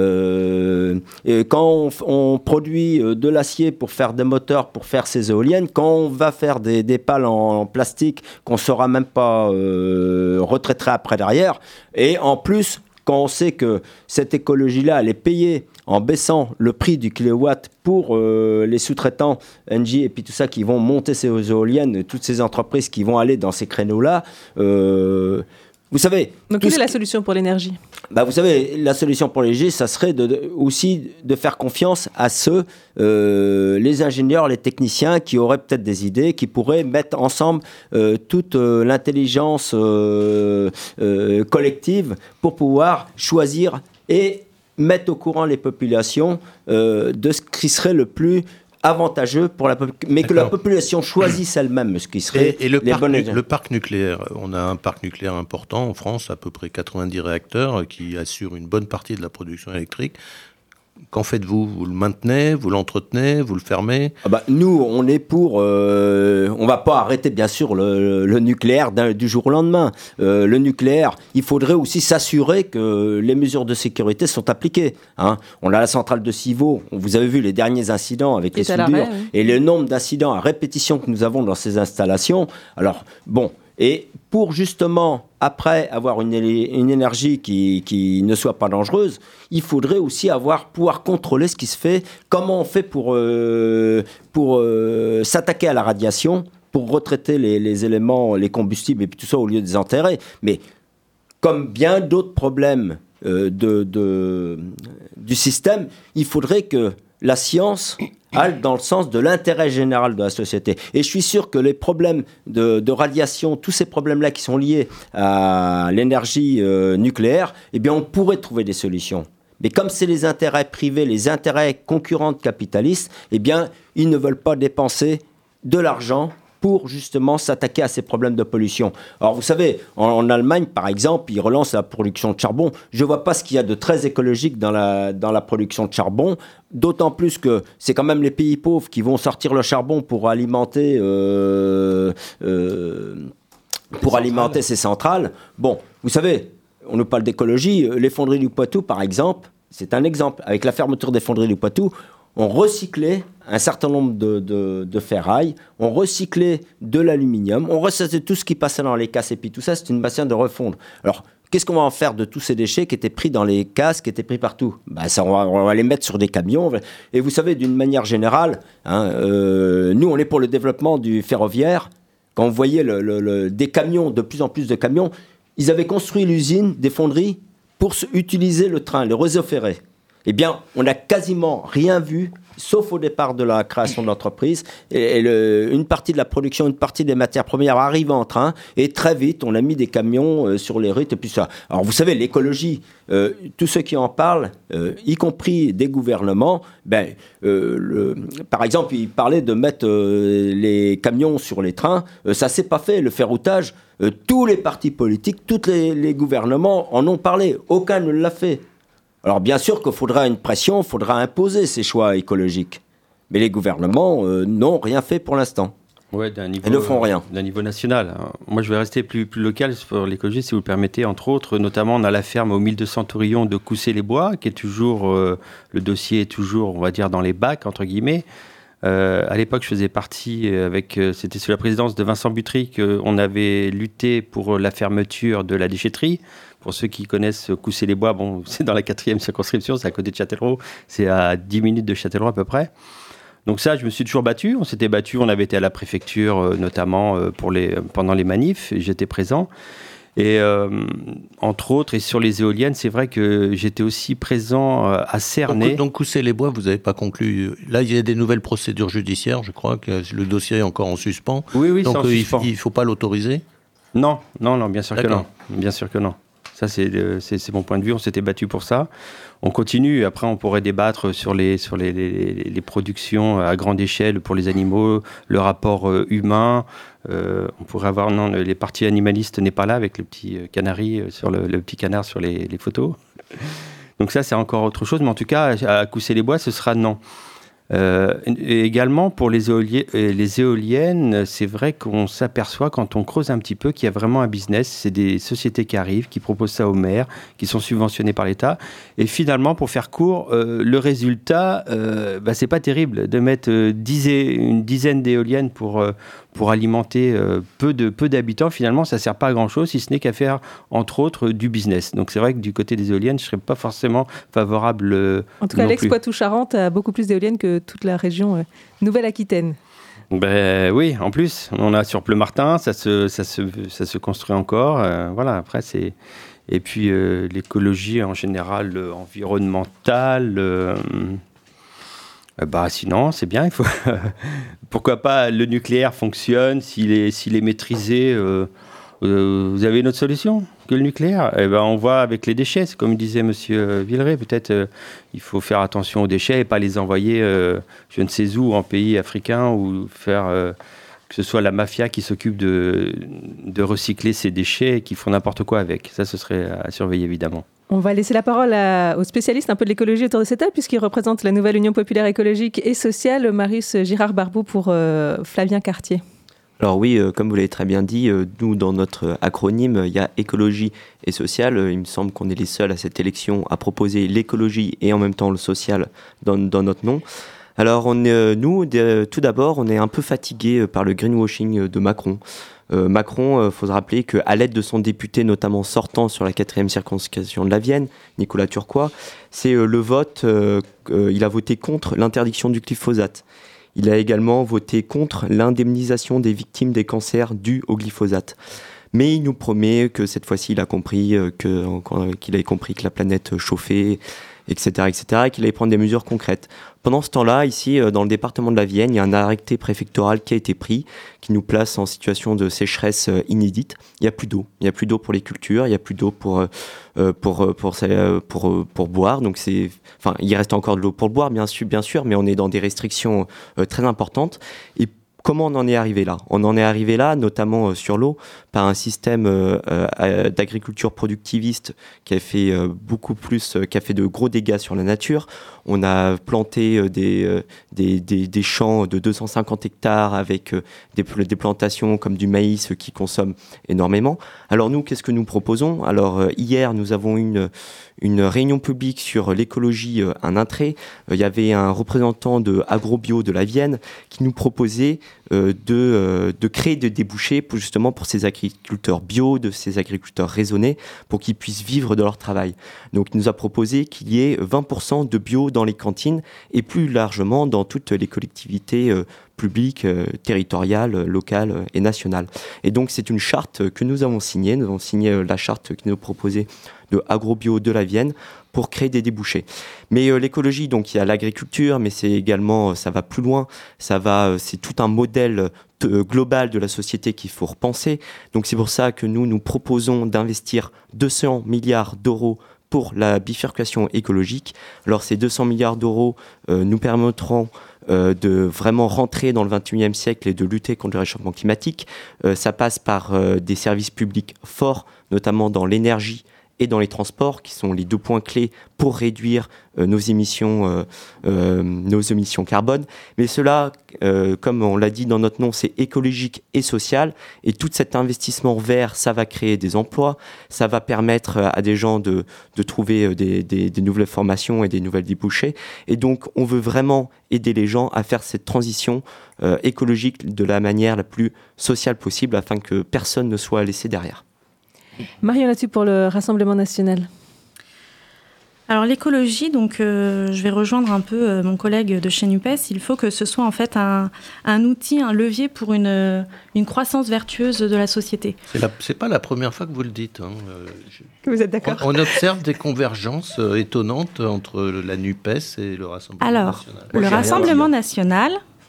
euh, et quand on, on produit de l'acier pour faire des moteurs, pour faire ces éoliennes, quand on va faire des, des pales en, en plastique qu'on ne saura même pas euh, retraiter après derrière, et en plus... Quand on sait que cette écologie-là, elle est payée en baissant le prix du kilowatt pour euh, les sous-traitants, Engie et puis tout ça, qui vont monter ces éoliennes, toutes ces entreprises qui vont aller dans ces créneaux-là, euh, vous savez... Donc, quelle est la solution pour l'énergie ? Bah, vous savez, la solution pour l'énergie, ça serait de, de, aussi de faire confiance à ceux, euh, les ingénieurs, les techniciens, qui auraient peut-être des idées, qui pourraient mettre ensemble euh, toute euh, l'intelligence euh, euh, collective pour pouvoir choisir et mettre au courant les populations euh, de ce qui serait le plus avantageux pour la population, mais que la population choisisse elle-même ce qui serait et, et le, les parc, bonnes... le parc nucléaire. On a un parc nucléaire important en France, à peu près quatre-vingt-dix réacteurs qui assurent une bonne partie de la production électrique. Qu'en faites-vous ? Vous le maintenez, vous l'entretenez, vous le fermez ? Ah bah, nous, on est pour... Euh, on ne va pas arrêter, bien sûr, le, le nucléaire du jour au lendemain. Euh, le nucléaire, il faudrait aussi s'assurer que les mesures de sécurité sont appliquées. Hein. On a la centrale de Civaux. Vous avez vu les derniers incidents avec les soudures. Oui. Et le nombre d'incidents à répétition que nous avons dans ces installations. Alors, bon... Et pour justement, après avoir une, une énergie qui, qui ne soit pas dangereuse, il faudrait aussi avoir, pouvoir contrôler ce qui se fait, comment on fait pour, euh, pour euh, s'attaquer à la radiation, pour retraiter les, les éléments, les combustibles et puis tout ça au lieu de les enterrer. Mais comme bien d'autres problèmes euh, de, de, du système, il faudrait que la science aille dans le sens de l'intérêt général de la société. Et je suis sûr que les problèmes de, de radiation, tous ces problèmes-là qui sont liés à l'énergie euh, nucléaire, eh bien, on pourrait trouver des solutions. Mais comme c'est les intérêts privés, les intérêts concurrents capitalistes, eh bien, ils ne veulent pas dépenser de l'argent pour justement s'attaquer à ces problèmes de pollution. Alors vous savez, en, en Allemagne par exemple, ils relancent la production de charbon. Je ne vois pas ce qu'il y a de très écologique dans la, dans la production de charbon, d'autant plus que c'est quand même les pays pauvres qui vont sortir le charbon pour alimenter, euh, euh, pour alimenter ces centrales. Bon, vous savez, on nous parle d'écologie, les fonderies du Poitou par exemple, c'est un exemple. Avec la fermeture des fonderies du Poitou, on recyclait un certain nombre de, de, de ferraille, on recyclait de l'aluminium, on recyclait tout ce qui passait dans les casses, et puis tout ça, c'est une matière de refondre. Alors, qu'est-ce qu'on va en faire de tous ces déchets qui étaient pris dans les casses, qui étaient pris partout ? Ben, ça, on, va, on va les mettre sur des camions. Et vous savez, d'une manière générale, hein, euh, nous, on est pour le développement du ferroviaire. Quand vous voyez le, le, le, des camions, de plus en plus de camions, ils avaient construit l'usine des fonderies pour utiliser le train, le réseau ferré. Eh bien, on n'a quasiment rien vu, sauf au départ de la création de l'entreprise. Et, et le, une partie de la production, une partie des matières premières arrive en train. Et très vite, on a mis des camions euh, sur les routes et puis ça. Alors, vous savez, l'écologie, euh, tous ceux qui en parlent, euh, y compris des gouvernements, ben, euh, le, par exemple, ils parlaient de mettre euh, les camions sur les trains. Euh, ça ne s'est pas fait, le ferroutage. Euh, tous les partis politiques, tous les, les gouvernements en ont parlé. Aucun ne l'a fait. Alors bien sûr qu'il faudra une pression, il faudra imposer ces choix écologiques. Mais les gouvernements euh, n'ont rien fait pour l'instant. Ouais, d'un niveau, Ils ne font rien. D'un niveau national. Moi, je vais rester plus, plus local sur l'écologie, si vous le permettez. Entre autres, notamment, on a la ferme aux mille deux cents Tourillon de Coussé-les-Bois, qui est toujours, euh, le dossier est toujours, on va dire, dans les bacs, entre guillemets. Euh, à l'époque, je faisais partie, avec, euh, c'était sous la présidence de Vincent Butry, qu'on avait lutté pour la fermeture de la déchetterie. Pour ceux qui connaissent Coussé-les-Bois, bon, c'est dans la quatrième circonscription, c'est à côté de Châtellerault, c'est à dix minutes de Châtellerault à peu près. Donc ça, je me suis toujours battu. On s'était battu, on avait été à la préfecture, euh, notamment euh, pour les, pendant les manifs, j'étais présent. Et euh, entre autres, et sur les éoliennes, c'est vrai que j'étais aussi présent euh, à Cernay. Donc, donc Coussé-les-Bois, vous n'avez pas conclu. Là, il y a des nouvelles procédures judiciaires, je crois que le dossier est encore en suspens. Oui, oui, donc c'est en euh, suspens. il ne faut pas l'autoriser ? Non, non, non, bien sûr D'accord. que non. Bien sûr que non. Ça, c'est, c'est, c'est mon point de vue. On s'était battu pour ça. On continue. Après, on pourrait débattre sur les, sur les, les, les productions à grande échelle pour les animaux, le rapport euh, humain. Euh, on pourrait avoir... Non, les parties animalistes n'est pas là avec le petit canari, sur le, le petit canard sur les, les photos. Donc ça, c'est encore autre chose. Mais en tout cas, à Coussé-les-Bois, ce sera non. Euh, et également pour les, éoliennes, les éoliennes, c'est vrai qu'on s'aperçoit quand on creuse un petit peu qu'il y a vraiment un business. C'est des sociétés qui arrivent, qui proposent ça aux maires, qui sont subventionnées par l'État. Et finalement, pour faire court, euh, le résultat, euh, bah, c'est pas terrible de mettre euh, dix, une dizaine d'éoliennes pour, euh, pour alimenter euh, peu, de, peu d'habitants. Finalement, ça sert pas à grand chose, si ce n'est qu'à faire, entre autres, du business. Donc c'est vrai que du côté des éoliennes, je serais pas forcément favorable. Euh, en tout cas, l'Aix-Poitou-Charentes a beaucoup plus d'éoliennes que toute la région euh, Nouvelle-Aquitaine. Ben oui, en plus, on a sur Pleumartin, ça se, ça se, ça se construit encore. Euh, voilà, après, c'est. Et puis, euh, l'écologie en général euh, environnementale. Euh, euh, bah, sinon, c'est bien. Il faut pourquoi pas le nucléaire fonctionne, s'il est, s'il est maîtrisé. Euh, euh, vous avez une autre solution que le nucléaire ? Eh ben, on voit avec les déchets, c'est comme disait monsieur Villeray, peut-être euh, il faut faire attention aux déchets et pas les envoyer euh, je ne sais où en pays africain ou faire euh, que ce soit la mafia qui s'occupe de, de recycler ces déchets et qui font n'importe quoi avec. Ça, ce serait à surveiller évidemment. On va laisser la parole à, aux spécialistes un peu de l'écologie autour de cette table, puisqu'ils représentent la nouvelle Union populaire écologique et sociale, Marius Girard-Barbou pour euh, Flavien Cartier. Alors oui, euh, comme vous l'avez très bien dit, euh, nous, dans notre acronyme, il y a écologie et social. Il me semble qu'on est les seuls à cette élection à proposer l'écologie et en même temps le social dans, dans notre nom. Alors on est, nous, de, tout d'abord, on est un peu fatigués par le greenwashing de Macron. Euh, Macron, il euh, faut se rappeler qu'à l'aide de son député, notamment sortant sur la quatrième circonscription de la Vienne, Nicolas Turquois, c'est euh, le vote, euh, euh, il a voté contre l'interdiction du glyphosate. Il a également voté contre l'indemnisation des victimes des cancers dus au glyphosate. Mais il nous promet que cette fois-ci, il a compris que, qu'il avait compris que la planète chauffait, et cetera, et cetera, et qu'il allait prendre des mesures concrètes. Pendant ce temps-là, ici, dans le département de la Vienne, il y a un arrêté préfectoral qui a été pris, qui nous place en situation de sécheresse inédite. Il n'y a plus d'eau. Il n'y a plus d'eau pour les cultures, il n'y a plus d'eau pour, euh, pour, pour, pour, pour, pour boire. Donc c'est, enfin, il reste encore de l'eau pour boire, bien sûr, bien sûr, mais on est dans des restrictions euh, très importantes. Et comment on en est arrivé là ? On en est arrivé là, notamment euh, sur l'eau, par un système euh, euh, d'agriculture productiviste qui a fait euh, beaucoup plus, euh, qui a fait de gros dégâts sur la nature. On a planté euh, des, euh, des, des, des champs de deux cent cinquante hectares avec euh, des, des plantations comme du maïs euh, qui consomment énormément. Alors nous, qu'est-ce que nous proposons ? Alors euh, hier, nous avons une, une réunion publique sur l'écologie euh, un intré. Euh, il y avait un représentant de AgroBio de la Vienne qui nous proposait euh, de, euh, de créer des débouchés pour, justement pour ces agriculteurs bio, de ces agriculteurs raisonnés, pour qu'ils puissent vivre de leur travail. Donc il nous a proposé qu'il y ait vingt pour cent de bio dans les cantines et plus largement dans toutes les collectivités euh, publiques, euh, territoriales, euh, locales euh, et nationales. Et donc c'est une charte que nous avons signée. Nous avons signé euh, la charte qui nous proposait de AgroBio de la Vienne pour créer des débouchés. Mais euh, l'écologie, donc il y a l'agriculture, mais c'est également, euh, ça va plus loin, ça va, euh, c'est tout un modèle euh, global de la société qu'il faut repenser. Donc c'est pour ça que nous, nous proposons d'investir deux cents milliards d'euros pour la bifurcation écologique. Alors ces deux cents milliards d'euros euh, nous permettront euh, de vraiment rentrer dans le vingt et unième siècle et de lutter contre le réchauffement climatique. Euh, ça passe par euh, des services publics forts, notamment dans l'énergie et dans les transports, qui sont les deux points clés pour réduire euh, nos émissions, euh, euh, nos émissions carbone. Mais cela, euh, comme on l'a dit dans notre nom, c'est écologique et social. Et tout cet investissement vert, ça va créer des emplois, ça va permettre à des gens de, de trouver des, des, des nouvelles formations et des nouvelles débouchés. Et donc, on veut vraiment aider les gens à faire cette transition euh, écologique de la manière la plus sociale possible, afin que personne ne soit laissé derrière. Marion là-dessus pour le Rassemblement national. Alors l'écologie, donc euh, je vais rejoindre un peu euh, mon collègue de chez NUPES. Il faut que ce soit en fait un, un outil, un levier pour une, une croissance vertueuse de la société. C'est, la, c'est pas la première fois que vous le dites. Hein. Euh, je... Vous êtes d'accord ? on, on observe des convergences euh, étonnantes entre la NUPES et le Rassemblement Alors, national. Alors, le Rassemblement national...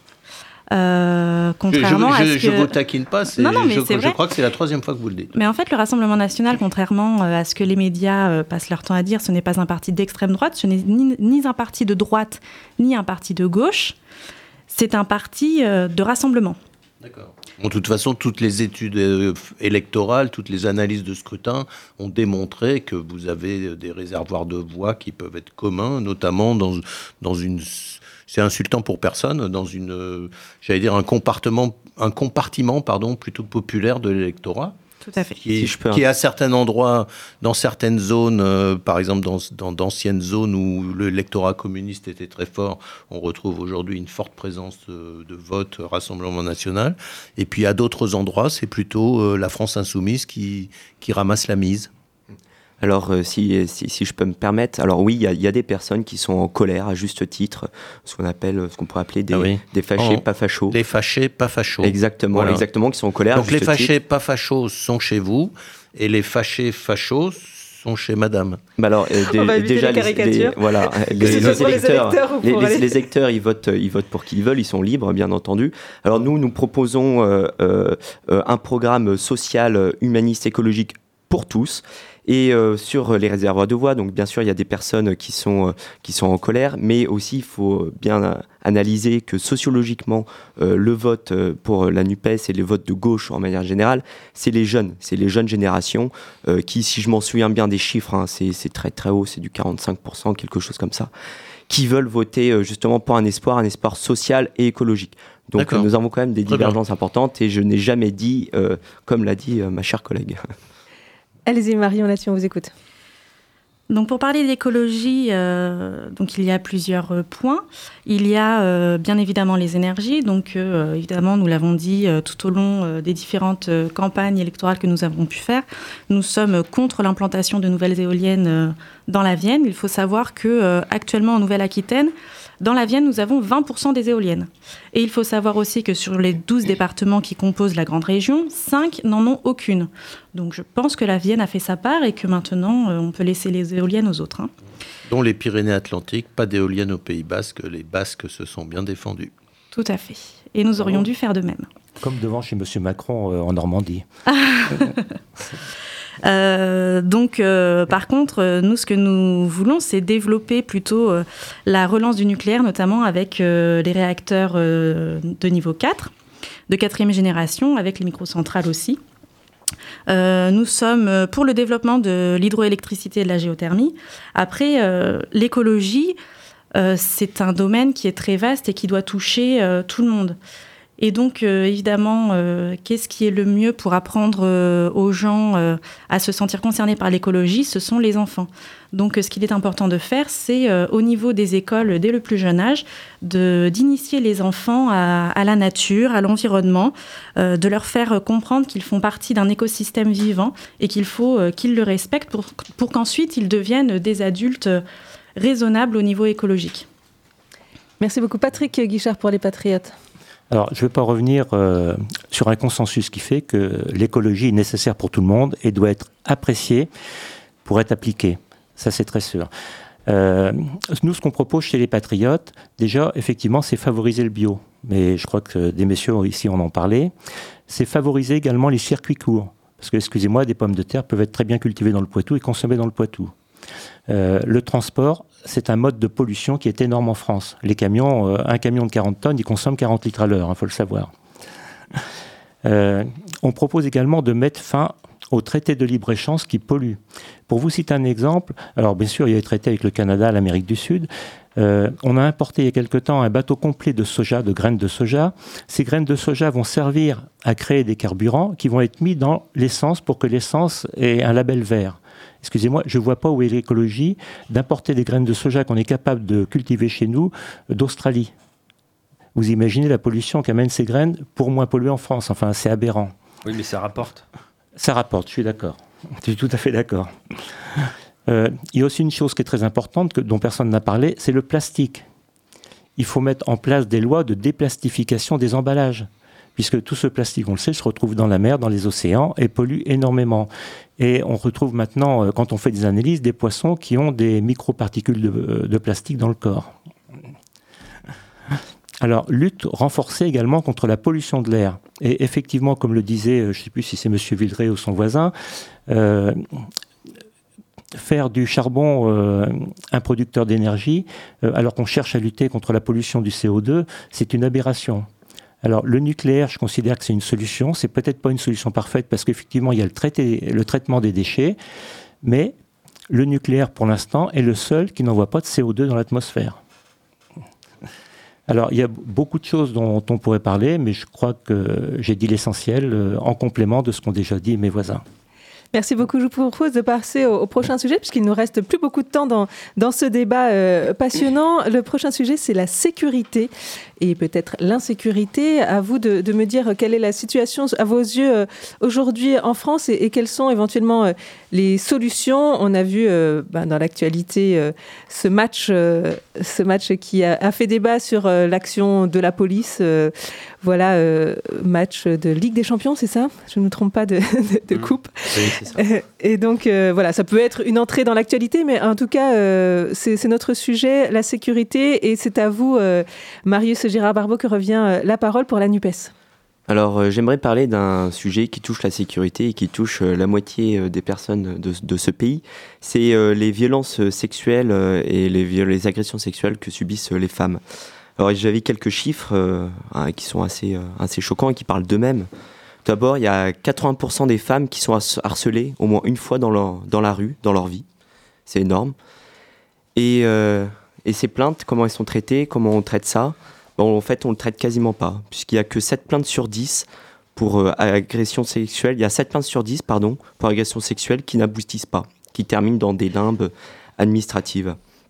Euh, contrairement je, je, à ce je, que... je vous taquine pas, c'est, non, non, mais je, c'est je vrai. crois que c'est la troisième fois que vous le dites. Mais en fait, le Rassemblement national, contrairement à ce que les médias euh, passent leur temps à dire, ce n'est pas un parti d'extrême droite, ce n'est ni, ni un parti de droite, ni un parti de gauche, c'est un parti euh, de rassemblement. D'accord. Bon, de toute façon, toutes les études euh, électorales, toutes les analyses de scrutin ont démontré que vous avez des réservoirs de voix qui peuvent être communs, notamment dans, dans une... C'est insultant pour personne, dans une, euh, j'allais dire, un compartiment, un compartiment pardon, plutôt populaire de l'électorat. Tout à fait. Qui est, Si je peux... qui est à certains endroits, dans certaines zones, euh, par exemple dans, dans d'anciennes zones où l'électorat communiste était très fort, on retrouve aujourd'hui une forte présence de, de vote Rassemblement national. Et puis à d'autres endroits, c'est plutôt euh, la France insoumise qui, qui ramasse la mise. Alors, euh, si, si, si je peux me permettre, alors oui, il y, y a des personnes qui sont en colère, à juste titre, ce qu'on appelle, ce qu'on pourrait appeler des, ah oui. des fâchés, oh, pas fachos. Les fâchés, pas fachos. Exactement, voilà. exactement, qui sont en colère. Donc les fâchés, titre. pas fachos sont chez vous, et les fâchés, fachos sont chez madame. Bah alors, euh, On va déjà, les, les, les, voilà, les, les, les, électeurs, les, les, les, les électeurs, ils votent, ils votent pour qui ils veulent, ils sont libres, bien entendu. Alors nous, nous proposons euh, euh, un programme social, humaniste, écologique pour tous. Et euh, sur les réservoirs de voix, donc bien sûr, il y a des personnes qui sont, euh, qui sont en colère, mais aussi il faut bien euh, analyser que sociologiquement, euh, le vote pour la NUPES et le vote de gauche en manière générale, c'est les jeunes, c'est les jeunes générations euh, qui, si je m'en souviens bien des chiffres, hein, c'est, c'est très très haut, c'est du quarante-cinq pour cent, quelque chose comme ça, qui veulent voter euh, justement pour un espoir, un espoir social et écologique. Donc euh, nous avons quand même des divergences importantes et je n'ai jamais dit, euh, comme l'a dit euh, ma chère collègue. Allez-y Marion, là-dessus on vous écoute. Donc pour parler d'écologie, euh, donc il y a plusieurs euh, points. Il y a euh, bien évidemment les énergies. Donc euh, évidemment, nous l'avons dit euh, tout au long euh, des différentes euh, campagnes électorales que nous avons pu faire, nous sommes contre l'implantation de nouvelles éoliennes euh, dans la Vienne. Il faut savoir que euh, actuellement en Nouvelle-Aquitaine, dans la Vienne, nous avons vingt pour cent des éoliennes. Et il faut savoir aussi que sur les douze départements qui composent la grande région, cinq n'en ont aucune. Donc je pense que la Vienne a fait sa part et que maintenant, euh, on peut laisser les éoliennes aux autres. Hein. Dont les Pyrénées-Atlantiques, pas d'éoliennes au Pays Basque. Les Basques se sont bien défendus. Tout à fait. Et nous aurions dû faire de même. Comme devant chez M. Macron euh, en Normandie. Euh, donc, euh, par contre, euh, nous, ce que nous voulons, c'est développer plutôt euh, la relance du nucléaire, notamment avec euh, les réacteurs euh, de niveau quatre. de quatrième génération, avec les microcentrales aussi. Euh, nous sommes pour le développement de l'hydroélectricité et de la géothermie. Après, euh, l'écologie, euh, c'est un domaine qui est très vaste et qui doit toucher euh, tout le monde. Et donc, euh, évidemment, euh, qu'est-ce qui est le mieux pour apprendre euh, aux gens euh, à se sentir concernés par l'écologie ? Ce sont les enfants. Donc, euh, ce qu'il est important de faire, c'est, euh, au niveau des écoles, dès le plus jeune âge, de, d'initier les enfants à, à la nature, à l'environnement, euh, de leur faire comprendre qu'ils font partie d'un écosystème vivant et qu'il faut euh, qu'ils le respectent pour, pour qu'ensuite ils deviennent des adultes raisonnables au niveau écologique. Merci beaucoup. Patrick Guichard pour les Patriotes. Alors, je ne vais pas revenir euh, sur un consensus qui fait que l'écologie est nécessaire pour tout le monde et doit être appréciée pour être appliquée. Ça, c'est très sûr. Euh, nous, ce qu'on propose chez les Patriotes, déjà, effectivement, c'est favoriser le bio. Mais je crois que des messieurs ici en ont parlé. C'est favoriser également les circuits courts. Parce que, excusez-moi, des pommes de terre peuvent être très bien cultivées dans le Poitou et consommées dans le Poitou. Euh, le transport, c'est un mode de pollution qui est énorme en France. Les camions, euh, un camion de quarante tonnes, il consomme quarante litres à l'heure, il hein, faut le savoir. Euh, on propose également de mettre fin aux traités de libre-échange qui polluent. Pour vous citer un exemple, alors bien sûr, il y a des traités avec le Canada, l'Amérique du Sud. Euh, on a importé il y a quelque temps un bateau complet de soja, de graines de soja. Ces graines de soja vont servir à créer des carburants qui vont être mis dans l'essence pour que l'essence ait un label vert. Excusez-moi, je ne vois pas où est l'écologie d'importer des graines de soja qu'on est capable de cultiver chez nous d'Australie. Vous imaginez la pollution qu'amènent ces graines pour moins polluer en France. Enfin, c'est aberrant. Oui, mais ça rapporte. Ça rapporte, je suis d'accord. Je suis tout à fait d'accord. Euh, il y a aussi une chose qui est très importante, que, dont personne n'a parlé, c'est le plastique. Il faut mettre en place des lois de déplastification des emballages, puisque tout ce plastique, on le sait, se retrouve dans la mer, dans les océans, et pollue énormément. Et on retrouve maintenant, quand on fait des analyses, des poissons qui ont des microparticules de, de plastique dans le corps. Alors, lutte renforcée également contre la pollution de l'air. Et effectivement, comme le disait, je ne sais plus si c'est M. Villeray ou son voisin, euh, faire du charbon euh, un producteur d'énergie, euh, alors qu'on cherche à lutter contre la pollution du C O deux, c'est une aberration. Alors, le nucléaire, je considère que c'est une solution. C'est peut-être pas une solution parfaite parce qu'effectivement, il y a le, traité, le traitement des déchets, mais le nucléaire, pour l'instant, est le seul qui n'envoie pas de C O deux dans l'atmosphère. Alors, il y a beaucoup de choses dont on pourrait parler, mais je crois que j'ai dit l'essentiel en complément de ce qu'ont déjà dit mes voisins. Merci beaucoup. Je vous propose de passer au, au prochain sujet, puisqu'il ne nous reste plus beaucoup de temps dans, dans ce débat euh, passionnant. Le prochain sujet, c'est la sécurité et peut-être l'insécurité. À vous de, de me dire quelle est la situation à vos yeux euh, aujourd'hui en France et, et quelles sont éventuellement euh, les solutions. On a vu euh, ben, dans l'actualité euh, ce match, euh, ce match qui a, a fait débat sur euh, l'action de la police. Euh, voilà, euh, match de Ligue des Champions, c'est ça ? Je ne me trompe pas de, de, de coupe. Oui, c'est ça. Et donc, euh, voilà, ça peut être une entrée dans l'actualité, mais en tout cas, euh, c'est, c'est notre sujet, la sécurité. Et c'est à vous, euh, Marius Girard-Barbeau, que revient euh, la parole pour la NUPES. Alors, euh, j'aimerais parler d'un sujet qui touche la sécurité et qui touche euh, la moitié euh, des personnes de, de ce pays. C'est euh, les violences sexuelles euh, et les, les agressions sexuelles que subissent euh, les femmes. Alors, j'avais quelques chiffres euh, hein, qui sont assez, euh, assez choquants et qui parlent d'eux-mêmes. Tout d'abord, il y a quatre-vingts pour cent des femmes qui sont harcelées au moins une fois dans, leur, dans la rue, dans leur vie. C'est énorme. Et, euh, et ces plaintes, comment elles sont traitées, comment on traite ça ? Bon, en fait, on ne le traite quasiment pas, puisqu'il n'y a que sept plaintes sur dix pour euh, agression sexuelle. Il y a sept plaintes sur dix, pardon, pour agression sexuelle qui n'aboutissent pas, qui terminent dans des limbes administratives.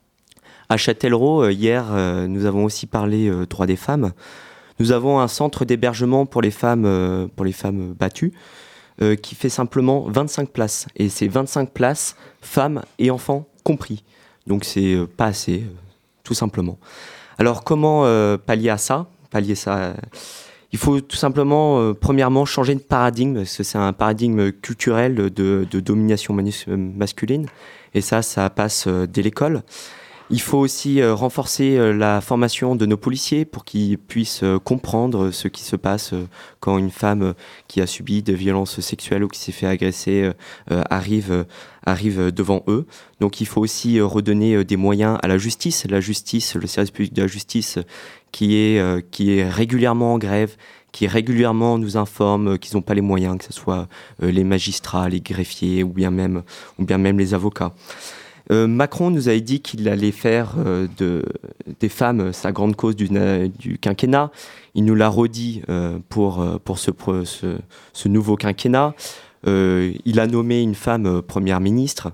À Châtellerault, hier, euh, nous avons aussi parlé euh, droits des femmes. Nous avons un centre d'hébergement pour les femmes, euh, pour les femmes battues euh, qui fait simplement vingt-cinq places. Et c'est vingt-cinq places, femmes et enfants compris. Donc c'est euh, pas assez, euh, tout simplement. Alors comment euh, pallier à ça pallier ça euh, Il faut tout simplement, euh, premièrement, changer de paradigme, parce que c'est un paradigme culturel de, de domination manus- masculine. Et ça, ça passe euh, dès l'école. Il faut aussi euh, renforcer euh, la formation de nos policiers pour qu'ils puissent euh, comprendre ce qui se passe euh, quand une femme euh, qui a subi de violences sexuelles ou qui s'est fait agresser euh, euh, arrive, euh, arrive devant eux. Donc il faut aussi euh, redonner euh, des moyens à la justice. La justice, le service public de la justice euh, qui est, euh, qui est régulièrement en grève, qui régulièrement nous informent qu'ils n'ont pas les moyens, que ce soit euh, les magistrats, les greffiers ou bien même, ou bien même les avocats. Euh, Macron nous avait dit qu'il allait faire euh, de, des femmes sa grande cause du, du quinquennat. Il nous l'a redit euh, pour, pour ce, ce, ce nouveau quinquennat. Euh, il a nommé une femme euh, première ministre.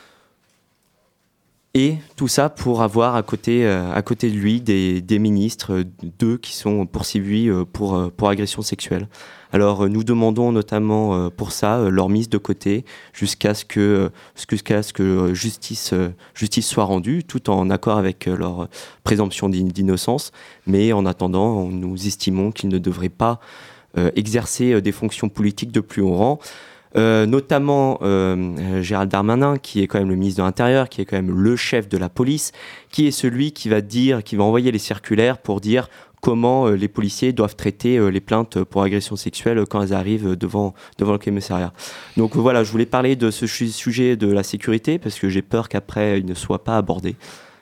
Et tout ça pour avoir à côté, euh, à côté de lui des, des ministres, euh, deux qui sont poursuivis euh, pour, euh, pour agression sexuelle. Alors euh, nous demandons notamment euh, pour ça euh, leur mise de côté jusqu'à ce que, euh, jusqu'à ce que justice, euh, justice soit rendue, tout en accord avec euh, leur présomption d'innocence. Mais en attendant, nous estimons qu'ils ne devraient pas euh, exercer euh, des fonctions politiques de plus haut rang. Euh, notamment euh, Gérald Darmanin, qui est quand même le ministre de l'Intérieur, qui est quand même le chef de la police, qui est celui qui va dire, qui va envoyer les circulaires pour dire comment euh, les policiers doivent traiter euh, les plaintes pour agression sexuelle quand elles arrivent devant, devant le commissariat. Donc euh, voilà, je voulais parler de ce sujet de la sécurité parce que j'ai peur qu'après il ne soit pas abordé.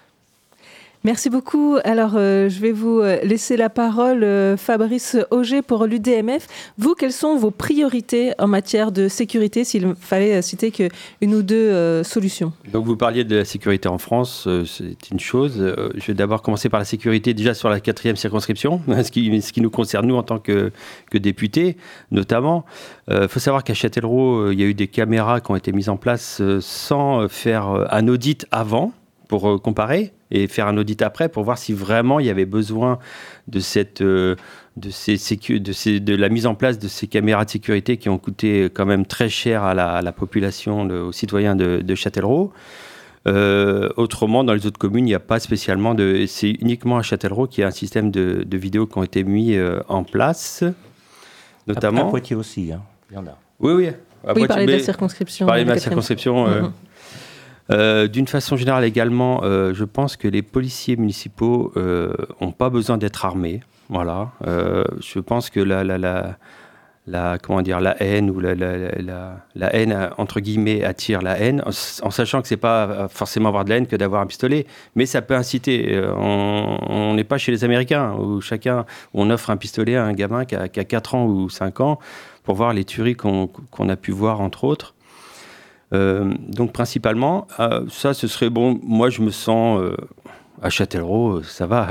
Merci beaucoup. Alors, euh, je vais vous laisser la parole, euh, Fabrice Auger, pour l'U D M F. Vous, quelles sont vos priorités en matière de sécurité, s'il fallait citer qu'une ou deux euh, solutions? Donc, vous parliez de la sécurité en France, euh, c'est une chose. Euh, je vais d'abord commencer par la sécurité déjà sur la quatrième circonscription, ce qui, ce qui nous concerne, nous, en tant que, que députés, notamment. Il euh, faut savoir qu'à Châtellerault, euh, il y a eu des caméras qui ont été mises en place euh, sans faire euh, un audit avant, pour euh, comparer, et faire un audit après pour voir si vraiment il y avait besoin de, cette, euh, de, ces sécu- de, ces, de la mise en place de ces caméras de sécurité qui ont coûté quand même très cher à la, à la population, de, aux citoyens de, de Châtellerault. Euh, autrement, dans les autres communes, il n'y a pas spécialement de... C'est uniquement à Châtellerault qu'il y a un système de, de vidéos qui ont été mis euh, en place, notamment... À, à Poitiers aussi, hein. Il y en a. Oui, oui. À oui, parler de la circonscription. Parler de la circonscription... Euh, mm-hmm. Euh, d'une façon générale également, euh, je pense que les policiers municipaux n'ont euh, pas besoin d'être armés. Voilà. Euh, je pense que la, la, la, la, comment dire, la haine ou la, la, la, la haine, entre guillemets, attire la haine, en, en sachant que ce n'est pas forcément avoir de la haine que d'avoir un pistolet, mais ça peut inciter. On n'est pas chez les Américains, où chacun, où on offre un pistolet à un gamin qui a, qui a quatre ans ou cinq ans pour voir les tueries qu'on, qu'on a pu voir, entre autres. Euh, donc principalement, euh, ça ce serait bon. Moi je me sens euh, à Châtellerault, ça va.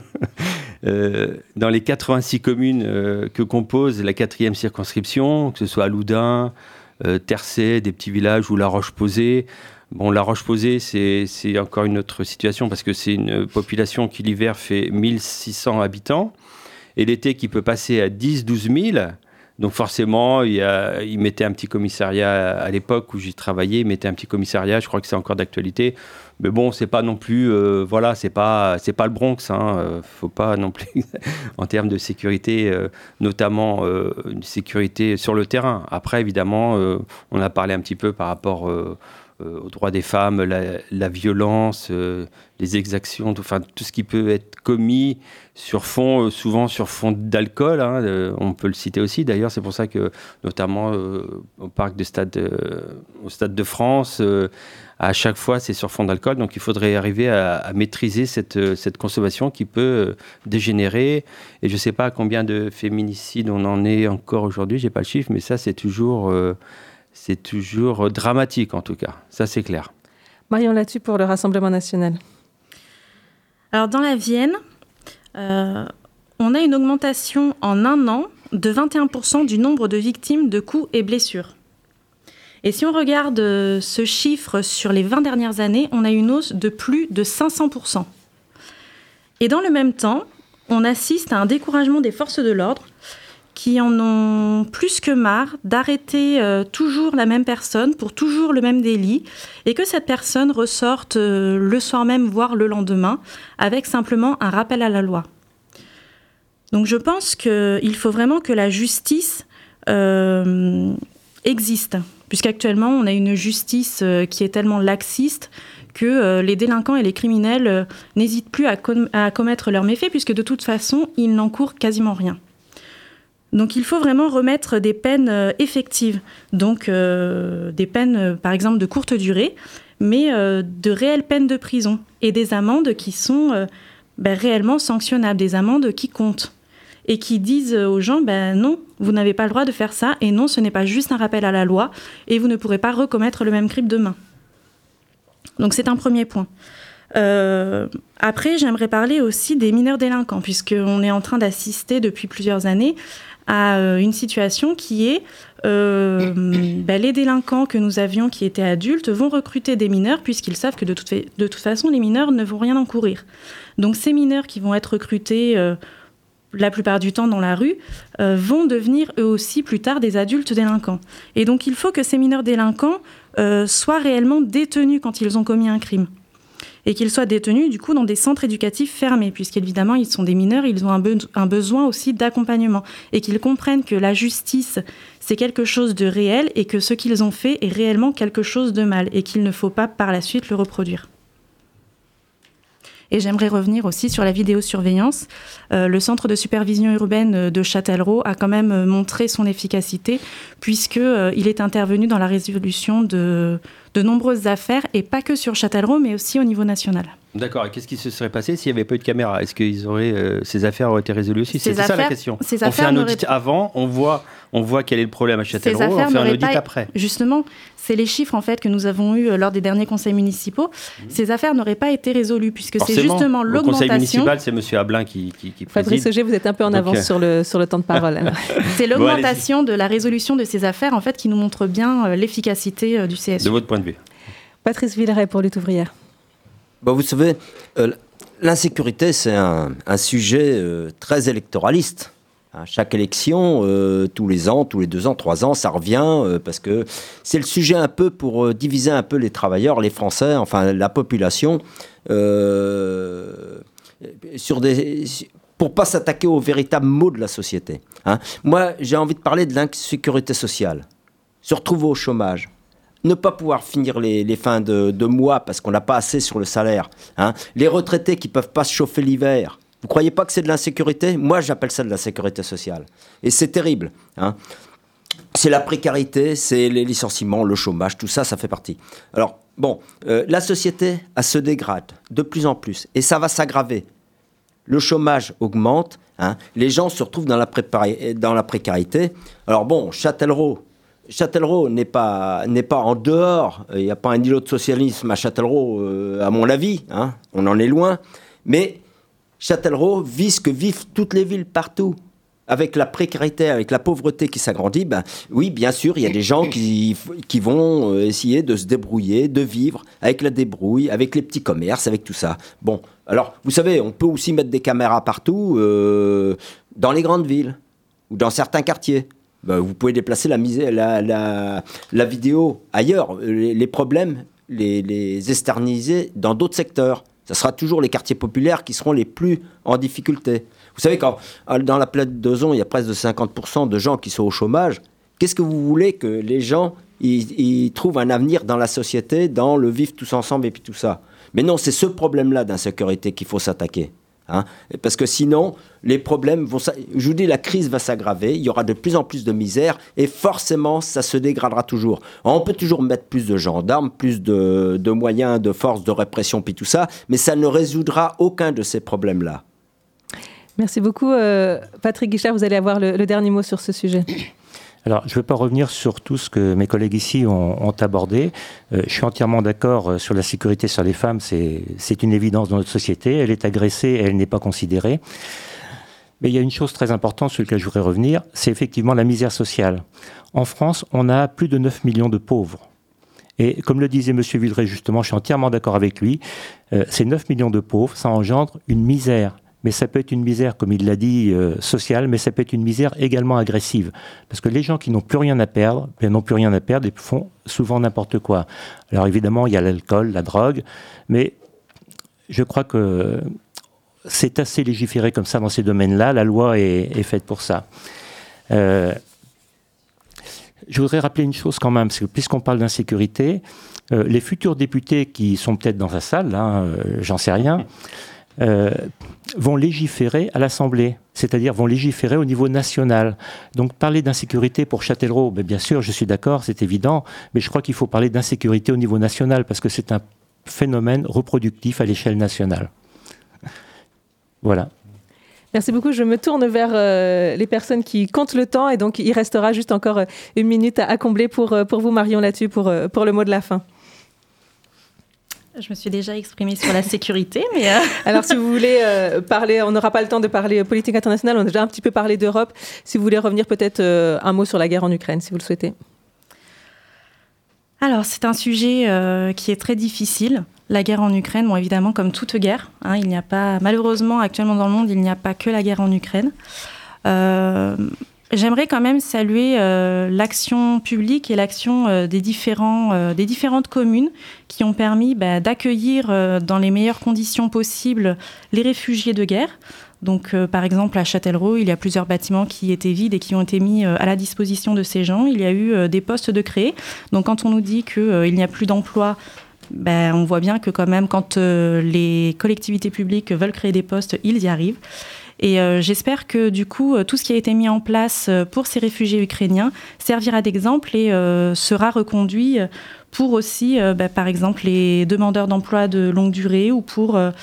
euh, dans les quatre-vingt-six communes euh, que compose la quatrième circonscription, que ce soit à Loudun, euh, Tercey, des petits villages ou La Roche-Posay. Bon, La Roche-Posay, c'est, c'est encore une autre situation parce que c'est une population qui l'hiver fait mille six cents habitants et l'été qui peut passer à dix à douze mille. Donc forcément, il, y a, il mettait un petit commissariat à l'époque où j'y travaillais, il mettait un petit commissariat, je crois que c'est encore d'actualité. Mais bon, c'est pas non plus, euh, voilà, c'est pas, c'est pas le Bronx, hein, euh, faut pas non plus, en termes de sécurité, euh, notamment euh, une sécurité sur le terrain. Après, évidemment, euh, on a parlé un petit peu par rapport euh, euh, aux droits des femmes, la, la violence, euh, les exactions, tout, enfin, tout ce qui peut être commis sur fond, euh, souvent sur fond d'alcool, hein, euh, on peut le citer aussi. D'ailleurs, c'est pour ça que, notamment euh, au parc de Stade, euh, au Stade de France, euh, à chaque fois, c'est sur fond d'alcool. Donc, il faudrait arriver à, à maîtriser cette, cette consommation qui peut euh, dégénérer. Et je ne sais pas à combien de féminicides on en est encore aujourd'hui, je n'ai pas le chiffre, mais ça, c'est toujours, euh, c'est toujours dramatique, en tout cas. Ça, c'est clair. Marion Latu pour le Rassemblement national. Alors, dans la Vienne, Euh, on a une augmentation en un an de vingt et un pour cent du nombre de victimes de coups et blessures. Et si on regarde euh, ce chiffre sur les vingt dernières années, on a une hausse de plus de cinq cents pour cent. Et dans le même temps, on assiste à un découragement des forces de l'ordre qui en ont plus que marre d'arrêter euh, toujours la même personne pour toujours le même délit et que cette personne ressorte euh, le soir même, voire le lendemain, avec simplement un rappel à la loi. Donc je pense qu'il faut vraiment que la justice euh, existe, puisqu'actuellement on a une justice euh, qui est tellement laxiste que euh, les délinquants et les criminels euh, n'hésitent plus à, com- à commettre leurs méfaits, puisque de toute façon, ils n'encourent quasiment rien. Donc il faut vraiment remettre des peines euh, effectives, donc euh, des peines euh, par exemple de courte durée, mais euh, de réelles peines de prison et des amendes qui sont euh, ben, réellement sanctionnables, des amendes qui comptent. et qui disent aux gens, ben non, vous n'avez pas le droit de faire ça, et non, ce n'est pas juste un rappel à la loi, et vous ne pourrez pas recommettre le même crime demain. Donc c'est un premier point. Euh, après, j'aimerais parler aussi des mineurs délinquants, puisqu'on est en train d'assister depuis plusieurs années à euh, une situation qui est euh, ben, les délinquants que nous avions qui étaient adultes vont recruter des mineurs, puisqu'ils savent que de toute, fa- de toute façon, les mineurs ne vont rien encourir. Donc ces mineurs qui vont être recrutés euh, la plupart du temps dans la rue, euh, vont devenir eux aussi plus tard des adultes délinquants. Et donc il faut que ces mineurs délinquants euh, soient réellement détenus quand ils ont commis un crime. Et qu'ils soient détenus du coup dans des centres éducatifs fermés, puisqu'évidemment ils sont des mineurs, ils ont un, be- un besoin aussi d'accompagnement. Et qu'ils comprennent que la justice, c'est quelque chose de réel et que ce qu'ils ont fait est réellement quelque chose de mal et qu'il ne faut pas par la suite le reproduire. Et j'aimerais revenir aussi sur la vidéosurveillance. Euh, le centre de supervision urbaine de Châtellerault a quand même montré son efficacité, puisqu'il euh, est intervenu dans la résolution de, de nombreuses affaires, et pas que sur Châtellerault, mais aussi au niveau national. D'accord, et qu'est-ce qui se serait passé s'il n'y avait pas eu de caméra ? Est-ce que euh, ces affaires auraient été résolues aussi ? C'est ça la question. Ces on fait un audit n'auraient... avant, on voit, on voit quel est le problème à Châtellerault, on fait un audit pas... après. Justement, c'est les chiffres en fait, que nous avons eus lors des derniers conseils municipaux. Mmh. Ces affaires n'auraient pas été résolues, puisque Forcément, c'est justement l'augmentation... Au conseil municipal, c'est M. Ablin qui, qui, qui préside. Fabrice Auger, vous êtes un peu en Donc, avance euh... sur, le, sur le temps de parole. C'est l'augmentation bon, de la résolution de ces affaires en fait, qui nous montre bien euh, l'efficacité euh, du C S U. De votre point de vue. Patrice Villeray pour Lutte ouvrière. Bon, vous savez, euh, l'insécurité, c'est un, un sujet euh, très électoraliste. À chaque élection, euh, tous les ans, tous les deux ans, trois ans, ça revient, euh, parce que c'est le sujet un peu pour euh, diviser un peu les travailleurs, les Français, enfin la population, euh, sur des, pour pas s'attaquer aux véritables maux de la société. Hein. Moi, j'ai envie de parler de l'insécurité sociale. Se retrouver au chômage. Ne pas pouvoir finir les, les fins de, de mois parce qu'on n'a pas assez sur le salaire. Hein. Les retraités qui ne peuvent pas se chauffer l'hiver. Vous ne croyez pas que c'est de l'insécurité ? Moi, j'appelle ça de l'insécurité sociale. Et c'est terrible. Hein. C'est la précarité, c'est les licenciements, le chômage, tout ça, ça fait partie. Alors, bon, euh, la société, elle se dégrade de plus en plus. Et ça va s'aggraver. Le chômage augmente. Hein. Les gens se retrouvent dans la, prépa- dans la précarité. Alors bon, Châtellerault, Châtellerault n'est pas, n'est pas en dehors, il n'y a pas un îlot de socialisme à Châtellerault, euh, à mon avis, hein, on en est loin, mais Châtellerault vit ce que vivent toutes les villes partout, avec la précarité, avec la pauvreté qui s'agrandit. Ben, oui, bien sûr, il y a des gens qui, qui vont essayer de se débrouiller, de vivre avec la débrouille, avec les petits commerces, avec tout ça. Bon, alors, vous savez, on peut aussi mettre des caméras partout, euh, dans les grandes villes, ou dans certains quartiers. Ben, vous pouvez déplacer la, misère, la, la, la vidéo ailleurs, les, les problèmes, les, les externaliser dans d'autres secteurs. Ce sera toujours les quartiers populaires qui seront les plus en difficulté. Vous savez, quand dans la plaine d'Ozon, il y a presque de cinquante pour cent de gens qui sont au chômage, qu'est-ce que vous voulez que les gens ils, ils trouvent un avenir dans la société, dans le vivre tous ensemble et puis tout ça ? Mais non, c'est ce problème-là d'insécurité qu'il faut s'attaquer. Hein, parce que sinon, les problèmes vont... Je vous dis, la crise va s'aggraver, il y aura de plus en plus de misère, et forcément, ça se dégradera toujours. On peut toujours mettre plus de gendarmes, plus de, de moyens, de forces, de répression, puis tout ça, mais ça ne résoudra aucun de ces problèmes-là. Merci beaucoup. Euh, Patrick Guichard, vous allez avoir le, le dernier mot sur ce sujet. Alors, je ne vais pas revenir sur tout ce que mes collègues ici ont, ont abordé. Euh, je suis entièrement d'accord sur la sécurité sur les femmes. C'est, c'est une évidence dans notre société. Elle est agressée et elle n'est pas considérée. Mais il y a une chose très importante sur laquelle je voudrais revenir, c'est effectivement la misère sociale. En France, on a plus de neuf millions de pauvres. Et comme le disait M. Villeray justement, je suis entièrement d'accord avec lui, euh, ces neuf millions de pauvres, ça engendre une misère. Mais ça peut être une misère, comme il l'a dit, euh, sociale, mais ça peut être une misère également agressive. Parce que les gens qui n'ont plus rien à perdre, ben, n'ont plus rien à perdre et font souvent n'importe quoi. Alors évidemment, il y a l'alcool, la drogue, mais je crois que c'est assez légiféré comme ça dans ces domaines-là. La loi est, est faite pour ça. Euh, je voudrais rappeler une chose quand même, parce que puisqu'on parle d'insécurité, euh, les futurs députés qui sont peut-être dans la salle, hein, euh, j'en sais rien, Euh, vont légiférer à l'Assemblée, c'est-à-dire vont légiférer au niveau national. Donc parler d'insécurité pour Châtellerault, ben bien sûr, je suis d'accord, c'est évident, mais je crois qu'il faut parler d'insécurité au niveau national, parce que c'est un phénomène reproductif à l'échelle nationale. Voilà. Merci beaucoup. Je me tourne vers euh, les personnes qui comptent le temps et donc il restera juste encore euh, une minute à, à combler pour, euh, pour vous, Marion, là-dessus, pour, euh, pour le mot de la fin. Je me suis déjà exprimée sur la sécurité, mais... Euh... Alors, si vous voulez euh, parler, on n'aura pas le temps de parler politique internationale, on a déjà un petit peu parlé d'Europe. Si vous voulez revenir peut-être euh, un mot sur la guerre en Ukraine, si vous le souhaitez. Alors, c'est un sujet euh, qui est très difficile. La guerre en Ukraine, bon, évidemment, comme toute guerre, hein, il n'y a pas, malheureusement, actuellement dans le monde, il n'y a pas que la guerre en Ukraine. Euh, J'aimerais quand même saluer euh, l'action publique et l'action euh, des, différents, euh, des différentes communes qui ont permis bah, d'accueillir euh, dans les meilleures conditions possibles les réfugiés de guerre. Donc, euh, par exemple, à Châtellerault, il y a plusieurs bâtiments qui étaient vides et qui ont été mis euh, à la disposition de ces gens. Il y a eu euh, des postes de créés. Donc, quand on nous dit qu'il euh, n'y a plus d'emploi, ben, on voit bien que quand même, quand euh, les collectivités publiques veulent créer des postes, ils y arrivent. Et euh, j'espère que du coup, tout ce qui a été mis en place pour ces réfugiés ukrainiens servira d'exemple et euh, sera reconduit pour aussi, euh, bah, par exemple, les demandeurs d'emploi de longue durée ou pour euh,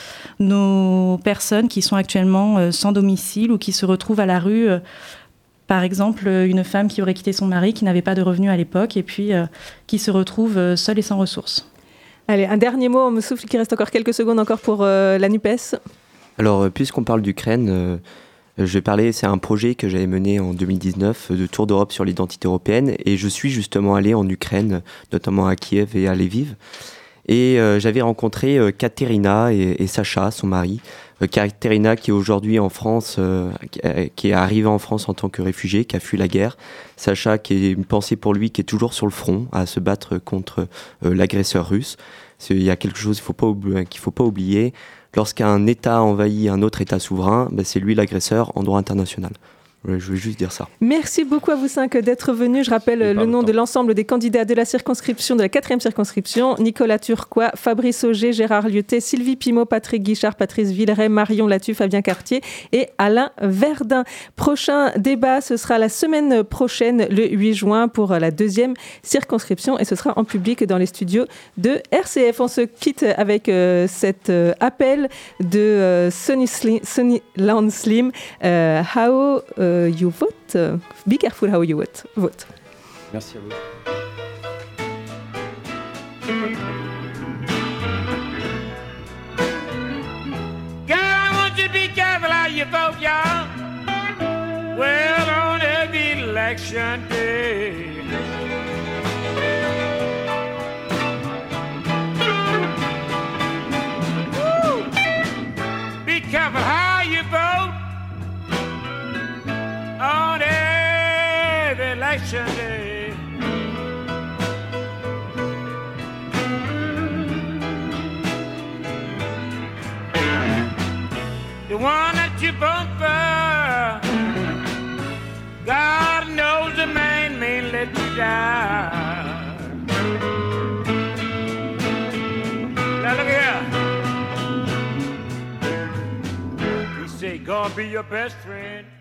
nos personnes qui sont actuellement euh, sans domicile ou qui se retrouvent à la rue. Euh, par exemple, une femme qui aurait quitté son mari, qui n'avait pas de revenus à l'époque et puis euh, qui se retrouve euh, seule et sans ressources. Allez, un dernier mot, on me souffle qu'il reste encore quelques secondes encore pour euh, la NUPES. Alors, puisqu'on parle d'Ukraine, euh, je vais parler, c'est un projet que j'avais mené en deux mille dix-neuf de Tour d'Europe sur l'identité européenne. Et je suis justement allé en Ukraine, notamment à Kiev et à Lviv. Et euh, j'avais rencontré euh, Katerina et, et Sacha, son mari. Euh, Katerina qui est aujourd'hui en France, euh, qui est arrivée en France en tant que réfugié, qui a fui la guerre. Sacha qui est une pensée pour lui, qui est toujours sur le front à se battre contre euh, l'agresseur russe. C'est, il y a quelque chose qu'il ne faut pas, qu'il faut pas oublier. Lorsqu'un État envahit un autre État souverain, ben c'est lui l'agresseur en droit international. Je voulais juste dire ça. Merci beaucoup à vous cinq d'être venus. Je rappelle le nom de l'ensemble des candidats de la circonscription, de la quatrième circonscription. Nicolas Turquois, Fabrice Auger, Gérard Lieutet, Sylvie Pimot, Patrick Guichard, Patrice Villeray, Marion Lattu, Fabien Cartier et Alain Verdun. Prochain débat, ce sera la semaine prochaine, le huit juin, pour la deuxième circonscription. Et ce sera en public dans les studios de R C F. On se quitte avec euh, cet euh, appel de euh, Sonny, Slim, Sonny Land Slim. Euh, how... Euh, Uh, you vote. Uh, be careful how you vote. vote. Merci à vous. God, I want you to be careful how you vote, y'all. Well, on every election day. Woo! Be careful how you vote. On every election day. The one that you vote for, God knows the man may let you down. Now look here. He say, God be your best friend.